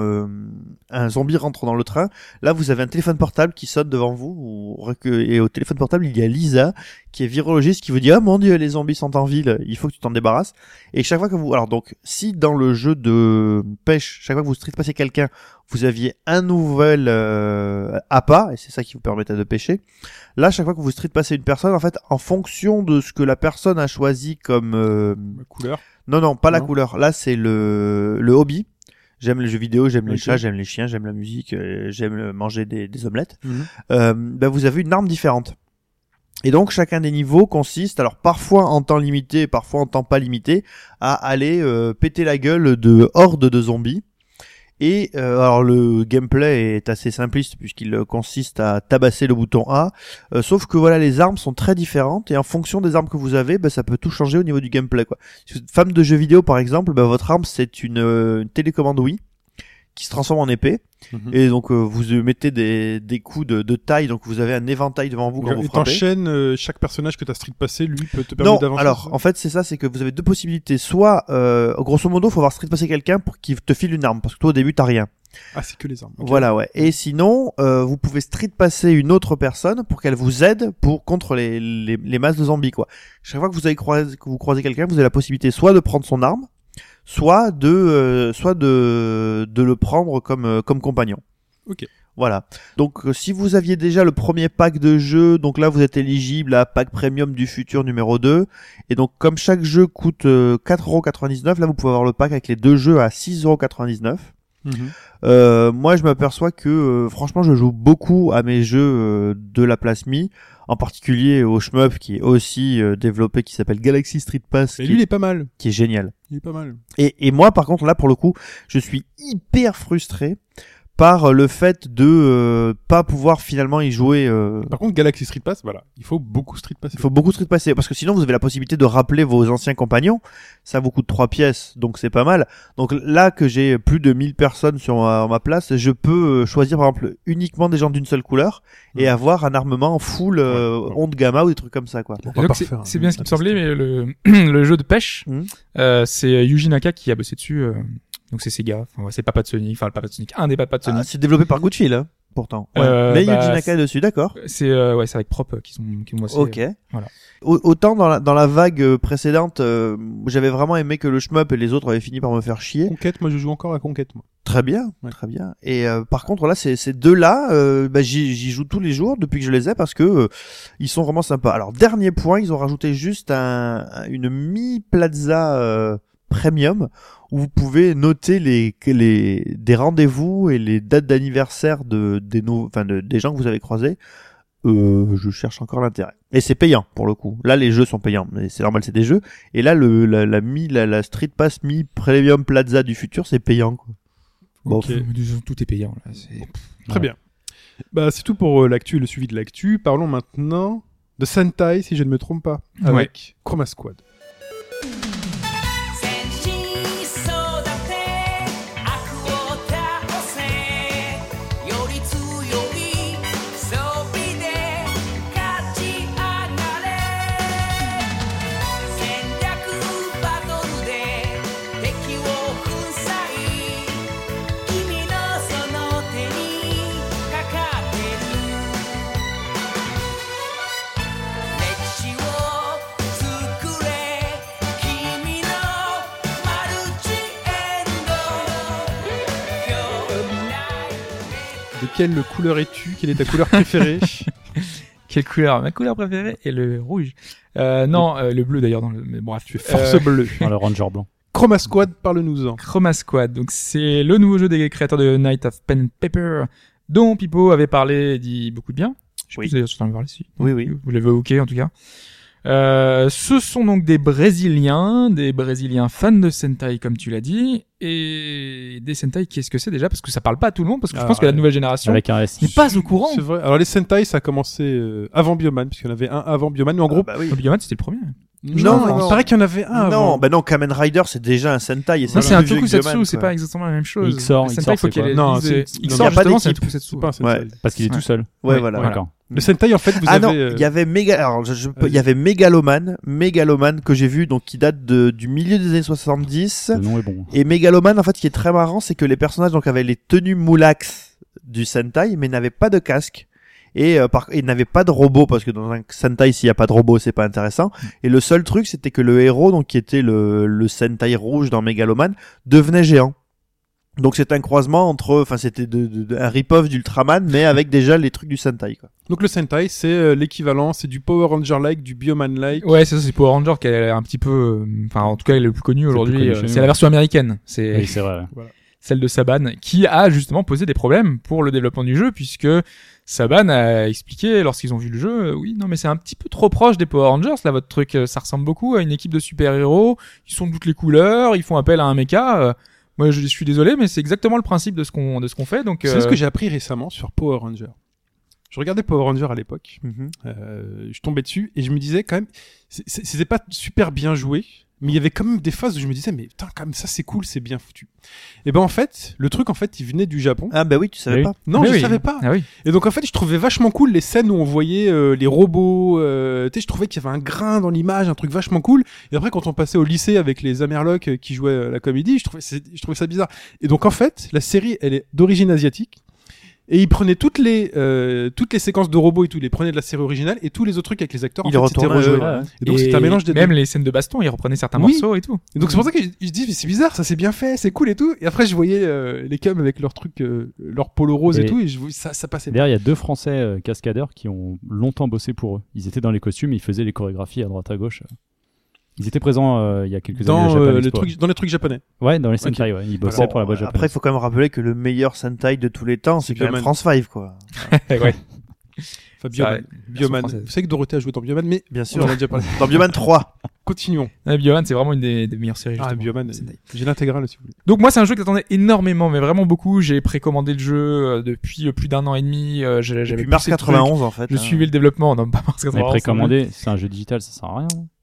E: zombie rentre dans le train. Là, vous avez un téléphone portable qui sonne devant vous. Et au téléphone portable, il y a Lisa, qui est virologiste, qui vous dit « Ah mon Dieu, les zombies sont en ville, il faut que tu t'en débarrasses. » Et chaque fois que vous... Alors donc, si dans le jeu de pêche, chaque fois que vous street passez quelqu'un, vous aviez un nouvel appât, et c'est ça qui vous permettait de pêcher. Là, chaque fois que vous street passez une personne, en fait, en fonction de ce que la personne a choisi comme...
C: La couleur.
E: Non, pas la
C: Non.
E: couleur. Là, c'est le hobby. J'aime les jeux vidéo, j'aime les
C: Ok.
E: chats, j'aime les chiens, j'aime la musique, j'aime manger des omelettes.
C: Mhm.
E: Vous avez une arme différente. Et donc chacun des niveaux consiste, alors parfois en temps limité, parfois en temps pas limité, à aller péter la gueule de hordes de zombies. Et alors le gameplay est assez simpliste puisqu'il consiste à tabasser le bouton A, sauf que voilà, les armes sont très différentes et en fonction des armes que vous avez, ça peut tout changer au niveau du gameplay quoi. Si vous êtes fan de jeux vidéo par exemple, votre arme c'est une télécommande Wii qui se transforme en épée.
C: Mhm.
E: Et donc vous mettez des coups de taille, donc vous avez un éventail devant vous quand vous
C: Et
E: frappez.
C: t'enchaînes, chaque personnage que t'as street passé, lui, peut te permettre
E: Non,
C: d'avancer.
E: alors en fait c'est ça, c'est que vous avez deux possibilités. Soit grosso modo, faut avoir street passer quelqu'un pour qu'il te file une arme, parce que toi au début t'as rien.
C: Ah, c'est que les armes. Ok.
E: Voilà, ouais. Et sinon, vous pouvez street passer une autre personne pour qu'elle vous aide contre les masses de zombies quoi. Chaque fois que vous croisez quelqu'un, vous avez la possibilité soit de prendre son arme, soit de le prendre comme compagnon.
C: Ok.
E: Voilà. Donc si vous aviez déjà le premier pack de jeu, donc là vous êtes éligible à pack premium du futur numéro 2. Et donc comme chaque jeu coûte 4,99€, là vous pouvez avoir le pack avec les deux jeux à 6,99€. Moi, je m'aperçois que franchement, je joue beaucoup à mes jeux de la place Mi, en particulier au shmup qui est aussi développé, qui s'appelle Galaxy Street Pass,
C: Et lui, il est pas mal.
E: qui est génial.
C: Il est pas mal.
E: Et moi, par contre, là, pour le coup, je suis hyper frustré par le fait de pas pouvoir finalement y jouer.
C: Par contre, Galaxy Street Pass, voilà. Il faut beaucoup Street Pass.
E: Il faut beaucoup de Street Passer, parce que sinon vous avez la possibilité de rappeler vos anciens compagnons. Ça vous coûte 3 pièces, donc c'est pas mal. Donc là que j'ai plus de 1000 personnes sur ma place, je peux choisir par exemple uniquement des gens d'une seule couleur et avoir un armement full onde gamma ou des trucs comme ça, quoi.
C: On va
F: Donc
C: pas
F: c'est
C: refaire
F: c'est
C: un-
F: bien ce qui
C: un
F: me semblait,
C: test.
F: mais le jeu de pêche,
E: Mhm.
F: c'est Yuji Naka qui a bossé dessus. Donc c'est Sega, enfin, ouais, c'est Papa de Sonic, enfin le Papa de Sonic, un des Papas de
E: Ah,
F: Sonic.
E: c'est développé par Goodchill, hein, pourtant. Ouais.
F: Bah,
E: Mais Yuji Naka est dessus, d'accord.
F: C'est ouais, c'est avec Prop qui ont bossé.
E: Ok.
F: Voilà.
E: Autant dans la vague précédente, j'avais vraiment aimé que le shmup et les autres avaient fini par me faire chier.
C: Conquête, moi je joue encore à Conquête, moi.
E: Très bien,
C: Ouais.
E: très bien. Et par contre là, ces deux-là, j'y joue tous les jours depuis que je les ai parce que ils sont vraiment sympas. Alors dernier point, ils ont rajouté juste une Mi Plaza Premium où vous pouvez noter des rendez-vous et les dates d'anniversaire des gens que vous avez croisés. Je cherche encore l'intérêt. Et c'est payant pour le coup. Là, les jeux sont payants, mais c'est normal, c'est des jeux. Et là, la Street Pass Mi Premium Plaza du futur, c'est payant, quoi. Bon,
C: Ok.
F: Disons, tout est payant là. C'est...
C: Très bien. Bah, c'est tout pour l'actu et le suivi de l'actu. Parlons maintenant de Sentai, si je ne me trompe pas, avec Chroma Squad.
G: 戦士育て悪を倒せより強い装備で勝ち上がれ戦略バトルで敵を粉砕君のその手にかかってる歴史を作れ君のマルチエンド今日ない
C: De quelle couleur es-tu? Quelle est ta couleur préférée?
F: Quelle couleur? Ma couleur préférée est le rouge. Non, le bleu d'ailleurs. Mais bref,
C: Tu es force bleue.
D: Dans le Ranger blanc.
C: Chroma Squad, parle-nous-en.
F: Chroma Squad. Donc c'est le nouveau jeu des créateurs de Night of Pen and Paper, dont Pipo avait parlé et dit beaucoup de bien. Je sais
E: Oui.
F: plus d'ailleurs si tu en as parlé ici.
E: Oui, oui.
F: Vous l'avez évoqué en tout cas. Ce sont donc des Brésiliens fans de Sentai comme tu l'as dit, et des Sentai, qu'est-ce que c'est déjà? Parce que ça parle pas à tout le monde, parce que je
C: Ah,
F: pense que la
C: ouais.
F: nouvelle génération
D: Avec un S.
F: n'est pas au courant.
C: C'est vrai. Alors les Sentai, ça a commencé avant Bioman, puisqu'il y en avait un avant Bioman, mais en gros,
E: bah oui.
F: Bioman c'était le premier.
E: Non,
C: il
E: non.
C: paraît qu'il y en avait un avant.
E: Non, bah non, Kamen Rider c'est déjà un Sentai et
F: Ça
E: c'est
F: c'est un
E: plus vieux que
F: tokusatsu,
E: Bioman,
F: c'est
E: quoi.
F: pas exactement la même chose.
D: XOR,
F: Le Sentai, il faut
D: c'est
F: qu'il y ait
D: quoi
C: Non,
F: XOR
E: il y a pas
F: justement c'est un
E: d'équipe.
F: tokusatsu.
C: C'est pas un Sentai.
E: Ouais.
D: Parce qu'il est
F: Ouais.
D: tout seul.
E: Ouais,
F: Oui,
E: voilà.
D: D'accord.
C: Le Sentai, en fait, vous
E: Ah
C: avez...
E: non, il y avait il y avait Megaloman que j'ai vu, donc qui date du milieu des années 70.
D: Le nom est bon.
E: Et Megaloman, en fait, ce qui est très marrant, c'est que les personnages donc avaient les tenues moulax du Sentai, mais n'avaient pas de casque. Et ils n'avaient pas de robot, parce que dans un Sentai, s'il n'y a pas de robot, c'est pas intéressant. Et le seul truc, c'était que le héros, donc qui était le Sentai rouge dans Megaloman, devenait géant. Donc c'est un croisement entre, enfin c'était un rip-off d'Ultraman, mais avec déjà les trucs du Sentai, quoi.
C: Donc le Sentai, c'est l'équivalent, c'est du Power Ranger-like, du Bioman-like.
F: Ouais, c'est ça, c'est Power Ranger qui est un petit peu, enfin en tout cas il est le plus connu aujourd'hui.
D: connu chez nous.
F: C'est la version américaine. C'est
D: Oui, c'est vrai.
F: celle de Saban, qui a justement posé des problèmes pour le développement du jeu, puisque Saban a expliqué lorsqu'ils ont vu le jeu, oui, non mais c'est un petit peu trop proche des Power Rangers, là votre truc, ça ressemble beaucoup à une équipe de super-héros, ils sont de toutes les couleurs, ils font appel à un mecha. Moi je suis désolé, mais c'est exactement le principe de ce qu'on fait, donc.
C: C'est ce que j'ai appris récemment sur Power Ranger. Je regardais Power Ranger à l'époque, je tombais dessus et je me disais quand même, c'était pas super bien joué, mais il y avait quand même des phases où je me disais, mais putain, quand même ça c'est cool, c'est bien foutu. Et ben en fait, le truc en fait, il venait du Japon.
E: Ah bah oui, tu savais
D: Oui.
E: pas.
C: Non,
F: Mais
C: je
F: oui.
C: savais pas.
F: Ah oui.
C: Et donc en fait, je trouvais vachement cool les scènes où on voyait les robots. Tu sais, je trouvais qu'il y avait un grain dans l'image, un truc vachement cool. Et après, quand on passait au lycée avec les Amerlocs qui jouaient la comédie, je trouvais ça bizarre. Et donc en fait, la série, elle est d'origine asiatique. Et ils prenaient toutes les séquences de robots et tout, ils les prenaient de la série originale et tous les autres trucs avec les acteurs.
E: Ils
C: en fait, c'était
E: retournaient,
C: rejoué.
D: ouais.
C: Et donc c'était un mélange des deux.
F: Même les scènes de baston, ils reprenaient certains
C: Oui.
F: morceaux et tout.
C: Et donc c'est pour ça que je dis mais c'est bizarre, ça c'est bien fait, c'est cool et tout. Et après je voyais les cums avec leurs trucs, leur polo rose et
D: Et-
C: tout, et ça passait bien.
D: D'ailleurs, il y a 2 Français cascadeurs qui ont longtemps bossé pour eux. Ils étaient dans les costumes et ils faisaient les chorégraphies à droite à gauche. Ils étaient présents il y a quelques années
C: Dans
D: au Japan
C: les
D: Expo.
C: trucs, dans les trucs japonais.
D: Ouais, dans les Sentai, ouais. Ils bossaient
E: Bon,
D: pour la boîte
E: après,
D: japonaise.
E: il faut quand même rappeler que le meilleur Sentai de tous les temps, c'est quand même
C: Bioman.
E: France 5, quoi.
F: ouais.
C: Enfin, Bioman.
F: Ça,
C: Bioman.
F: française.
C: Vous savez que Dorothée a joué dans Bioman, mais
E: Bien
C: on
E: sûr.
C: en a déjà parlé.
E: Dans Bioman 3.
C: Continuons.
F: Ouais, Bioman, c'est vraiment une des meilleures séries.
C: Ah,
F: justement.
C: Bioman.
F: Sentai.
C: J'ai l'intégrale, si vous voulez.
F: Donc moi, c'est un jeu que j'attendais énormément, mais vraiment beaucoup. J'ai précommandé le jeu depuis plus d'un an et demi. J'avais
E: Depuis mars
F: poussé le truc.
E: 91, en fait.
F: Je suivais le développement, non pas mars
D: Mais
F: 91.
D: précommandé, c'est un jeu digital, ça sert à rien.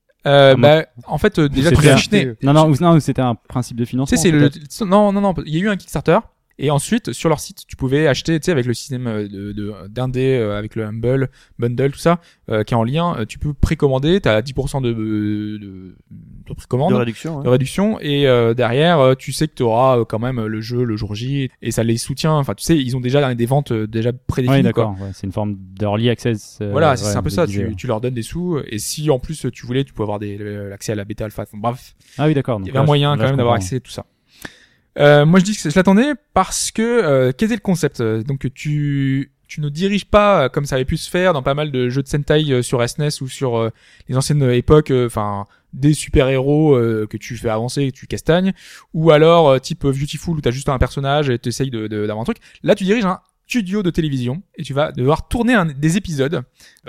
F: En fait, déjà, tu
D: C'était
F: l'as
D: un-
F: acheté.
D: Non, c'était un principe de
F: Tu
D: financement.
F: sais, c'est
D: peut-être.
F: non, il y a eu un Kickstarter. Et ensuite, sur leur site, tu pouvais acheter, tu sais, avec le système d'indé, avec le Humble, Bundle, tout ça, qui est en lien, tu peux précommander, t'as 10% de précommande,
E: De réduction,
F: de
E: ouais.
F: réduction, et derrière, tu sais que tu auras quand même le jeu le jour J, et ça les soutient. Enfin, tu sais, ils ont déjà des ventes déjà prédéfinies.
D: Oui,
F: quoi.
D: d'accord. Ouais, c'est une forme d'early access.
F: Voilà,
D: ouais,
F: c'est un peu
D: je
F: ça.
D: disais, ouais.
F: Tu leur donnes des sous, et si en plus tu voulais, tu peux avoir l'accès à la bêta alpha. Enfin, bref,
D: Ah oui, d'accord.
F: il y avait un moyen quand même d'avoir accès à tout ça. Moi, je dis que je l'attendais parce que quel était le concept Donc, tu ne diriges pas comme ça avait pu se faire dans pas mal de jeux de Sentai sur SNES ou sur les anciennes époques. Enfin, des super héros que tu fais avancer, et que tu castagnes, ou alors type Beautiful où t'as juste un personnage et t'essayes d'avoir un truc. Là, tu diriges un studio de télévision et tu vas devoir tourner des épisodes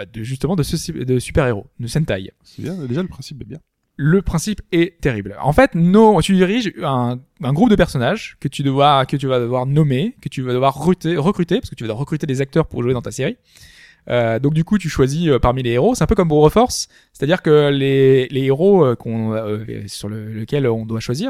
F: de super héros, de Sentai.
C: C'est bien. Déjà, le principe est bien.
F: Le principe est terrible. En fait, tu diriges un groupe de personnages que tu vas devoir nommer, que tu vas devoir recruter, parce que tu vas devoir recruter des acteurs pour jouer dans ta série. Donc du coup, tu choisis parmi les héros. C'est un peu comme Broforce, c'est-à-dire que les héros lesquels on doit choisir,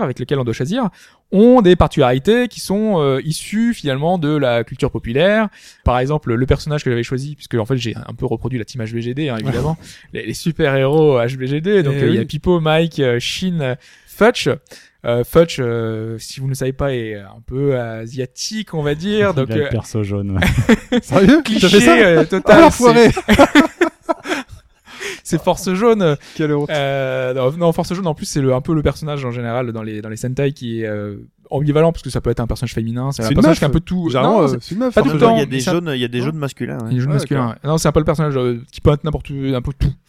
F: ont des particularités qui sont issues finalement de la culture populaire. Par exemple, le personnage que j'avais choisi, puisque en fait j'ai un peu reproduit la team HBGD, hein, évidemment, les super héros HBGD. Donc il y a Pipo, Mike, Shin, Futch. Futch, si vous ne le savez pas, est un peu asiatique, on va dire. Donc
D: Il a le perso jaune. Ouais.
C: Sérieux? T'as fait ça?
F: cliché total.
C: Ah, l'enfoiré!
F: C'est Force Jaune.
C: Quelle honte.
F: Non, Force Jaune en plus c'est un peu le personnage en général dans les Sentai qui est ambivalent parce que ça peut être un personnage féminin, c'est un
C: une
F: personnage
C: meuf.
F: qui est un peu tout.
C: Généralement,
F: Non, c'est
C: c'est une meuf.
F: pas
C: hein.
F: tout le
E: Genre,
F: temps.
E: il y a des
F: ça-
E: jaunes, il y a des jaunes masculins. Ouais.
F: il joue
C: Ouais,
F: masculin. Non, c'est un peu le personnage qui peut être un peu tout.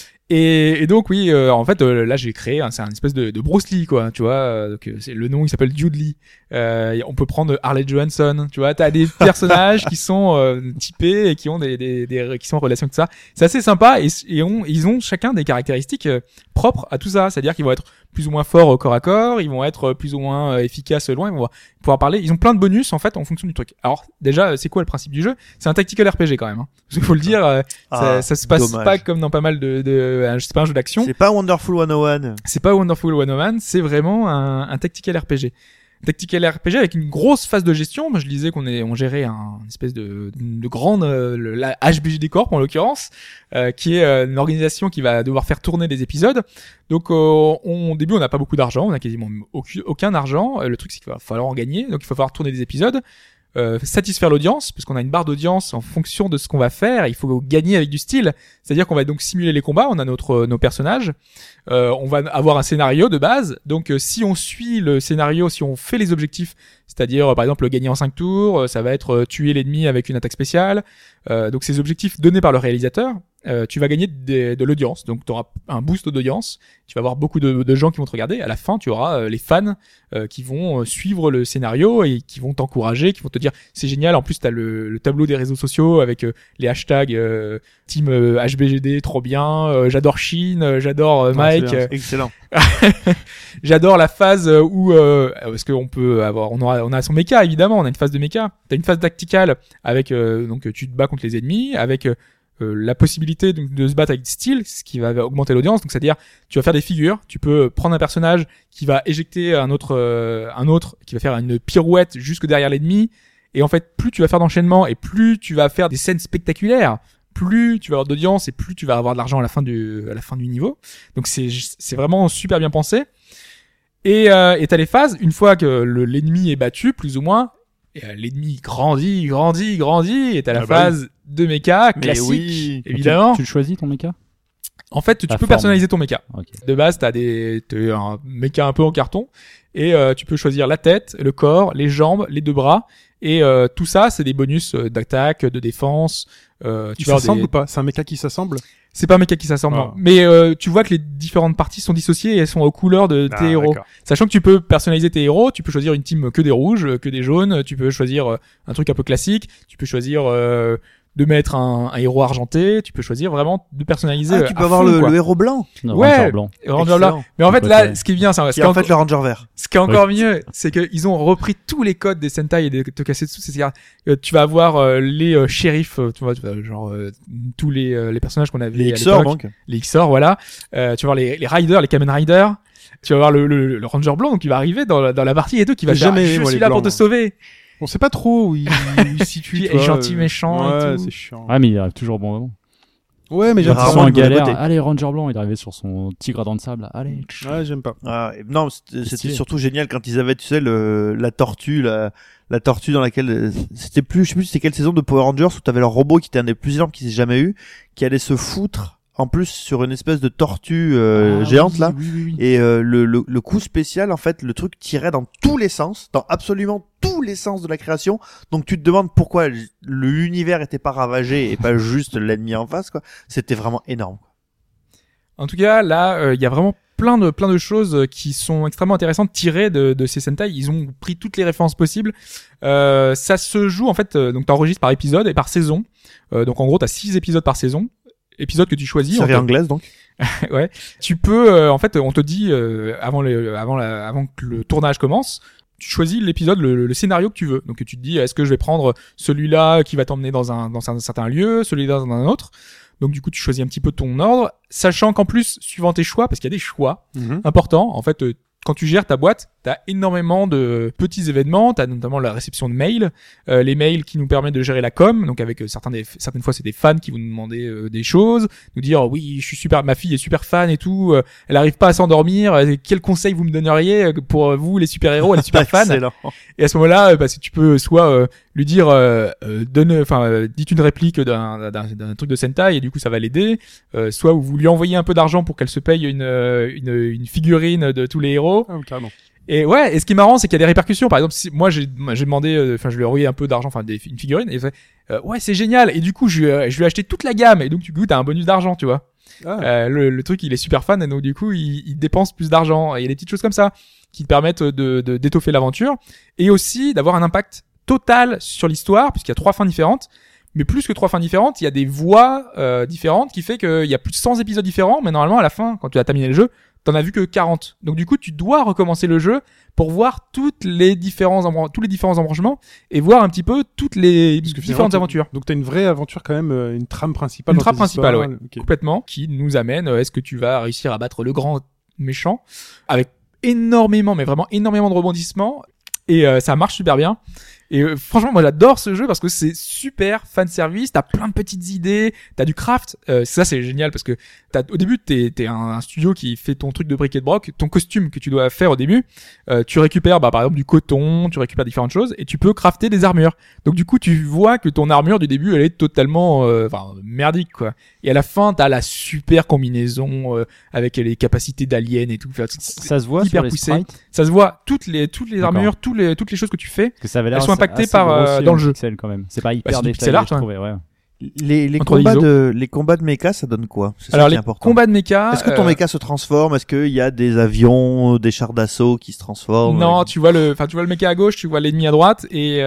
F: Et donc oui, en fait là j'ai créé c'est un espèce de Bruce Lee quoi, tu vois. Donc c'est le nom, il s'appelle Jude Lee. On peut prendre Harley Johansson, tu vois. T'as des personnages qui sont typés et qui ont qui sont en relation avec ça. C'est assez sympa et ils ont chacun des caractéristiques propres à tout ça. C'est-à-dire qu'ils vont être plus ou moins forts au corps à corps, ils vont être plus ou moins efficaces loin, ils vont pouvoir parler. Ils ont plein de bonus en fait en fonction du truc. Alors déjà, c'est quoi le principe du jeu? C'est un tactical RPG quand même. Hein. Il faut le dire, ça se passe
E: dommage.
F: pas comme dans pas mal c'est pas un jeu d'action.
E: C'est pas Wonderful 101.
F: C'est pas Wonderful 101, c'est vraiment un tactical RPG. Tactical RPG avec une grosse phase de gestion. Moi, je disais qu'on gérait une espèce de grande, la HBGD Corp en l'occurrence, qui est une organisation qui va devoir faire tourner des épisodes. Donc, au début, on n'a pas beaucoup d'argent, on a quasiment aucun argent. Le truc, c'est qu'il va falloir en gagner, donc il va falloir tourner des épisodes. Satisfaire l'audience parce qu'on a une barre d'audience en fonction de ce qu'on va faire. Il faut gagner avec du style, c'est-à-dire qu'on va donc simuler les combats. On a nos personnages, on va avoir un scénario de base. Donc si on suit le scénario, si on fait les objectifs, c'est-à-dire par exemple gagner en 5 tours, ça va être tuer l'ennemi avec une attaque spéciale. Donc ces objectifs donnés par le réalisateur, tu vas gagner de l'audience. Donc tu auras un boost d'audience, tu vas avoir beaucoup de gens qui vont te regarder. À la fin, tu auras les fans qui vont suivre le scénario et qui vont t'encourager, qui vont te dire c'est génial. En plus, tu as le tableau des réseaux sociaux avec les hashtags team HBGD, trop bien, j'adore Shin, j'adore Mike.
C: c'est bien,
E: Excellent.
F: J'adore la phase où parce qu'on peut avoir on a son mecha évidemment, on a une phase de mecha. T'as une phase tacticale avec donc tu te bats contre les ennemis avec la possibilité donc, de se battre avec style, ce qui va augmenter l'audience. Donc c'est-à-dire tu vas faire des figures, tu peux prendre un personnage qui va éjecter un autre qui va faire une pirouette jusque derrière l'ennemi. Et en fait, plus tu vas faire d'enchaînement et plus tu vas faire des scènes spectaculaires, plus tu vas avoir d'audience et plus tu vas avoir de l'argent à la fin du niveau. Donc c'est vraiment super bien pensé. Et t'as les phases, une fois que l'ennemi est battu, plus ou moins, et l'ennemi grandit, et t'as la phase de mecha
E: Mais
F: classique,
E: oui.
F: évidemment.
D: Tu le choisis ton mecha?
F: En fait, tu
D: La
F: peux
D: forme.
F: personnaliser ton mecha.
D: Ok.
F: De base, t'as un mecha un peu en carton, et tu peux choisir la tête, le corps, les jambes, les deux bras, et tout ça, c'est des bonus d'attaque, de défense.
C: Il
F: Tu vas avoir
C: s'assemble ou pas? C'est un mecha qui s'assemble?
F: C'est pas un mecha qui s'assemble, non.
C: Ah.
F: Mais tu vois que les différentes parties sont dissociées et elles sont aux couleurs de tes
C: Ah,
F: héros.
C: d'accord.
F: Sachant que tu peux personnaliser tes héros, tu peux choisir une team que des rouges, que des jaunes, tu peux choisir un truc un peu classique, tu peux choisir de mettre un héros argenté, tu peux choisir vraiment de personnaliser.
E: Ah, tu peux
F: à
E: avoir
F: fond, quoi.
E: le héros blanc.
D: Non,
F: Ouais.
D: Ranger blanc.
F: Ranger blanc.
E: Excellent.
F: Mais en fait,
D: Tout
F: là,
D: préféré.
F: ce qui est bien, c'est
E: Qui est en fait le ranger vert.
F: ce qui est encore mieux, c'est qu'ils ont repris tous les codes des Sentai et des Tokusatsu. C'est-à-dire, tu vas avoir les shérifs, tu vois, genre tous les personnages qu'on avait
E: Les
F: à
E: XOR,
F: l'époque.
E: donc.
F: Les XOR, voilà. Tu vas voir les Riders, les Kamen Riders. Tu vas voir le Ranger blanc, donc il va arriver dans la partie et tout, qui va
C: J'ai
F: dire,
C: jamais aimé,
F: je
C: moi,
F: suis
C: les
F: là pour
C: blancs,
F: te
C: moi.
F: sauver.
C: On sait pas trop où il se situe.
F: Qui
C: tu
F: est
C: vois,
F: gentil, méchant et
C: Ouais,
F: tout.
C: c'est chiant.
D: Ouais, mais il arrive toujours au bon moment.
C: Ouais, mais
E: Il
C: j'aime
E: va
D: Ils
C: pas.
D: sont
E: Rarement
D: en
E: le mauvais
D: galère.
E: côté.
D: Allez, Ranger blanc, il est arrivé sur son tigre à dents de sable. Allez.
C: Ouais, j'aime pas.
E: Ah, et non, c'était
D: stylé.
E: surtout génial quand ils avaient, tu sais, la tortue, la tortue dans laquelle c'était plus, je sais plus c'était quelle saison de Power Rangers où t'avais leur robot qui était un des plus énormes qu'ils aient jamais eu, qui allait se foutre en plus sur une espèce de tortue géante là.
D: Oui.
E: Et le coup spécial, en fait, le truc tirait dans tous les sens, dans absolument tous les sens de la création. Donc tu te demandes pourquoi l'univers était pas ravagé et pas juste l'ennemi en face, quoi. C'était vraiment énorme.
F: En tout cas, là, il y a vraiment plein de choses qui sont extrêmement intéressantes tirées de ces Sentai. Ils ont pris toutes les références possibles. Ça se joue, en fait, donc t'enregistres par épisode et par saison. Donc en gros, t'as 6 épisodes par saison. Épisodes que tu choisis.
E: Série anglaise, donc.
F: Ouais. Tu peux, en fait, on te dit avant que le tournage commence, tu choisis l'épisode, le scénario que tu veux. Donc tu te dis, est-ce que je vais prendre celui-là qui va t'emmener dans un certain lieu, celui-là dans un autre. Donc du coup, tu choisis un petit peu ton ordre, sachant qu'en plus, suivant tes choix, parce qu'il y a des choix importants, en fait. Quand tu gères ta boîte, t'as énormément de petits événements. T'as notamment la réception de mails, les mails qui nous permettent de gérer la com. Donc avec certaines fois, c'est des fans qui vont nous demander des choses, nous dire oui, je suis super, ma fille est super fan et tout. Elle arrive pas à s'endormir. Quel conseil vous me donneriez pour vous les super héros, elle est super fan.
E: Excellent.
F: Et à ce moment-là, si tu peux soit lui dire, dites une réplique d'un truc de Sentai et du coup ça va l'aider. Soit vous lui envoyez un peu d'argent pour qu'elle se paye une figurine de tous les héros.
C: Ah, carrément.
F: Et ouais, et ce qui est marrant, c'est qu'il y a des répercussions. Par exemple, si moi j'ai demandé, je lui ai envoyé un peu d'argent, une figurine, et il fait, ouais, c'est génial. Et du coup, je lui ai acheté toute la gamme, et donc du coup, t'as un bonus d'argent, tu vois.
C: Ah.
F: Le truc, il est super fan, et donc du coup, il dépense plus d'argent. Et il y a des petites choses comme ça qui te permettent d'étoffer l'aventure, et aussi d'avoir un impact total sur l'histoire, puisqu'il y a 3 fins différentes. Mais plus que 3 fins différentes, il y a des voix différentes qui fait qu'il y a plus de 100 épisodes différents, mais normalement à la fin, quand tu as terminé le jeu, t'en as vu que 40. Donc du coup, tu dois recommencer le jeu pour voir tous les différents embranchements et voir un petit peu toutes les
C: Parce que
F: différentes
C: finalement,
F: aventures.
C: Donc t'as une vraie aventure quand même, une trame principale.
F: Une
C: dans
F: trame
C: tes
F: principale,
C: histoires.
F: ouais.
C: Ok.
F: Complètement, qui nous amène, est-ce que tu vas réussir à battre le grand méchant avec énormément, mais vraiment énormément de rebondissements, et ça marche super bien. Et franchement, moi j'adore ce jeu parce que c'est super fan service, t'as plein de petites idées, t'as du craft, ça c'est génial parce que au début t'es un studio qui fait ton truc de brick et de broc, ton costume que tu dois faire au début, tu récupères par exemple du coton, tu récupères différentes choses et tu peux crafter des armures. Donc du coup tu vois que ton armure du début elle est totalement merdique quoi. Et à la fin t'as la super combinaison avec les capacités d'alien et tout. Enfin,
D: Ça se voit
F: hyper
D: sur les
F: poussé.
D: sprites.
F: Ça se voit toutes les
D: D'accord.
F: armures, toutes les choses que tu fais.
D: Parce que ça avait l'air
F: Elles sont
D: assez-
F: impactées
D: assez
F: par,
D: grossier
F: dans
D: en
F: le jeu.
D: pixels, quand même. C'est pas hyper
F: c'est du
D: détaillé,
F: pixel art,
D: je
F: ouais.
D: trouvais, ouais.
E: Les
F: Entre
E: combats de mecha, ça donne quoi? C'est ça
F: Alors
E: qui est
F: les
E: important.
F: combats de mecha.
E: Est-ce que ton mecha se transforme? Est-ce qu'il y a des avions, des chars d'assaut qui se transforment?
F: Non, tu vois le mecha à gauche, tu vois l'ennemi à droite, et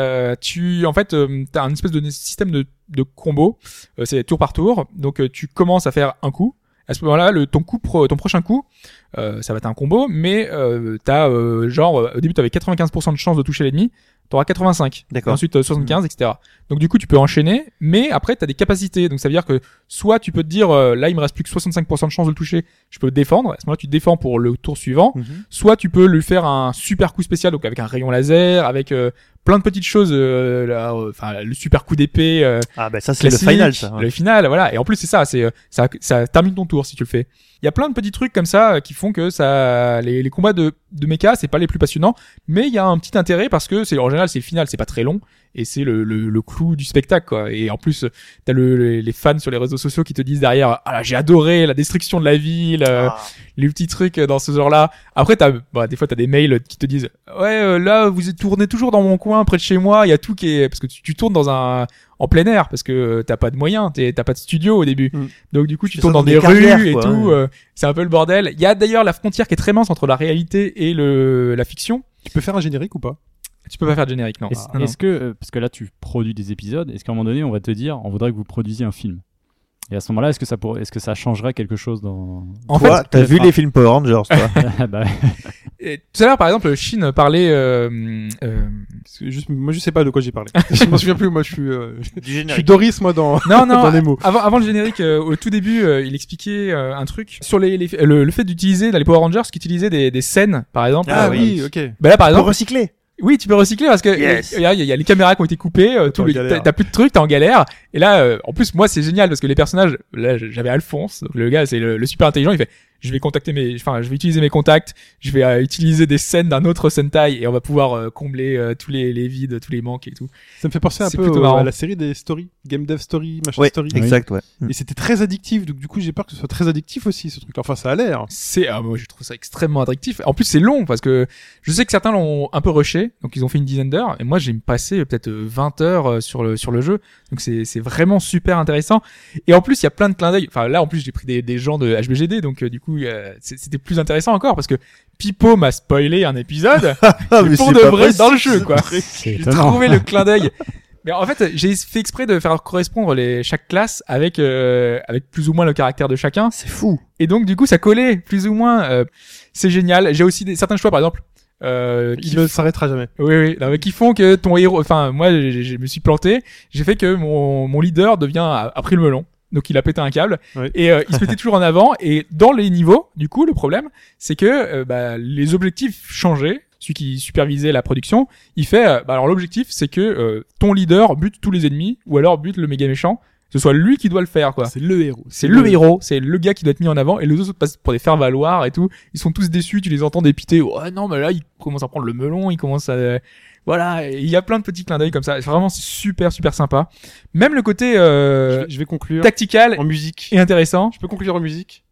F: t'as un espèce de système de combo. C'est tour par tour. Donc tu commences à faire un coup. À ce moment-là, ton prochain coup, ça va être un combo, mais t'as au début t'avais 95% de chance de toucher l'ennemi. T'auras 85.
E: D'accord.
F: Et ensuite 75, etc. Donc du coup tu peux enchaîner, mais après t'as des capacités. Donc ça veut dire que soit tu peux te dire là il me reste plus que 65% de chance de le toucher, je peux le défendre. À ce moment-là tu défends pour le tour suivant.
E: Mhm.
F: Soit tu peux lui faire un super coup spécial, donc avec un rayon laser, avec plein de petites choses, le super coup d'épée.
E: Ah ben ça c'est le
F: Classique,
E: final ça. Ouais.
F: Le final, voilà. Et en plus, c'est ça, ça termine ton tour si tu le fais. Il y a plein de petits trucs comme ça qui font que les combats de mecha, c'est pas les plus passionnants, mais il y a un petit intérêt parce que en général, c'est le final, c'est pas très long et c'est le clou du spectacle, quoi. Et en plus, t'as les fans sur les réseaux sociaux qui te disent derrière, ah là, j'ai adoré la destruction de la ville, les petits trucs dans ce genre-là. Après, des fois, t'as des mails qui te disent, ouais, là, vous êtes tourné toujours dans mon coin, coin près de chez moi, il y a tout qui est parce que tu tournes en plein air parce que t'as pas de moyens, t'as pas de studio au début. Donc du coup tu
E: fais
F: tournes
E: ça
F: dans
E: dans
F: des
E: des carrières,
F: rues et
E: quoi,
F: tout,
E: ouais.
F: c'est un peu le bordel. Il y a d'ailleurs la frontière qui est très mince entre la réalité et la fiction.
C: Tu peux faire un générique ou pas?
F: Tu peux pas faire de générique, non.
D: Est-ce,
F: Non, non.
D: est-ce que, parce que là tu produis des épisodes, est-ce qu'à un moment donné on va te dire, on voudrait que vous produisiez un film? Et à ce moment-là, est-ce que ça changerait quelque chose dans...
F: En
E: Toi,
F: fait,
E: t'as vu les films Power Rangers, toi?
D: Bah,
F: et tout à l'heure par exemple, Shin parlait
C: Parce que moi je sais pas de quoi j'ai parlé. Je m'en souviens plus. Moi je suis
E: Du
C: je suis
E: générique.
C: Doris moi dans
F: non,
C: dans les mots.
F: avant le générique, au tout début, il expliquait un truc sur le fait d'utiliser dans les Power Rangers, qu'utiliser des scènes, par exemple.
E: Ah
C: oui, ok.
F: Bah là, par
E: Pour
F: exemple,
E: recycler.
F: oui, tu peux recycler parce que
E: Yes.
F: il y a les caméras qui ont été coupées,
C: en galère.
F: t'as plus de trucs, t'es en galère. Et là, en plus, moi, c'est génial parce que les personnages, là, j'avais Alphonse, donc le gars, c'est le super intelligent. Il fait, je vais utiliser mes contacts, je vais utiliser des scènes d'un autre Sentai et on va pouvoir combler tous les vides, tous les manques et tout.
C: Ça me fait penser un
F: C'est
C: peu
F: plutôt marrant.
C: à la série des stories, Game Dev Story, machin
E: Ouais,
C: story.
E: exact, ouais.
C: Et c'était très addictif, donc du coup j'ai peur que ce soit très addictif aussi ce truc. Enfin ça a l'air.
F: Moi, je trouve ça extrêmement addictif. En plus, c'est long parce que je sais que certains l'ont un peu rushé, donc ils ont fait une dizaine d'heures. Et moi, j'ai passé peut-être 20 heures sur le jeu. Donc c'est vraiment super intéressant. Et en plus, il y a plein de clins d'œil. Enfin, là, en plus, j'ai pris des gens de HBGD, donc du coup, c'était plus intéressant encore parce que Pipo m'a spoilé un épisode
E: Ah, mais
F: pour
E: c'est
F: de
E: pas
F: vrai dans le
E: possible.
F: jeu, quoi.
D: c'est
F: J'ai
D: étonnant.
F: trouvé le clin d'œil. Mais en fait, j'ai fait exprès de faire correspondre chaque classe avec plus ou moins le caractère de chacun.
E: C'est fou.
F: Et donc du coup ça collait plus ou moins. C'est génial. J'ai aussi certains choix par exemple.
C: Il ne s'arrêtera jamais.
F: Oui, non, mais qui font que ton héros. Enfin moi je me suis planté. J'ai fait que mon leader a pris le melon. Donc il a pété un câble
C: Oui.
F: et il se mettait toujours en avant. Et dans les niveaux, du coup le problème c'est que les objectifs changeaient. Celui qui supervisait la production, il fait alors l'objectif c'est que ton leader bute tous les ennemis ou alors bute le méga méchant. Ce soit lui qui doit le faire quoi.
C: C'est le héros.
F: C'est le héros, c'est le gars qui doit être mis en avant et les autres passent pour des faire-valoir et tout. Ils sont tous déçus, tu les entends dépiter. Oh non, mais là, il commence à prendre le melon, il commence à... Voilà, il y a plein de petits clins d'œil comme ça. Vraiment, c'est super, super sympa. Même le côté
C: Je vais conclure
F: tactical
C: en musique.
F: est intéressant.
C: Je peux conclure en musique.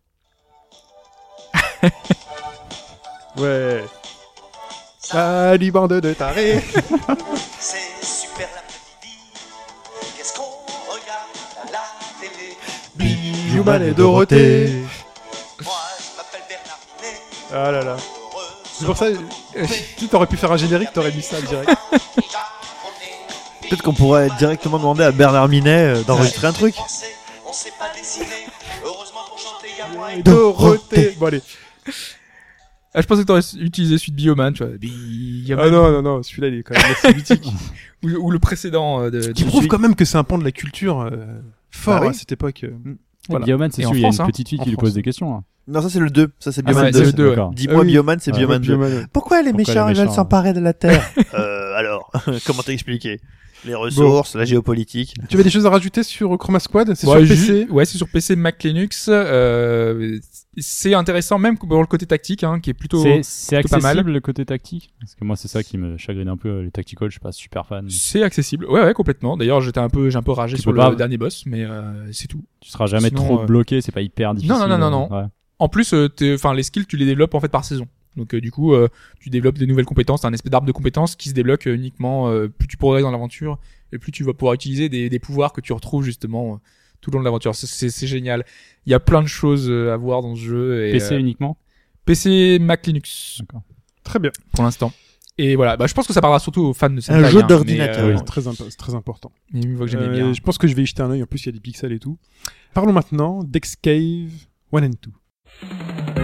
C: Ouais. Salut bande de tarés.
H: C'est super la petite vie. Qu'est-ce qu'on regarde à la télé?
C: Bijouman et Dorothée.
H: Moi, je m'appelle Bernard Minet.
C: Ah là là.
H: Heureux
C: C'est pour ça, tu t'aurais pu faire un générique, t'aurais mis ça direct.
E: Peut-être qu'on pourrait directement demander à Bernard Minet d'enregistrer un truc.
H: On sait pas dessiner. Heureusement pour chanter, y a moi et
C: Dorothée. Bon allez.
F: Ah, je pensais que t'aurais utilisé celui de Bioman, tu vois. Bioman.
C: Ah non, celui-là il est quand même assez mythique.
F: Ou le précédent
C: Qui prouve quand même que c'est un pan de la culture fort
E: Ah oui.
C: à cette époque. Voilà.
D: Bioman, c'est
F: Et en
D: sûr, il y a
F: France,
D: une
F: hein.
D: petite fille
C: En
D: qui lui
C: France.
D: pose des questions. Hein.
E: Non, ça c'est le 2. Ça c'est
F: Ah,
E: Bioman
F: ouais,
E: 2.
F: c'est le 2, ouais.
D: D'accord.
E: Dis-moi
C: Ah oui.
E: Bioman, c'est
D: Ah,
E: Bioman 2.
C: Bioman.
E: Pourquoi les
D: Pourquoi
E: méchants
D: les
E: ils veulent
D: méchants
E: s'emparer de la Terre Alors, comment t'expliquer? Les ressources, la géopolitique.
C: Tu avais des choses à rajouter sur Chroma Squad? C'est
F: Ouais,
C: sur PC?
F: Ouais, c'est sur PC, Mac, Linux. C'est intéressant, même pour le côté tactique, hein, qui est plutôt...
D: C'est
F: plutôt pas mal.
D: accessible le côté tactique? Parce que moi, c'est ça qui me chagrine un peu. Les tacticals, je suis pas super fan.
F: C'est accessible. Ouais, complètement. D'ailleurs, j'ai un peu ragé
D: Tu
F: sur
D: peux
F: le
D: pas-
F: dernier boss, mais c'est tout.
D: Tu seras jamais
F: Sinon,
D: trop bloqué, c'est pas hyper difficile.
F: non.
D: Ouais.
F: En plus, les skills, tu les développes en fait par saison. Donc du coup, tu développes des nouvelles compétences, t'as un espèce d'arbre de compétences qui se débloque uniquement plus tu progresses dans l'aventure et plus tu vas pouvoir utiliser des pouvoirs que tu retrouves justement tout le long de l'aventure. C'est génial. Il y a plein de choses à voir dans ce jeu. Et,
D: PC uniquement?
F: PC, Mac, Linux
D: D'accord.
C: Très bien.
F: pour l'instant. Et voilà, je pense que ça parlera surtout aux fans de
E: Un
F: Sentai,
E: jeu
F: hein,
E: d'ordinateur.
F: mais,
C: Oui, c'est très important.
F: mais une fois que j'aimais bien.
C: Je pense que je vais y jeter un œil. En plus, il y a des pixels et tout. Parlons maintenant d'X Cave 1 and 2.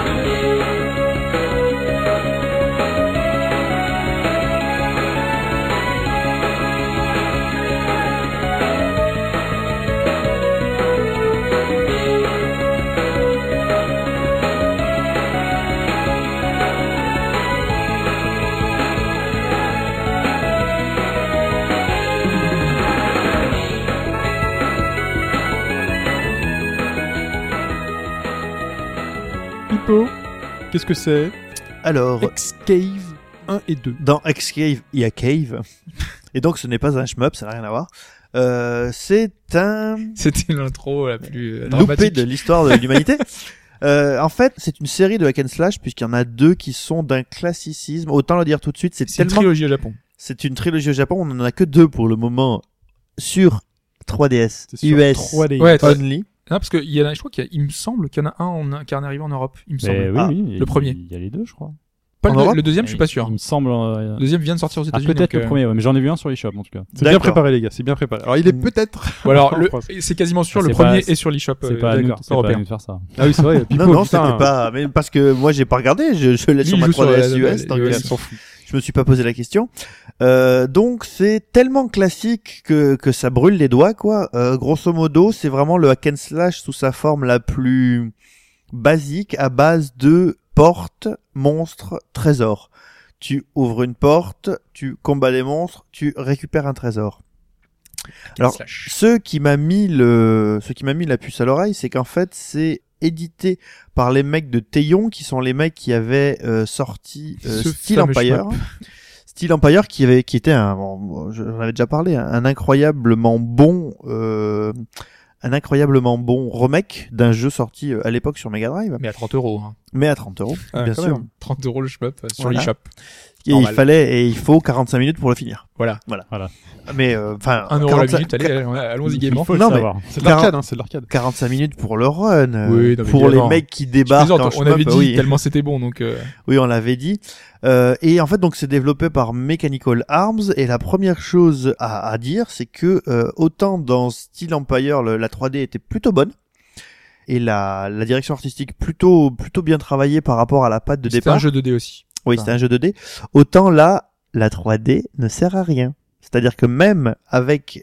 C: Pipo, qu'est-ce que c'est?
E: Alors,
C: X Cave 1 et 2.
E: dans X-Cave, il y a Cave. Et donc, ce n'est pas un shmup, ça n'a rien à voir. C'est un
F: C'était l'intro la plus
E: loupé
F: dramatique.
E: de l'histoire de l'humanité. En fait, c'est une série de hack and slash puisqu'il y en a deux qui sont d'un classicisme. Autant le dire tout de suite, c'est
F: C'est une
E: tellement
F: trilogie au Japon.
E: C'est une trilogie au Japon, on en a que 2 pour le moment sur 3DS
C: C'est sur
E: US
C: 3D.
F: Ouais,
E: only.
F: Non, parce que je crois il me semble qu'il y en a un qui est arrivé en Europe. Il me semble.
D: Mais oui,
E: Ah,
D: oui.
F: le premier.
D: Il y a les deux, je crois.
F: Pas
E: en
F: le,
E: Europe
F: le deuxième, je suis pas sûr.
D: Il me semble.
F: Le deuxième vient de sortir aux
D: Ah,
F: États-Unis.
D: peut-être
F: donc,
D: le premier, ouais, mais j'en ai vu un sur l'eShop en tout cas.
C: C'est bien
E: D'accord.
C: préparé, les gars, c'est bien préparé. Alors, il est peut-être...
F: Ou alors,
C: en France.
F: c'est quasiment sûr,
D: C'est
F: le
D: pas-
F: premier est sur l'eShop
D: C'est pas à nous,
F: d'accord,
D: c'est pas à
F: européen.
D: nous de faire ça.
C: Ah oui, c'est vrai. Pipo,
E: Non,
C: putain.
E: c'était pas, mais parce que moi j'ai pas regardé, je l'ai
F: Lui,
E: sur
F: il
E: ma
F: joue sur
E: 3DS
F: la-
E: US, donc
F: iOS.
E: euh,
F: Il s'en fout.
E: je me suis pas posé la question. Donc c'est tellement classique que ça brûle les doigts, quoi. Grosso modo, c'est vraiment le hack and slash sous sa forme la plus basique, à base de porte, monstre, trésor. Tu ouvres une porte, tu combats les monstres, tu récupères un trésor. Alors,
F: Slash.
E: ce qui m'a mis la puce à l'oreille, c'est qu'en fait, c'est édité par les mecs de Teion, qui sont les mecs qui avaient sorti
F: Ce
E: Steel
F: fameux
E: Empire.
F: shmup.
E: Steel Empire qui était j'en avais déjà parlé, un incroyablement bon remake d'un jeu sorti à l'époque sur Mega Drive,
F: Mais à 30 €. Hein.
E: mais à 30 €,
C: Ah,
E: bien
C: quand
E: sûr.
C: même.
F: 30 € le shmup sur
E: Voilà.
F: l'eShop.
E: Et
F: Normal.
E: il faut 45 minutes pour le finir.
F: Voilà.
E: Mais enfin
F: 1 € la minute, allons-y
D: Il
F: gaiement.
D: faut le
E: Non, mais-
D: savoir.
C: C'est de l'arcade, hein, c'est de l'arcade.
E: 45 minutes pour le run.
F: Oui, non, mais
E: pour les
F: évidemment.
E: mecs qui
F: Je
E: débarquent
F: plaisante,
E: en
F: on
E: shmup,
F: avait dit
E: oui.
F: tellement c'était bon, donc
E: Oui, on l'avait dit. Et en fait, donc, c'est développé par Mechanical Arms. Et la première chose à dire, c'est que autant dans Steel Empire, la 3D était plutôt bonne. Et la direction artistique plutôt bien travaillée par rapport à la patte de
F: c'était
E: départ.
F: un jeu 2D aussi.
E: Oui, c'était un jeu 2D. Autant là, la 3D ne sert à rien. C'est-à-dire que même avec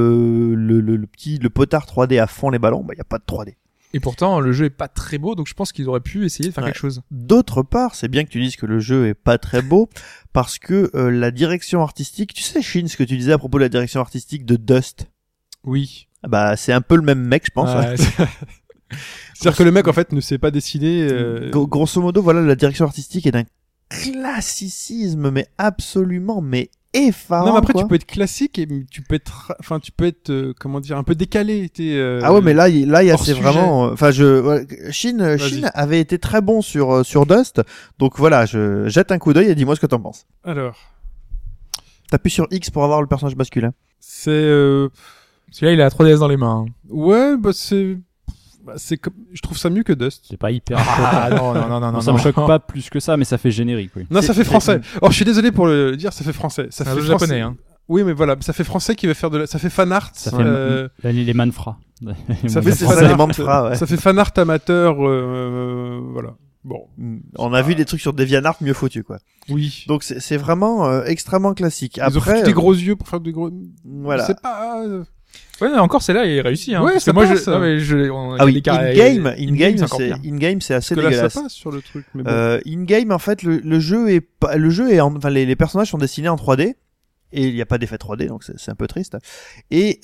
E: le potard 3D à fond les ballons, bah, y a pas de 3D.
F: Et pourtant, le jeu est pas très beau, donc je pense qu'ils auraient pu essayer de faire
E: Ouais.
F: quelque chose.
E: D'autre part, c'est bien que tu dises que le jeu est pas très beau, parce que la direction artistique, tu sais, Shin, ce que tu disais à propos de la direction artistique de Dust,
C: Oui.
E: bah c'est un peu le même mec, je pense.
F: Ouais,
C: C'est-à-dire que le mec, en fait, ne sait pas dessiner...
E: Grosso modo, voilà, la direction artistique est d'un classicisme, mais absolument, mais effarant.
C: Non, mais après,
E: quoi.
C: tu peux être classique et tu peux être, comment dire, un peu décalé.
E: Ah ouais, mais là, il y a,
C: hors
E: c'est
C: sujet.
E: vraiment, Shin avait été très bon sur Dust, donc voilà, je jette un coup d'œil et dis-moi ce que t'en penses.
C: Alors,
E: T'appuies sur X pour avoir le personnage masculin.
C: c'est...
F: Celui-là, il a la 3DS dans les mains. hein.
C: Ouais, bah c'est comme... Je trouve ça mieux que Dust.
D: C'est pas hyper.
F: Ah non, non, non, non,
D: Bon,
F: non.
D: ça me choque pas plus que ça, mais ça fait générique, oui.
C: Non, ça fait français. Oh, je suis désolé pour le dire, ça fait français. Ça
F: C'est un
C: fait
F: jeu
C: français.
F: japonais, hein.
C: Oui, mais voilà, ça fait français qui va faire ça fait fan art.
D: Ça fait les manfra.
C: Ça
E: Oui,
C: fait
E: c'est
C: fan
E: ça, les
C: art,
E: manfra, ouais.
C: Ça fait fan art amateur, voilà. Bon.
E: On a vu des trucs sur DeviantArt mieux foutus, quoi.
C: Oui.
E: Donc c'est vraiment extrêmement classique.
C: Ils ont
E: Après,
C: foutu des gros yeux pour faire des gros...
E: voilà.
C: C'est pas...
F: Ouais, non, encore celle-là, il réussit. Hein.
C: Ouais,
F: Parce
C: ça
F: que moi,
C: passe.
F: non, mais on
E: Ah
F: il y a
E: oui,
F: des carrés-
E: in-game,
F: c'est encore pire.
E: c'est assez
C: Parce que là, ça
E: dégueulasse.
C: passe sur le truc. Mais bon.
E: In-game, en fait, le jeu est enfin, les personnages sont dessinés en 3D et il n'y a pas d'effet 3D, donc c'est un peu triste. Et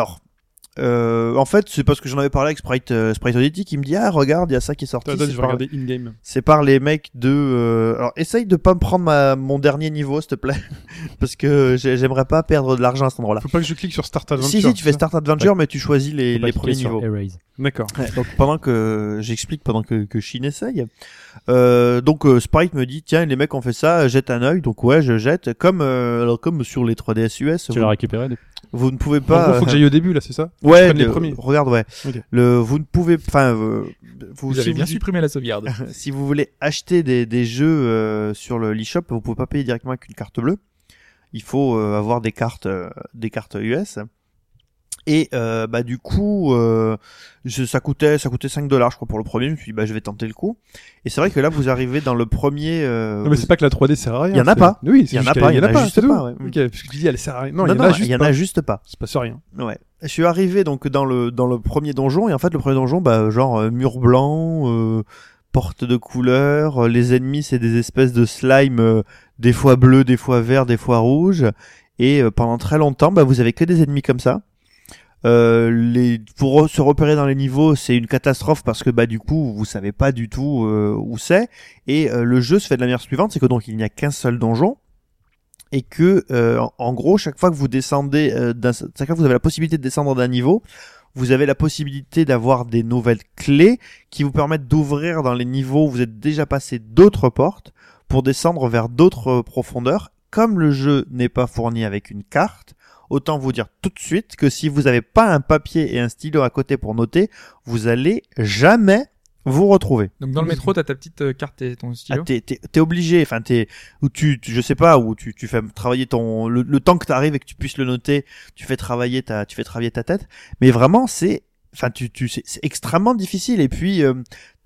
E: en fait, c'est parce que j'en avais parlé avec Sprite Oddity qui me dit regarde, il y a ça qui est sorti.
C: Attends, je
E: C'est
C: vais
E: par,
C: regarder in-game.
E: c'est par les mecs de. Alors, essaye de pas me prendre mon dernier niveau, s'il te plaît, parce que j'aimerais pas perdre de l'argent à cet endroit-là.
C: Faut pas que je clique sur Start Adventure.
E: Si, tu fais
C: c'est ça
E: Start Adventure, mais tu choisis les premiers niveaux.
D: Erase.
C: D'accord.
E: Ouais, donc pendant que Shin essaye, Sprite me dit tiens, les mecs ont fait ça, jette un œil. Donc ouais, je jette comme sur les 3DS US.
D: Tu l'as récupéré depuis.
E: Vous ne pouvez
C: En
E: pas.
C: gros, faut que j'aille au début, là, c'est ça?
E: Ouais,
C: prenne les premiers.
E: regarde, ouais.
C: Ok.
E: Vous ne pouvez,
F: Vous avez bien supprimé la sauvegarde.
E: si vous voulez acheter des jeux sur le l'eShop, vous pouvez pas payer directement avec une carte bleue. Il faut avoir des cartes US. Et du coup, ça coûtait $5, je crois, pour le premier. Je me suis dit, je vais tenter le coup. Et c'est vrai que là, vous arrivez dans le premier.
C: Non, mais c'est pas que la 3D sert à rien.
E: Il y en a
C: c'est-
E: pas.
C: Oui,
E: Il y en
C: juste
E: a
C: qu'il
E: pas, il y en a juste
C: c'est tout.
E: pas, ouais.
C: Ok, parce que tu dis, elle sert à rien. Non,
E: Non,
C: il y en a juste
E: il y en
C: pas.
E: a juste pas.
C: C'est pas sur rien.
E: Ouais. Je suis arrivé donc dans le premier donjon et en fait le premier donjon mur blanc, porte de couleur, les ennemis c'est des espèces de slime des fois bleus, des fois verts, des fois rouges et pendant très longtemps vous avez que des ennemis comme ça. Pour se repérer dans les niveaux, c'est une catastrophe parce que du coup, vous savez pas du tout où c'est et le jeu se fait de la manière suivante, c'est que donc il n'y a qu'un seul donjon. Et que, en gros, chaque fois que vous descendez, chaque fois que vous avez la possibilité de descendre d'un niveau, vous avez la possibilité d'avoir des nouvelles clés qui vous permettent d'ouvrir dans les niveaux où vous êtes déjà passé d'autres portes pour descendre vers d'autres profondeurs comme le jeu n'est pas fourni avec une carte, autant vous dire tout de suite que si vous n'avez pas un papier et un stylo à côté pour noter, vous allez jamais vous retrouver.
F: Donc dans le métro, t'as ta petite carte et ton
E: Ah,
F: stylo.
E: t'es obligé, enfin où je sais pas, où tu fais travailler le temps que t'arrives et que tu puisses le noter, tu fais travailler ta tête. Mais vraiment, c'est extrêmement difficile. Et puis il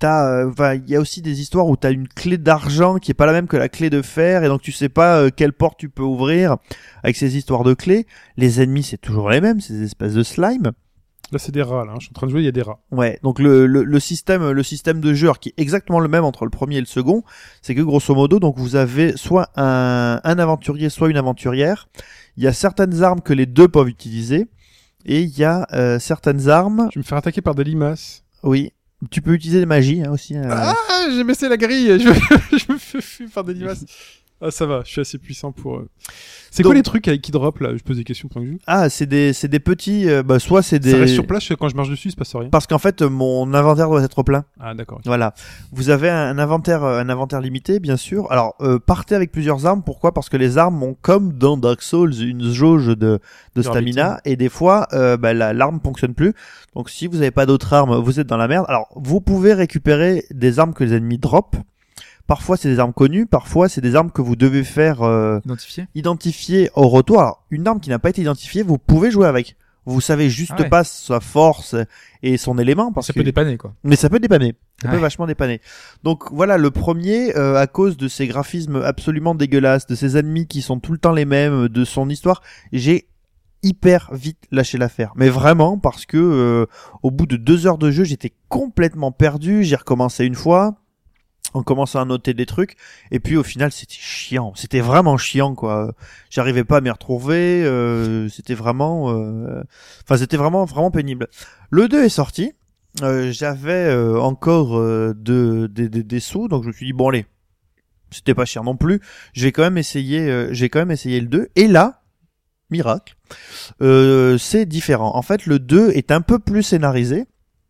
E: y a aussi des histoires où t'as une clé d'argent qui est pas la même que la clé de fer, et donc tu sais pas quelle porte tu peux ouvrir avec ces histoires de clés. Les ennemis, c'est toujours les mêmes, ces espèces de slime.
C: Là, c'est des rats, là. Je suis en train de jouer, il y a des rats.
E: Ouais, donc le système de jeu qui est exactement le même entre le premier et le second, c'est que grosso modo, donc vous avez soit un aventurier, soit une aventurière. Il y a certaines armes que les deux peuvent utiliser, et il y a certaines armes.
C: Je vais me faire attaquer par des limaces.
E: Oui, tu peux utiliser des magies aussi.
C: Ah, j'ai baissé la grille. Je me fais fuir par des limaces. Ah, ça va, je suis assez puissant pour... C'est
E: Donc-
C: quoi les trucs qui drop, là? Je pose des questions pendant que je joue.
E: Ah, c'est des petits, soit c'est des.
C: Ça reste sur place, quand je marche dessus, il se passe rien.
E: Parce qu'en fait, mon inventaire doit être plein.
C: Ah, d'accord.
E: Voilà. Vous avez un inventaire limité, bien sûr. Alors, partez avec plusieurs armes. Pourquoi? Parce que les armes ont, comme dans Dark Souls, une jauge de stamina. Et des fois, l'arme fonctionne plus. Donc, si vous n'avez pas d'autres armes, vous êtes dans la merde. Alors, vous pouvez récupérer des armes que les ennemis drop. Parfois, c'est des armes connues. Parfois, c'est des armes que vous devez faire identifier au retour. Alors, une arme qui n'a pas été identifiée, vous pouvez jouer avec. Vous savez juste
F: Ah ouais.
E: pas sa force et son élément. Parce
F: Ça
E: que
F: peut dépanner, quoi.
E: mais ça peut dépanner. Ça peut
F: Ouais.
E: vachement dépanner. Donc voilà, le premier, à cause de ces graphismes absolument dégueulasses, de ces ennemis qui sont tout le temps les mêmes, de son histoire, j'ai hyper vite lâché l'affaire. Mais vraiment, parce que au bout de 2 heures de jeu, j'étais complètement perdu. J'ai recommencé une fois, en commençant à noter des trucs, et puis au final, c'était chiant. C'était vraiment chiant, quoi. J'arrivais pas à m'y retrouver. C'était vraiment, c'était vraiment pénible. Le 2 est sorti. J'avais encore des sous, donc je me suis dit bon allez, c'était pas cher non plus, je vais quand même essayer le 2, et là, miracle, c'est différent. En fait, le 2 est un peu plus scénarisé,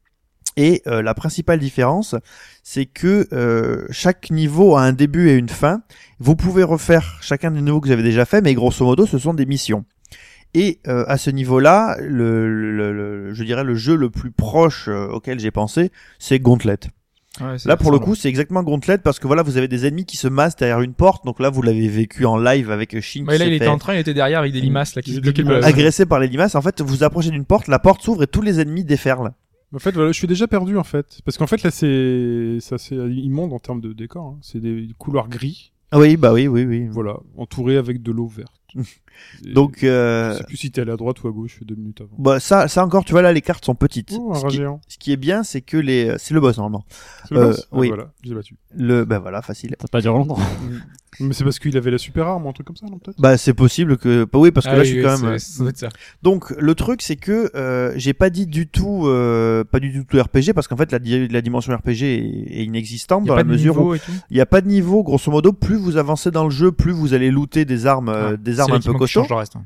E: et la principale différence, c'est que chaque niveau a un début et une fin. Vous pouvez refaire chacun des niveaux que vous avez déjà fait, mais grosso modo, ce sont des missions. Et à ce niveau-là, je dirais le jeu le plus proche auquel j'ai pensé, c'est Gauntlet.
F: Ouais,
E: Là, pour le coup, c'est exactement Gauntlet, parce que voilà, vous avez des ennemis qui se massent derrière une porte. Donc là, vous l'avez vécu en live avec Shin
F: Ouais,
E: qui
F: là, il
E: s'est
F: était
E: fait
F: en train, il était derrière avec des limaces, là, qui se bloquaient le
E: agressé par les limaces. En fait, vous approchez d'une porte, la porte s'ouvre et tous les ennemis déferlent.
C: En fait, voilà, je suis déjà perdu, en fait. Parce qu'en fait, là, c'est immonde en termes de décor. Hein. C'est des couloirs gris.
E: Oui, bah oui.
C: Voilà, entouré avec de l'eau verte. Et
E: Donc,
C: je sais plus si t'es allé à droite ou à gauche 2 minutes avant.
E: bah ça encore, tu vois là, les cartes sont petites.
C: Oh, un
E: Ce
C: rat
E: qui-
C: géant.
E: Ce qui est bien, c'est que c'est le boss normalement.
C: C'est le boss.
E: oui.
C: Voilà, j'ai battu.
E: Voilà, facile.
D: Ça va pas durer longtemps.
C: Mais c'est parce qu'il avait la super arme ou un truc comme ça, non, peut-être?
E: Bah c'est possible que, bah oui, parce que là je suis quand même.
F: Ça doit être ça.
E: Donc le truc c'est que j'ai pas dit du tout RPG, parce qu'en fait la dimension RPG est inexistante
F: Il y
E: dans
F: a
E: la
F: pas de
E: mesure où
F: niveau et tout.
E: il y a pas de niveau. Grosso modo, plus vous avancez dans le jeu, plus vous allez looter des armes un peu costauds.
F: Le reste. Hein.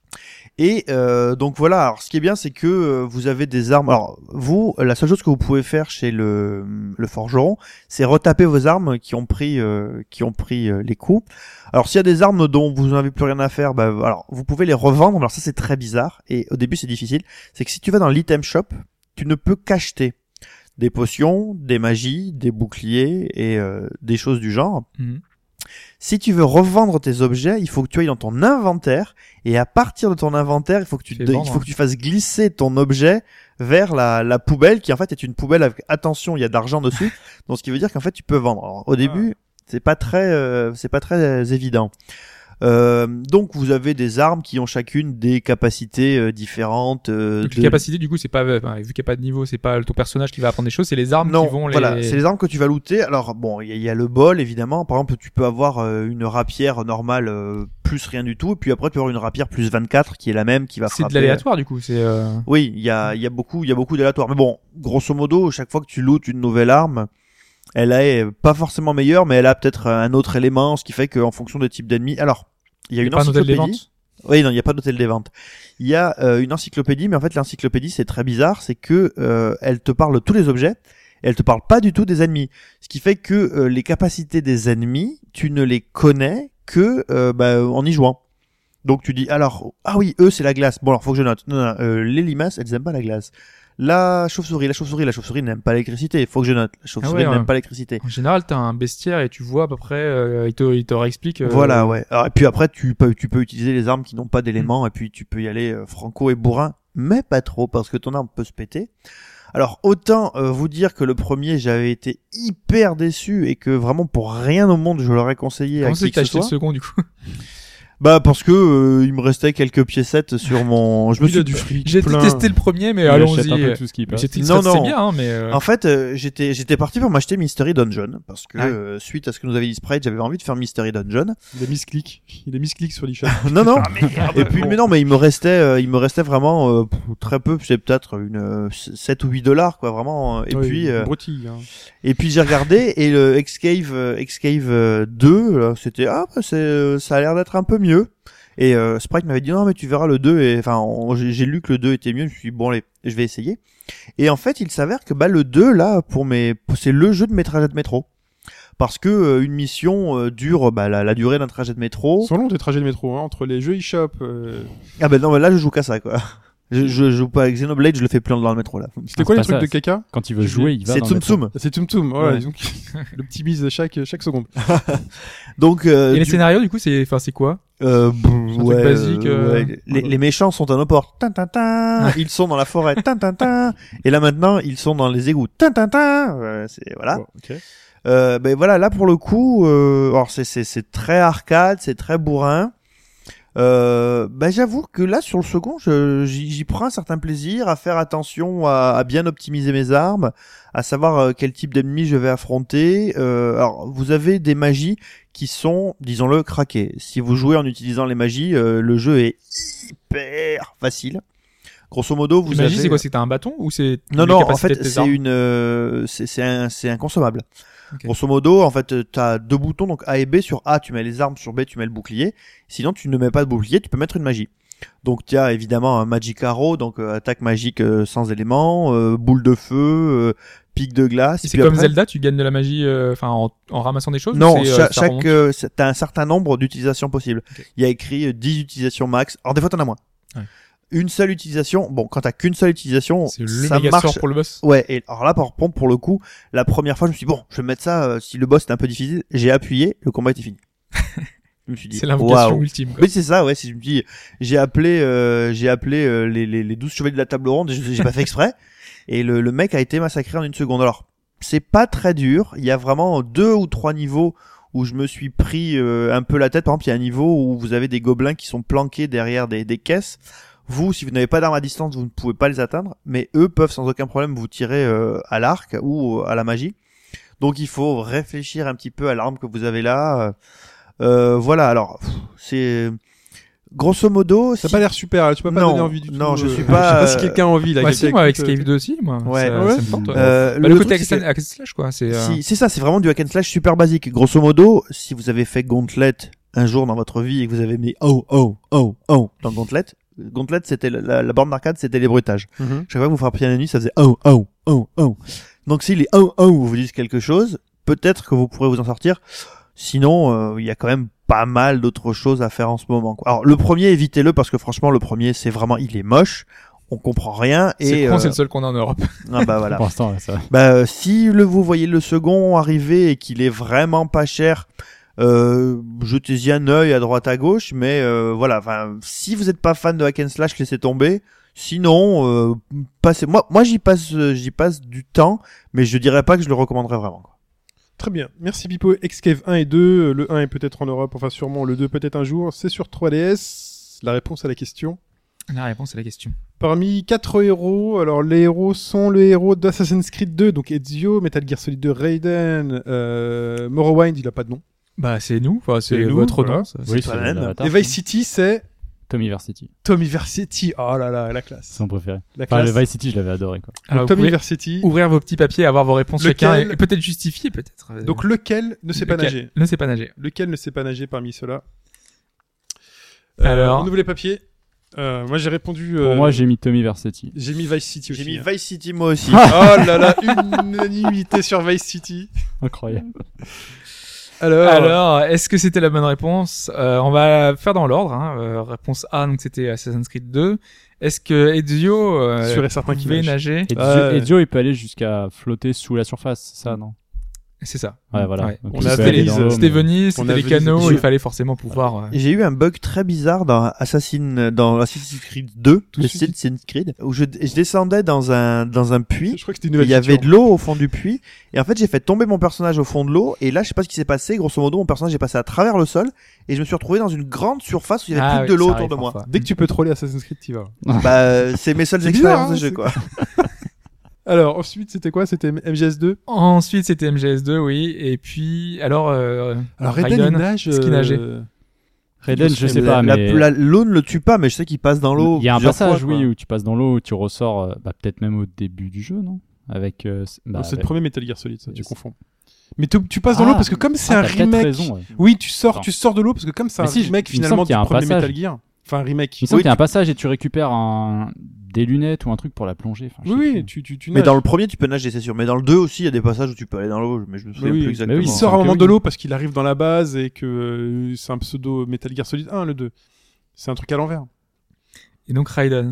E: Et donc voilà, alors ce qui est bien, c'est que vous avez des armes. Alors vous, la seule chose que vous pouvez faire chez le forgeron, c'est retaper vos armes qui ont pris les coups. Alors s'il y a des armes dont vous n'avez plus rien à faire, bah alors vous pouvez les revendre. Alors ça c'est très bizarre, et au début c'est difficile. C'est que si tu vas dans l'item shop, tu ne peux qu'acheter des potions, des magies, des boucliers et des choses du genre.
F: Mhm.
E: Si tu veux revendre tes objets, il faut que tu ailles dans ton inventaire, et à partir de ton inventaire, il faut que tu fasses glisser ton objet vers la poubelle, qui en fait est une poubelle avec, attention, il y a d'argent dessus. Donc ce qui veut dire qu'en fait tu peux vendre. Alors, au début, c'est pas très évident. Donc vous avez des armes qui ont chacune des capacités différentes.
F: Donc les capacités, du coup, c'est pas, vu qu'il n'y a pas de niveau, c'est pas ton personnage qui va apprendre des choses, c'est les armes
E: Non,
F: qui vont
E: voilà, c'est les armes que tu vas looter. Alors bon, il y a le bol évidemment. Par exemple, tu peux avoir une rapière normale plus rien du tout, et puis après tu peux avoir une rapière plus 24 qui est la même, qui va
F: C'est
E: frapper.
F: de l'aléatoire, du coup, c'est,
E: Oui, il y a beaucoup d'aléatoires. Mais bon, grosso modo, chaque fois que tu lootes une nouvelle arme, elle est pas forcément meilleure, mais elle a peut-être un autre élément, ce qui fait qu'en fonction des types d'ennemis. Alors, il y a une
F: pas un hôtel des
E: encyclopédie.
F: ventes.
E: Oui, non, il n'y a pas d'hôtel des ventes. Il y a une encyclopédie, mais en fait l'encyclopédie c'est très bizarre, c'est que elle te parle de tous les objets, et elle te parle pas du tout des ennemis. Ce qui fait que les capacités des ennemis, tu ne les connais que en y jouant. Donc tu dis alors ah oui eux c'est la glace. Bon alors faut que je note. Non, les limaces elles aiment pas la glace. La chauve-souris n'aime pas l'électricité. Faut que je note. La chauve-souris
F: Ah ouais,
E: n'aime
F: ouais.
E: pas l'électricité.
F: En général, t'as un bestiaire et tu vois à peu près, il te réexplique.
E: Voilà ouais. Alors, et puis après tu peux utiliser les armes qui n'ont pas d'éléments et puis tu peux y aller franco et bourrin, mais pas trop parce que ton arme peut se péter. Alors autant vous dire que le premier j'avais été hyper déçu et que vraiment pour rien au monde je l'aurais conseillé
F: Comment
E: à
F: c'est
E: qui
F: que t'as
E: que ce
F: acheté le
E: soit.
F: second du coup?
E: Bah parce que il me restait quelques piécettes sur mon. Je me
C: Il
E: suis
C: a du fric.
F: J'ai
C: plein.
F: testé le premier, mais
D: Il
F: allons-y.
D: achète un peu tout ce qu'il peut.
E: Non,
F: C'est
E: non.
F: bien, hein, mais.
E: En fait, j'étais parti pour m'acheter Mystery Dungeon parce que
F: Ouais.
E: suite à ce que nous avait dit Sprite, j'avais envie de faire Mystery Dungeon.
C: Il a misclick. Il a misclick sur l'eShop.
E: non non. Et puis mais non, mais il me restait vraiment très peu, c'est peut-être une 7 ou 8 dollars quoi, vraiment. Et
C: Oui,
E: puis
C: broutille, hein.
E: et puis j'ai regardé et le Excave 2, là, c'était ça a l'air d'être un peu mieux. Et Sprite m'avait dit non mais tu verras le 2 et enfin j'ai lu que le 2 était mieux, je me suis dit bon allez, je vais essayer. Et en fait, il s'avère que le 2 là c'est le jeu de mes trajets de métro. Parce que une mission dure la durée d'un trajet de métro.
C: Ils sont longs tes trajets de métro, hein, entre les jeux eShop.
E: Ah ben non, mais là je joue qu'à ça quoi. Je joue pas avec Xenoblade, je le fais plus dans le métro là.
C: C'était quoi les
D: c'est pas
C: trucs
D: ça,
C: de caca?
D: Quand il veut jouer, il va
E: C'est
D: dans le
E: Tsum
D: métro.
E: Tsum.
C: C'est Tum Tum, voilà,
E: Ouais.
C: disons que le petit bise chaque seconde.
E: Donc
F: Et les scénarios, du coup, c'est quoi?
E: ouais,
F: truc basique,
E: ouais. Les méchants sont à nos portes. Tin, tin, tin. Ils sont dans la forêt. Tin, tin, tin. Et là maintenant, ils sont dans les égouts. Tin, tin, tin. C'est voilà.
C: Bon, ok.
E: Ben voilà, là pour le coup, alors c'est très arcade, c'est très bourrin. J'avoue que là sur le second, j'y prends un certain plaisir à faire attention à bien optimiser mes armes, à savoir quel type d'ennemi je vais affronter. Alors vous avez des magies qui sont, disons-le, craquées. Si vous jouez en utilisant les magies, le jeu est hyper facile. Grosso modo, vous
F: Magie,
E: avez.
F: c'est quoi? C'est que t'as un bâton ou c'est
E: Non,
F: les
E: non, en
F: capacités
E: fait,
F: de tes
E: c'est
F: armes
E: c'est un consommable.
F: Ok.
E: Grosso modo, en fait, t'as deux boutons, donc A et B. Sur A, tu mets les armes, sur B, tu mets le bouclier. Sinon, tu ne mets pas de bouclier, tu peux mettre une magie. Donc, tu as évidemment un Magic Arrow, donc attaque magique sans éléments, boule de feu, pic de glace.
F: Et c'est
E: Puis
F: comme
E: après-
F: Zelda, tu gagnes de la magie en ramassant des choses? ou
E: Non,
F: c'est, ça remonte
E: t'as un certain nombre d'utilisations possibles.
F: Ok.
E: Il y a écrit 10 utilisations max. Alors, des fois, t'en as moins.
F: Ouais.
E: Une seule utilisation. Bon, quand t'as qu'une seule utilisation,
F: C'est le
E: ça
F: méga
E: marche.
F: sort pour le boss.
E: Ouais, et alors là, par contre, pour le coup, la première fois, je me suis dit, bon, je vais mettre ça, si le boss est un peu difficile, j'ai appuyé, le combat était fini. Je me suis dit,
F: C'est l'invocation
E: waouh.
F: ultime, quoi.
E: Oui, c'est ça, ouais, si je me dis, j'ai appelé les 12 chevaliers de la table ronde, j'ai pas fait exprès, et le mec a été massacré en une seconde. Alors, c'est pas très dur, il y a vraiment 2 ou 3 niveaux où je me suis pris un peu la tête. Par exemple, il y a un niveau où vous avez des gobelins qui sont planqués derrière des caisses. Vous, si vous n'avez pas d'arme à distance, vous ne pouvez pas les atteindre, mais eux peuvent sans aucun problème vous tirer à l'arc ou à la magie. Donc il faut réfléchir un petit peu à l'arme que vous avez là. Voilà, alors c'est grosso modo.
C: Ça a pas l'air super, là, tu m'as pas
E: Non,
C: donné envie du tout.
E: non, je suis
C: Je sais
E: pas,
C: pas si quelqu'un a envie, là.
F: Bah
C: quelqu'un
F: si, moi avec
C: écoute,
F: Escape 2 aussi, moi.
E: Ouais.
F: Ça
C: Ouais.
F: me tente. Ouais.
E: le
F: Bah, le côté
E: truc, c'est que-
F: hack and slash, quoi. C'est,
E: Si, c'est ça, c'est vraiment du hack and slash super basique. Grosso modo, si vous avez fait Gauntlet un jour dans votre vie et que vous avez mis dans Gauntlet, c'était la borne d'arcade, c'était les bruitages.
C: Mhm.
E: Chaque fois que vous frappiez un ennemi, ça faisait Donc si les vous disent quelque chose, peut-être que vous pourrez vous en sortir. Sinon, il y a quand même pas mal d'autres choses à faire en ce moment, quoi. Alors le premier, évitez-le parce que franchement, le premier, c'est vraiment, il est moche. On comprend rien
F: c'est
E: et
F: con, c'est le seul qu'on a en Europe.
E: ah bah voilà.
D: Pour l'instant, ouais, ça.
E: Si vous voyez le second arriver et qu'il est vraiment pas cher, jetez-y un œil à droite à gauche, mais voilà, enfin, si vous êtes pas fan de hack and slash, laissez tomber. Sinon, passez. Moi, j'y passe du temps, mais je dirais pas que je le recommanderais vraiment, quoi.
C: Très bien. Merci Pipo. Excave 1 et 2. Le 1 est peut-être en Europe, enfin sûrement le 2 peut-être un jour. C'est sur 3DS. La réponse à la question.
F: La réponse à la question.
C: Parmi 4 héros, alors les héros sont le héros d'Assassin's Creed 2, donc Ezio, Metal Gear Solid 2, Raiden, Morrowind, il a pas de nom.
F: Bah c'est nous, enfin c'est
C: nous,
F: votre
C: voilà.
F: nom. Ça,
D: Oui,
E: pas
D: c'est
E: la même.
D: l'avatar.
C: Et Vice City, c'est
D: Tommy Vercetti,
C: Tommy Vercetti. Oh là là, la classe.
D: c'est mon préféré.
C: La
D: Enfin,
C: classe.
D: le Vice City, je l'avais adoré, quoi.
F: Alors,
C: Donc,
F: vous
C: Tommy
F: pouvez
C: Vercetti.
F: ouvrir vos petits papiers, avoir vos réponses chacun
C: Lequel
F: et peut-être justifier peut-être.
C: Donc lequel ne sait pas
F: Lequel
C: nager?
F: Ne sait pas nager.
C: Lequel ne sait pas nager parmi ceux-là?
F: Alors
C: on ouvre les papiers. Moi j'ai répondu.
D: Pour moi, j'ai mis Tommy Vercetti.
C: j'ai mis Vice City aussi.
E: J'ai mis
C: hein.
E: Vice City moi aussi.
C: Oh là là, unanimité sur Vice City.
D: Incroyable.
F: Alors, est-ce que c'était la bonne réponse? On va faire dans l'ordre. Hein. Réponse A, donc c'était Assassin's Creed 2. Est-ce que Ezio
C: Sûr et certain qu'il
F: pouvait
C: nage.
F: nager?
D: Ezio, il peut aller jusqu'à flotter sous la surface, c'est ça, non?
F: C'est ça.
D: Ouais, voilà.
F: Ouais.
D: Donc,
C: On
D: il
C: a
D: peut
C: fait
D: aller
C: les-
D: dans l'eau,
F: C'était
D: mais-
F: Venise,
C: On
F: c'était
C: a
F: les
C: vu-
F: canaux,
E: je-
F: il fallait forcément pouvoir...
E: J'ai eu un bug très bizarre dans Assassin's Creed 2,
C: Tout de suite.
E: Assassin's Creed, où je descendais dans un puits.
C: Je crois que c'était une
E: Il
C: nouvelle
E: y avait
C: feature.
E: de l'eau au fond du puits, et en fait j'ai fait tomber mon personnage au fond de l'eau, et là je sais pas ce qui s'est passé, grosso modo mon personnage est passé à travers le sol, et je me suis retrouvé dans une grande surface où il y avait plus que de l'eau autour de moi.
C: Dès que tu peux troller Assassin's Creed, t'y vas.
E: Bah c'est mes seules
C: C'est bizarre,
E: expériences de
C: hein,
E: jeu quoi.
C: Alors, ensuite, c'était quoi? C'était MGS2?
F: Ensuite, c'était MGS2, oui. Et puis, alors
C: Raiden, il nage.
F: est-ce qu'il nageait
D: Raiden, je sais pas, mais
E: L'eau ne le tue pas, mais je sais qu'il passe dans l'eau.
D: il y a un
E: plusieurs
D: passage,
E: fois,
D: oui,
E: quoi.
D: où tu passes dans l'eau, où tu ressors, peut-être même au début du jeu, non? Avec,
C: C'est le
D: avec-
C: premier Metal Gear Solid, ça, tu
D: Yes.
C: confonds. Mais tu passes dans l'eau parce que comme c'est un
D: t'as peut-être
C: remake.
D: raison, ouais.
C: Oui, tu sors de l'eau parce que comme c'est un
D: Mais si,
C: remake
D: il me semble
C: finalement
D: qu'il y a
C: du
D: un
C: premier
D: passage.
C: Metal Gear. Enfin, un remake.
D: Il me semble
E: Oui,
D: qu'il y a un passage et tu récupères des lunettes ou un truc pour la plongée. Enfin, je
C: Oui,
D: sais
C: oui,
D: plus.
C: tu
E: Mais
C: nages.
E: dans le premier, tu peux nager, c'est sûr. Mais dans le 2 aussi, il y a des passages où tu peux aller dans l'eau, mais je me souviens
C: oui,
E: plus exactement.
D: mais oui,
C: Il
D: Bon,
C: sort à un
D: que
C: moment
D: oui.
C: de l'eau parce qu'il arrive dans la base et que c'est un pseudo Metal Gear Solid 1, le 2. C'est un truc à l'envers.
F: Et donc Raiden.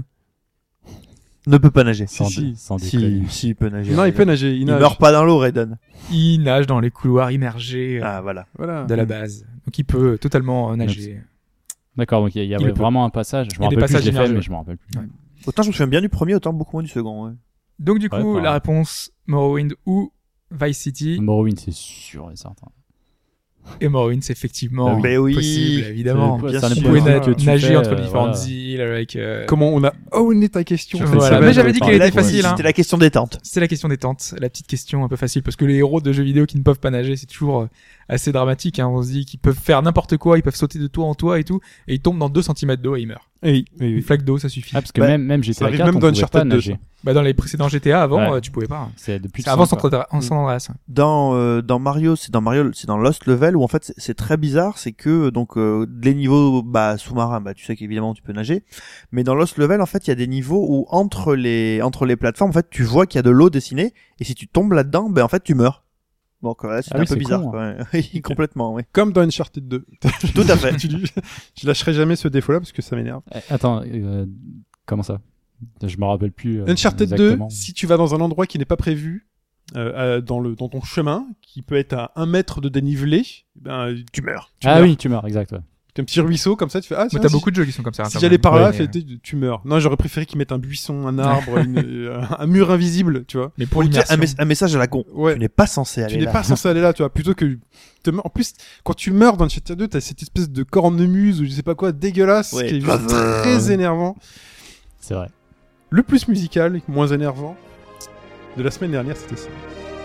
E: Ne peut pas nager.
D: Sans,
C: si.
D: sans déconner.
E: Si, il peut nager.
C: Non, il peut nager. Il
E: Il
C: nage.
E: meurt pas dans l'eau, Raiden.
F: Il nage dans les couloirs immergés
E: Ah, voilà.
C: Voilà.
F: de la base. Donc il peut totalement nager.
D: D'accord, donc il y avait
F: le peut.
D: vraiment un passage. Je
F: Il y a
D: me
F: des
D: rappelle plus, je
F: passages
D: l'ai fait,
F: immergés,
D: mais
F: ouais.
D: je me rappelle plus.
F: Ouais.
E: Autant je me souviens bien du premier, autant beaucoup moins du second. Ouais.
F: Donc du
D: Ouais,
F: coup,
D: pareil.
F: la réponse Morrowind ou Vice City.
D: Morrowind, c'est sûr et certain.
F: Et Morrowind, c'est effectivement
D: Ah oui.
E: Mais oui.
F: possible, évidemment.
D: C'est-
E: bien
D: c'est un
E: sûr.
F: Vous pouvez
E: Voilà,
D: que tu
F: nager
D: fais,
F: entre les différentes
D: voilà.
F: îles avec...
C: Comment on a owné ta question cette
F: Voilà.
C: semaine.
F: Mais j'avais dit qu'elle
E: Là,
F: était facile. Hein.
E: C'était la question détente.
F: C'est la question des tentes, la petite question un peu facile, parce que les héros de jeux vidéo qui ne peuvent pas nager, c'est toujours assez dramatique. Hein. On se dit qu'ils peuvent faire n'importe quoi, ils peuvent sauter de toit en toit et tout, et ils tombent dans 2 cm d'eau et ils meurent.
C: Oui, oui,
F: Une
C: oui.
F: flaque d'eau, ça suffit.
D: Ah, parce que
E: Bah,
D: même
C: ça
D: GTA
C: arrive
D: 4,
C: même
D: on
C: dans
D: pouvait pas
C: Uncharted 2,
D: nager.
F: Bah dans les précédents GTA avant,
D: Ouais.
F: tu pouvais pas.
D: C'est depuis
F: C'est
D: le
F: avant
D: 5, quoi.
F: San Andreas.
E: Dans Mario, c'est dans Lost Level où en fait c'est très bizarre, c'est que donc les niveaux sous-marins, tu sais qu'évidemment tu peux nager, mais dans Lost Level en fait il y a des niveaux où entre les plateformes en fait tu vois qu'il y a de l'eau dessinée et si tu tombes là-dedans, en fait tu meurs. Donc c'est
D: Ah
E: un
D: oui,
E: peu
D: c'est
E: bizarre
D: con,
E: quoi. Oui, complètement, oui.
C: Comme dans Uncharted 2.
E: Tout à fait.
C: Je lâcherai jamais ce défaut-là parce que ça m'énerve.
D: Attends, comment ça? Je me rappelle plus.
C: Uncharted 2,
D: exactement.
C: si tu vas dans un endroit qui n'est pas prévu, dans ton chemin, qui peut être à 1 mètre de dénivelé, ben,
E: Tu meurs.
C: tu
D: Ah
C: meurs.
D: oui, tu meurs, exact. Ouais.
C: T'as un petit ruisseau comme ça, tu fais, ah,
F: Mais
C: tiens,
F: t'as
C: si-
F: beaucoup de jeux qui sont comme ça.
C: si j'allais par là,
F: Ouais,
C: tu meurs. Non, j'aurais préféré qu'ils mettent un buisson, un arbre, un mur invisible, tu vois.
F: mais pour
E: Ou tu sais,
F: l'immersion.
E: un message à la con.
C: Ouais.
E: Tu n'es pas censé aller
C: Tu n'es
E: là.
C: pas censé aller là, tu vois. Plutôt que en plus, quand tu meurs dans Uncharted 2, t'as cette espèce de cornemuse ou je sais pas quoi dégueulasse
E: Ouais.
C: qui est juste très énervant.
D: C'est vrai.
C: Le plus musical, moins énervant de la semaine dernière, c'était ça.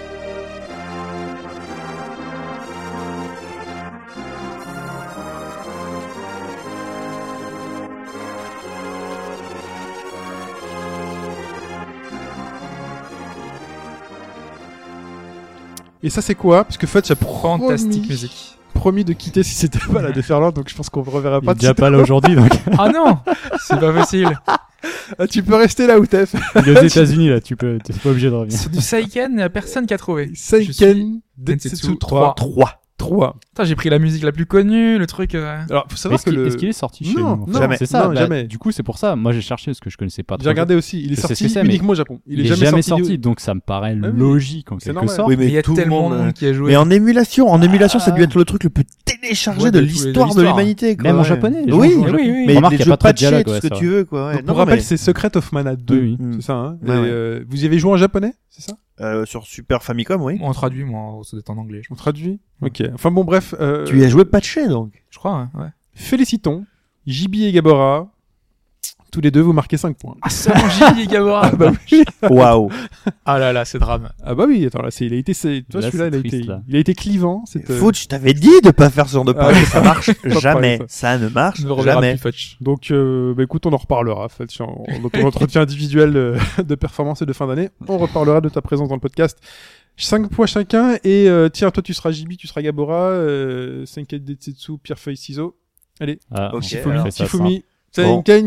C: Et ça c'est quoi? Parce que Fudge a
F: Fantastique musique.
C: promis de quitter si c'était pas la déferlante, donc je pense qu'on ne reverra
D: Il
C: pas
D: est
C: de
D: déjà
C: suite.
D: pas là aujourd'hui, donc
F: Ah non, c'est pas facile.
C: Ah, tu peux rester là où t'es.
D: il est aux États-Unis là. T'es pas obligé de revenir.
F: Sur du Seiken, y a personne qui a trouvé.
C: Seiken
F: Densetsu
C: Densetsu 3.
E: 3.
C: 3.
F: Putain, j'ai pris la musique la plus connue, le truc.
C: Alors, faut savoir
D: Est-ce
C: que
D: qu'il est sorti chez
C: Non,
D: nous?
C: non,
E: jamais.
D: C'est ça.
C: Non,
D: bah,
C: jamais.
D: Du coup, c'est pour ça. Moi, j'ai cherché parce que je connaissais pas trop.
C: J'ai regardé aussi, il est
D: Je sais ce
C: sorti
D: que c'est, mais
C: uniquement au Japon.
D: Il est jamais sorti, donc ça me paraît
C: Ah oui.
D: logique en
C: C'est
D: quelque
C: normal.
D: sorte.
E: Oui,
F: Mais il y a
E: tout le
F: tellement de
E: monde,
F: monde qui a joué.
E: Mais en émulation, ça a dû
D: Ah.
E: être le truc le plus téléchargé
F: Ouais,
E: de
F: de
E: l'histoire de
F: l'histoire.
E: l'humanité. quoi,
D: Même en
E: ouais.
D: japonais. les
E: Oui,
D: gens jouent en
F: oui,
D: japonais.
F: oui.
E: Mais
D: Remarque,
E: les
D: il y a
E: jeux
D: pas trop de
E: patchés,
D: dialogue,
E: tout
D: ouais,
E: ce que
D: ça
E: tu
D: va.
E: veux, quoi. Ouais.
C: Donc,
E: Non,
C: pour
E: non,
C: rappel,
E: mais,
C: c'est Secret of Mana 2.
D: Oui,
E: oui.
C: C'est ça, hein.
E: Ouais,
C: Et,
E: ouais.
C: vous y avez joué en japonais, c'est ça?
E: sur Super Famicom, oui.
F: On traduit, moi, ça doit être en anglais.
C: On traduit? Ok. Enfin bon, bref.
E: Tu y as joué patché, donc.
F: Je crois, ouais.
C: Félicitons. Jibi et Gabora. Tous les deux, vous marquez 5 points.
F: Ah, seulement J. et Gabora.
C: Ah bah oui.
E: Waouh.
F: Ah là là, c'est drame.
C: Ah bah oui, attends, là, il a été, toi,
D: Là,
C: celui-là,
D: c'est triste, là.
C: il a été clivant.
E: Fouch, je t'avais dit de pas faire ce genre de pari.
C: Ah,
E: Ça marche
C: de
E: jamais.
C: parler,
E: Ça ne marche
F: Je ne reverrai
E: jamais.
F: plus Fudge.
C: Donc, bah, écoute, on en reparlera, en fait, dans ton entretien individuel de performance et de fin d'année. On reparlera de ta présence dans le podcast. 5 points chacun, et tiens, toi, tu seras Jibi, tu seras Gabora, Senkai Densetsu, Pierre Feuille Ciseaux. Allez,
D: Ah,
E: Ok,
D: Shifumi,
E: alors,
D: fait ça
C: Shifumi,
E: Bon.
C: Senkai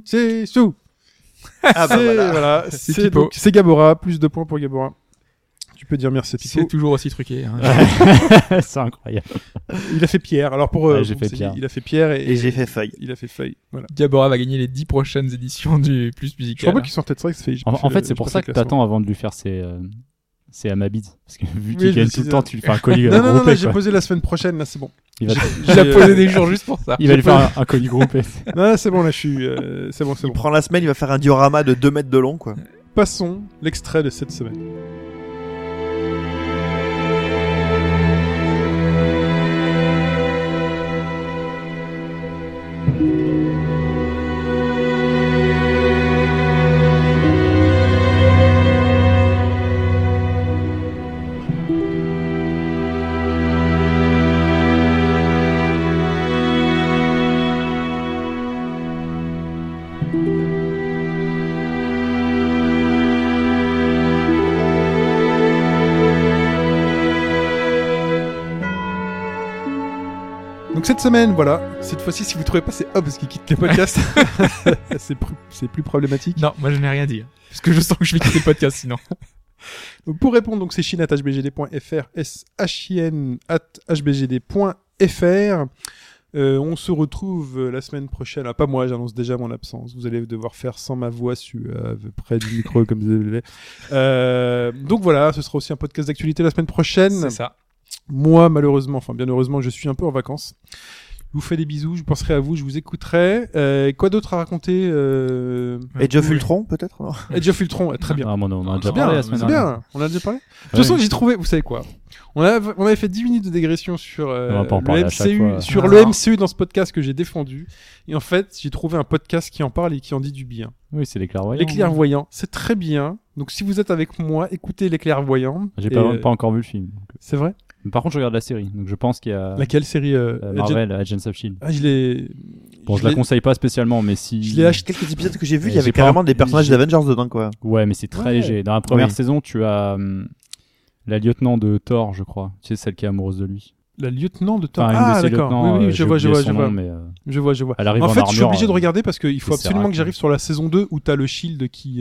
C: Densetsu.
E: Ah bah
C: C'est-
E: voilà.
C: voilà.
F: C'est
C: C'est
F: Pipo.
C: donc, c'est Gabora, plus 2 points pour Gabora. Tu peux dire merci à Pipo.
F: C'est toujours aussi truqué. Hein.
D: C'est incroyable.
C: Il a fait Pierre. Alors pour
D: Ouais, j'ai fait
C: c'est-
D: Pierre.
C: il a fait Pierre et
E: Et j'ai fait Feuille.
C: Il a fait Feuille. Voilà.
F: Diabora va gagner les 10 prochaines éditions du Plus
C: Je
F: Musical.
C: crois pas qu'il sortait de ça.
D: En fait, c'est pour ça que t'attends avant de lui faire ses Amabids. Parce que vu qu'il
C: je
D: gagne
C: me
D: tout le
C: suis-
D: temps, tu lui fais un colis
C: Non, non, non,
D: groupé.
C: là, j'ai
D: quoi.
C: posé la semaine prochaine. Là, c'est bon.
D: Il va,
F: Je l'ai posé des jours juste pour ça.
D: il va lui faire un colis groupé.
C: Non, c'est bon. Là, je suis. C'est bon, c'est
E: Il
C: bon.
E: prend la semaine, il va faire un diorama de 2 mètres de long, quoi.
C: Passons l'extrait de cette semaine. Donc cette semaine, voilà. Cette fois-ci, si vous trouvez pas, c'est Hobbs qui quitte le podcast. C'est plus problématique.
F: Non, moi je n'ai rien dit. Parce que je sens que je vais quitter le podcast sinon.
C: Donc, pour répondre, donc c'est chin@hbgd.fr, shin@hbgd.fr. On se retrouve la semaine prochaine. Ah, pas moi, j'annonce déjà mon absence. Vous allez devoir faire sans ma voix suave près du micro comme vous voulez. Donc voilà, ce sera aussi un podcast d'actualité la semaine prochaine.
F: C'est ça.
C: Moi, malheureusement, enfin bien heureusement, je suis un peu en vacances. Je vous fais des bisous, je penserai à vous, je vous écouterai. Quoi d'autre à raconter
E: Age of Ultron, peut-être, non?
C: Age of Ultron, très bien.
D: Ah, bon, on en a déjà
C: C'est bien,
D: parlé la semaine
C: c'est
D: dernière.
C: bien. On a déjà parlé. De toute
D: Ouais.
C: façon, j'ai trouvé, vous savez quoi? On avait fait 10 minutes de dégression sur
D: va pas en
C: le
D: parler à chaque
C: MCU,
D: fois.
C: sur
F: Ah.
C: le MCU dans ce podcast que j'ai défendu. Et en fait, j'ai trouvé un podcast qui en parle et qui en dit du bien.
D: Oui, c'est les clairvoyants.
C: Les clairvoyants, c'est très bien. Donc si vous êtes avec moi, écoutez les clairvoyants.
D: J'ai
C: Et,
D: pas encore vu le film. donc.
C: C'est vrai?
D: Mais par contre, je regarde la série. Donc je pense qu'il y a
C: Laquelle série
D: Marvel, Agents of Shield.
C: Ah, je l'ai.
D: Bon, je la conseille pas spécialement, mais si.
C: Je l'ai acheté.
E: Quelques épisodes que j'ai vus, il y
D: J'ai
E: avait
D: pas-
E: carrément des personnages
D: j'ai-
E: d'Avengers dedans, quoi.
D: Ouais, mais c'est très
C: Ouais.
D: léger. Dans la première
E: Oui.
D: saison, tu as la lieutenant de Thor, je crois. Tu sais, celle qui est amoureuse de lui.
C: La lieutenant de Thor.
D: Enfin, une
C: Ah,
D: de ses
C: d'accord.
D: lieutenants,
C: Oui, oui,
D: j'ai
C: je vois,
D: oublié son
C: je vois.
D: nom, mais,
C: Je vois.
D: elle arrive
C: En
D: en
C: fait, je suis
D: armure,
C: obligé de regarder parce qu'il faut
D: et
C: absolument
D: Sarah,
C: que j'arrive sur la saison 2 où t'as le Shield qui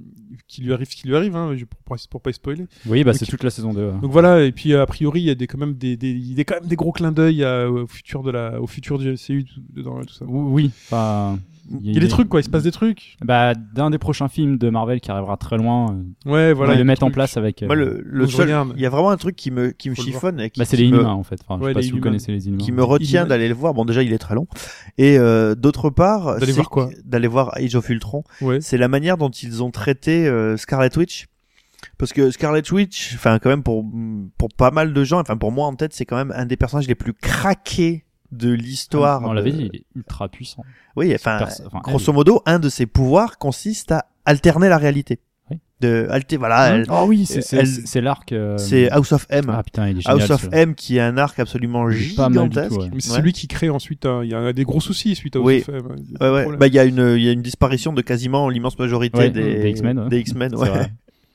C: lui arrive ce qui lui arrive, hein, pour pas spoiler.
D: Oui, bah
C: Ok.
D: c'est toute la saison 2.
C: Donc voilà, et puis a priori, il y a quand même des gros clins d'œil au futur du MCU dedans et tout ça.
D: Oui, enfin.
C: Il y a des trucs, quoi, il se passe des trucs.
D: Bah, d'un des prochains films de Marvel qui arrivera très loin,
C: Ouais, voilà.
D: ils
C: il y a
D: le
C: des
D: mettent en
C: trucs.
D: place avec.
E: Moi, le
C: Faut que je
E: seul,
C: regarde.
E: il y a vraiment un truc qui me
C: Faut le
E: chiffonne et qui,
D: Bah, c'est les
E: qui
D: Inhumains en fait. Enfin, je
C: Ouais,
D: sais pas
C: les
D: si vous
C: Inhumains.
D: connaissez les Inhumains.
E: qui me retient
C: Inhumains.
E: d'aller le voir. Bon, déjà, il est très long. Et d'autre part,
C: D'aller
E: c'est
C: voir quoi
E: d'aller voir Age of Ultron.
C: Ouais.
E: C'est la manière dont ils ont traité Scarlet Witch. Parce que Scarlet Witch, enfin quand même pour pas mal de gens, enfin pour moi en tête, c'est quand même un des personnages les plus craqués de l'histoire.
D: On l'avait dit, il est ultra puissant.
E: Oui, enfin,
D: Enfin,
E: grosso modo, un de ses pouvoirs consiste à alterner la réalité.
D: Oui.
E: Voilà,
D: Oh oui,
E: elle-
D: c'est l'arc.
E: c'est House of M.
D: Ah putain, il est génial.
E: House of
D: celui-là.
E: M qui est un arc absolument
D: Il est pas mal du
E: gigantesque.
D: tout, ouais.
C: Mais c'est
E: Ouais.
C: celui qui crée ensuite, il y a des gros soucis suite à
E: Oui.
C: House of M, il y a
E: Ouais,
C: pas de
E: ouais.
C: problème.
E: Bah, il y a une disparition de quasiment l'immense majorité
D: Ouais,
E: des
D: des X-Men, ouais.
E: des X-Men,
D: C'est
E: ouais.
D: vrai.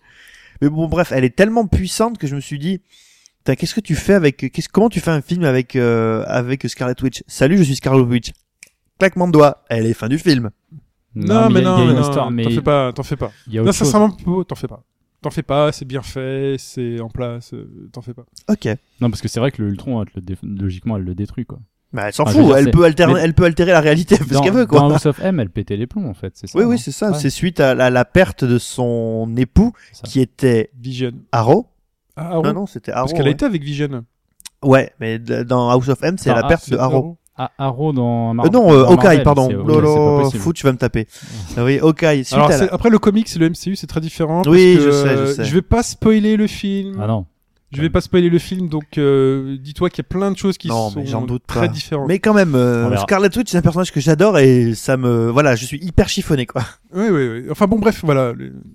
E: Mais bon, bref, elle est tellement puissante que je me suis dit, putain, qu'est-ce que tu fais comment tu fais un film avec Scarlet Witch? Salut, je suis Scarlet Witch. Claquement de doigts. Elle est fin du film.
C: Non, mais
D: il y a
C: non,
D: une
C: mais
D: histoire,
C: non,
D: mais
C: t'en fais pas.
D: il y a
C: Non,
D: autre chose.
C: sincèrement, Pipo, t'en fais pas. T'en fais pas, c'est bien fait, c'est en place, t'en fais pas.
E: Ok.
D: Non, parce que c'est vrai que le Ultron, logiquement, elle le détruit, quoi.
E: Bah, elle s'en
D: Ah, je veux
E: fout.
D: dire,
E: Elle peut altérer,
D: mais-
E: elle peut altérer la réalité. Elle fait ce
D: Dans-
E: qu'elle veut,
D: Dans
E: quoi.
D: House of M, elle pétait les plombs, en fait, c'est ça.
E: Oui,
D: non
E: oui, c'est ça.
D: Ouais.
E: C'est suite à la perte de son époux,
D: C'est ça.
E: qui était
C: Vision.
E: Arrow.
C: Ah, Arrow.
E: Non, c'était Arrow.
C: Parce qu'elle a
E: ouais.
C: été avec Vision.
E: Ouais, mais dans House of M, c'est
D: Enfin,
E: la perte
C: C'est
E: de Arrow.
D: Ah, Arrow dans
E: Non,
D: dans
E: Hawkeye,
D: Marvel,
E: pardon.
D: c'est-
E: Lolo,
D: c'est pas possible.
E: foot, tu vas me taper. Ah oui, Hawkeye. Suite
C: Alors,
E: à la-
C: après le comics et le MCU, c'est très différent.
E: Oui,
C: parce que,
E: je sais.
C: Je vais pas spoiler le film.
D: Ah non.
C: Je vais pas spoiler le film, donc dis-toi qu'il y a plein de choses qui
E: Non,
C: sont
E: mais j'en doute
C: très
E: pas.
C: différentes.
E: Mais quand même,
D: On verra.
E: Scarlet Witch, c'est un personnage que j'adore et ça me, voilà, je suis hyper chiffonné, quoi.
C: Oui, oui, oui. Enfin bon, bref, voilà.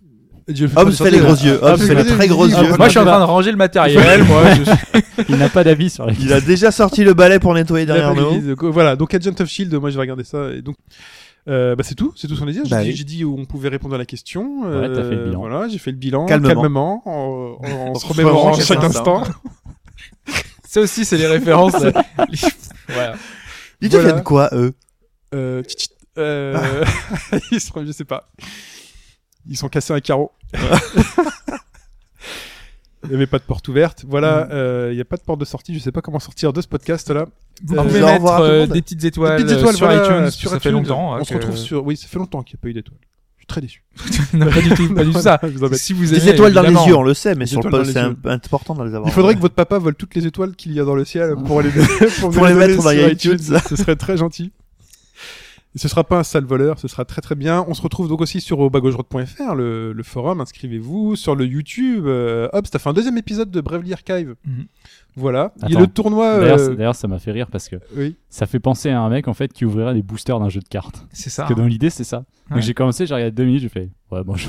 E: Hobbs fait les gros yeux. Hobbs fait les très gros yeux.
F: Moi, je suis en train de ranger le matériel. Moi,
D: Il n'a pas d'avis sur les.
E: Il a déjà sorti le balai pour nettoyer derrière nous.
C: Voilà, donc Agent of Shield, moi je vais regarder ça. Et donc, bah c'est tout ce qu'on a dit.
E: Bah
C: J'ai
E: oui.
C: j'ai dit où on pouvait répondre à la question.
D: Ouais, t'as fait le bilan.
C: Voilà, j'ai fait le bilan
E: Calmement.
C: en se
E: se
C: remémorant
E: remémorant
C: chaque
E: chaque
C: instant.
F: ça aussi, c'est les références. Voilà.
E: Ils
C: Voilà.
E: deviennent quoi, eux?
C: Ils sont, je sais pas. Ils sont cassés un carreau. Il n'y avait pas de porte ouverte. Voilà, il n'y a pas de porte de sortie. Je sais pas comment sortir de ce podcast-là.
F: Vous
C: Euh,
F: pouvez
E: au revoir à tout le
F: mettre
E: monde.
F: des petites étoiles,
C: Des petites étoiles,
F: sur
C: voilà,
F: iTunes,
C: sur
F: ça fait
C: iTunes.
F: longtemps.
C: On se retrouve sur. Oui, ça fait longtemps qu'il n'y a pas eu d'étoiles. Je suis très déçu.
F: Non, pas du tout, pas du tout ça.
C: Je vous embête.
F: Si vous
E: Des
F: aimez,
E: étoiles dans les
F: évidemment.
E: yeux, on le sait, mais
C: Des
E: sur le
C: étoiles
E: poste,
C: dans
E: c'est
C: les yeux.
E: important de les avoir.
C: Il faudrait que votre papa vole toutes les étoiles qu'il y a dans le ciel pour les
E: Pour les
C: donner
E: mettre dans
C: sur
E: iTunes.
C: Ce serait très gentil. Et ce sera pas un sale voleur, ce sera très très bien. On se retrouve donc aussi sur obagaugedroite.fr, le forum, inscrivez-vous. Sur le YouTube, hop, ça fait un deuxième épisode de Bravely Archive.
F: Mhm.
C: Voilà. Il y a
D: Attends.
C: le tournoi...
D: D'ailleurs, ça m'a fait rire parce que
C: oui.
D: ça fait penser à un mec en fait qui ouvrirait des boosters d'un jeu de cartes.
F: C'est ça.
D: Parce que dans l'idée, c'est ça.
F: Ouais.
D: Donc j'ai commencé, j'ai regardé 2 minutes, j'ai fait ouais, bon,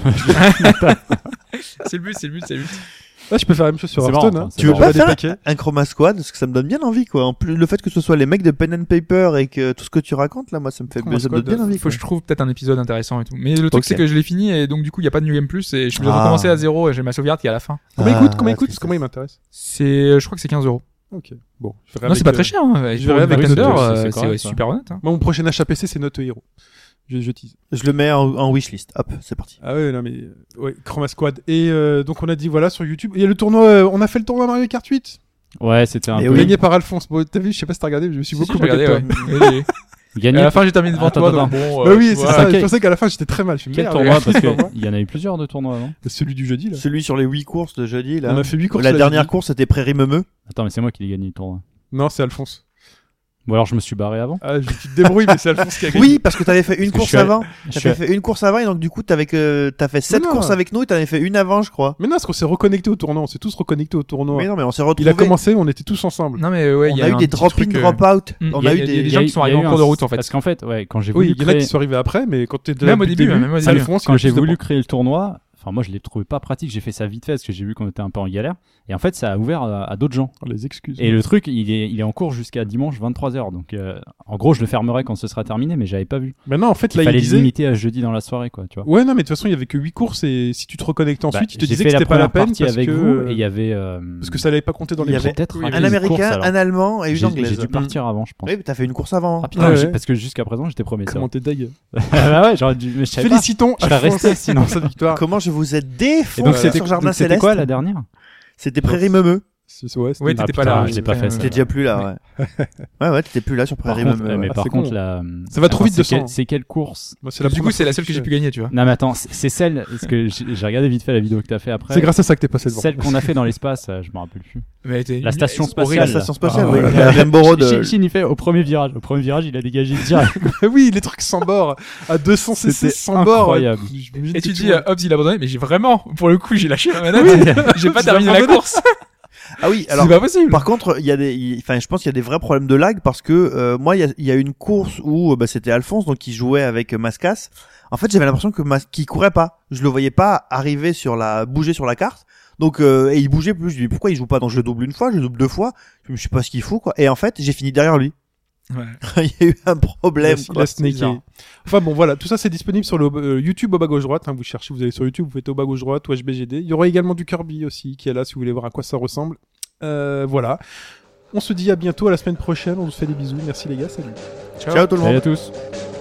F: C'est le but, c'est le but, c'est le but.
C: Ah, je peux faire la même chose sur
D: C'est
C: Hearthstone.
D: marrant,
C: Hein.
D: c'est
E: Tu veux
D: marrant.
E: pas
C: Des
E: faire
C: paquets.
E: un Chroma Squad, parce que ça me donne bien envie, quoi. En plus, le fait que ce soit les mecs de Pen and Paper et que tout ce que tu racontes, là, moi, ça me fait
C: Chroma
E: ça me donne
C: Squad,
E: bien envie,
F: Faut
E: quoi.
F: que je trouve peut-être un épisode intéressant et tout. Mais le truc,
E: Ok.
F: c'est que je l'ai fini et donc du coup, il y a pas de New Game Plus et je suis obligé de
E: Ah.
F: recommencer à zéro et j'ai ma sauvegarde qui est à la fin.
C: Comment il
E: Ah,
C: coûte Comment il
E: la
C: coûte
E: tristesse.
C: Comment il m'intéresse
F: C'est, je crois que c'est 15 €.
C: Ok. Bon. Je verrai
F: Non,
C: avec,
F: c'est pas très cher, hein.
C: je verrai avec
F: Thunder,
D: Thunder, c'est
F: c'est
D: correct,
F: c'est super honnête, hein.
C: Moi, mon prochain HAPC, c'est Note Hero. Je tease.
E: Je le mets en wishlist. Hop, c'est parti.
C: Ah ouais, non mais ouais, Chroma Squad. Et donc on a dit voilà sur YouTube. Il y a le tournoi. On a fait le tournoi Mario Kart 8.
D: Ouais, c'était un
E: Mais
D: peu
E: oui.
C: Gagné par Alphonse. Bon, t'as vu, je sais pas si t'as regardé, mais je me suis
F: Si,
C: beaucoup
F: j'ai
C: moqué de
F: regardé,
C: toi.
F: ouais. Oui, Et
D: gagné.
F: à la fin, j'ai terminé devant
D: Attends,
F: toi,
D: attends.
F: donc bon.
C: Bah oui, c'est
F: voilà.
C: ça.
D: ok.
C: Je pensais qu'à la fin j'étais très mal. Je suis
D: Quel
C: merde,
D: tournoi Parce
C: regarde.
D: qu'il y en avait plusieurs de tournois, non
C: Celui du jeudi là.
E: Celui sur les 8 courses de jeudi, là.
C: On a fait 8 courses.
E: La
C: là,
E: dernière
C: jeudi.
E: course, c'était Prairie Meumeux.
D: Attends, mais c'est moi qui l'ai gagné le tournoi.
C: Non, c'est Alphonse.
D: Ou alors je me suis barré avant.
C: Ah, tu te débrouilles, mais c'est Alphonse qui a gagné.
E: Oui, parce que t'avais fait une
D: Parce que
E: course
D: je suis allé-
E: avant.
D: Je suis
E: T'avais fait une course avant et donc du coup t'as fait 7
C: non.
E: courses avec nous et t'en avais fait une avant, je crois.
C: Mais non, parce qu'on s'est reconnecté au tournoi. On s'est tous reconnectés au tournoi.
E: Mais non, mais on s'est
C: Il
E: retrouvés.
C: a commencé, on était tous ensemble.
F: Non, mais ouais,
E: On
F: il y
E: a eu
F: un
E: des
F: petit
E: drop-in,
F: truc,
E: drop-out.
F: Mm.
E: On
F: Il y
E: a
F: a-
E: eu
F: il y a
E: des
F: des gens qui sont arrivés en cours de route, en fait.
D: Parce qu'en fait, ouais, quand j'ai
C: Oui,
D: voulu
C: il y en a
D: créer...
C: qui sont arrivés après, mais quand t'es
F: Même au début, même au
C: c'est
F: début.
C: Alphonse.
D: quand
C: qui
D: j'ai
C: a plus de
D: voulu
C: points.
D: créer le tournoi, enfin moi je l'ai trouvé pas pratique, j'ai fait ça vite fait parce que j'ai vu qu'on était un peu en galère et en fait ça a ouvert à d'autres gens.
C: Les excuses.
D: Et le truc il est en cours jusqu'à dimanche 23h donc en gros je le fermerai quand ce sera terminé mais j'avais pas vu.
C: Maintenant, en fait,
D: Il
C: là, il
D: fallait
C: disait.
D: limiter à jeudi dans la soirée quoi, tu vois.
C: Ouais, non, mais de toute façon, il y avait que 8 courses et si tu te reconnectais ensuite, il te
D: J'ai
C: disait
D: fait
C: que
D: la
C: c'était pas la
D: première
C: peine
D: partie
C: parce
D: avec
C: que
D: vous et il y avait
C: parce que ça n'allait pas compter dans
E: Il y
C: les
E: avait
C: points.
D: peut-être
F: Oui,
D: raté
E: un
D: une
E: américain,
D: course, alors.
E: un allemand et une
D: J'ai
E: anglaise.
D: dû partir avant je pense.
E: Oui, mais t'as fait une course avant.
D: Ah putain,
C: Ouais, ouais.
D: parce que jusqu'à présent j'étais premier.
C: Comment t'es deg.
D: Bah ouais, j'aurais dû mais je savais pas.
C: Félicitons
D: Je serais
C: Alphonse
D: resté, sinon.
C: pour cette victoire.
E: Comment je vous ai
D: Et
E: défoncé
D: donc c'était
E: sur Jardin
D: donc, c'était
E: Céleste.
D: quoi la dernière?
E: C'était Prairie Meumeux.
C: Ouais,
F: Ouais,
C: c'était-
F: t'étais pas
D: putain,
F: là.
D: je l'ai pas fait, ça.
E: T'étais déjà plus là, ouais. Ouais, t'étais plus là sur
D: Par
E: Prairie
D: contre,
E: Meumeux.
D: mais
E: ouais.
D: par
C: c'est
D: contre
C: con.
D: la
C: Ça va trop vite de
D: c'est
C: sang.
D: c'est quelle course?
C: Moi, c'est la
F: Du coup,
C: première
F: c'est la
C: fois
F: seule que j'ai pu gagner, tu vois.
D: Non mais attends, c'est celle parce que j'ai regardé vite fait la vidéo que t'as fait après.
C: C'est grâce à ça que t'es passé devant.
D: Celle qu'on a fait dans l'espace, je me rappelle plus.
F: Mais elle était
D: La station
F: horrible.
D: spatiale.
E: La station spatiale,
C: Ah,
E: oui.
C: voilà.
E: La Rainbow Road.
D: Shin il fait au premier virage. Au premier virage, il a dégagé direct.
C: Oui, les trucs sans bord à 200 cc
D: C'était
C: sans bord.
D: incroyable.
F: Et tu dis, Hobbs, il a abandonné, mais j'ai vraiment, pour le coup, j'ai lâché ma manette. J'ai pas
C: Tu
F: terminé
C: l'as
F: la
C: abandonné.
F: course.
E: Ah oui, alors.
F: C'est pas possible.
E: Par contre, il y a enfin, je pense qu'il y a des vrais problèmes de lag parce que moi, il y a une course où c'était Alphonse, donc il jouait avec Mascas. En fait, j'avais l'impression que qu'il courait pas. Je le voyais pas arriver bouger sur la carte. Donc et il bougeait plus. Je lui dis pourquoi il joue pas? Donc je le double une fois, je le double 2 fois. Je sais pas ce qu'il fout quoi. Et en fait, j'ai fini derrière lui.
F: Ouais.
E: Il y a eu un problème.
C: Il
E: quoi.
C: a snaké.
F: bizarre.
C: Enfin bon voilà, tout ça c'est disponible sur le YouTube au bas gauche droite. Hein, vous cherchez, vous allez sur YouTube, vous faites au bas gauche droite, ou HBGD. Il y aura également du Kirby aussi qui est là si vous voulez voir à quoi ça ressemble. Voilà. On se dit à bientôt, à la semaine prochaine. On vous fait des bisous. Merci les gars, salut.
E: Ciao tout le monde.
D: Salut à tous.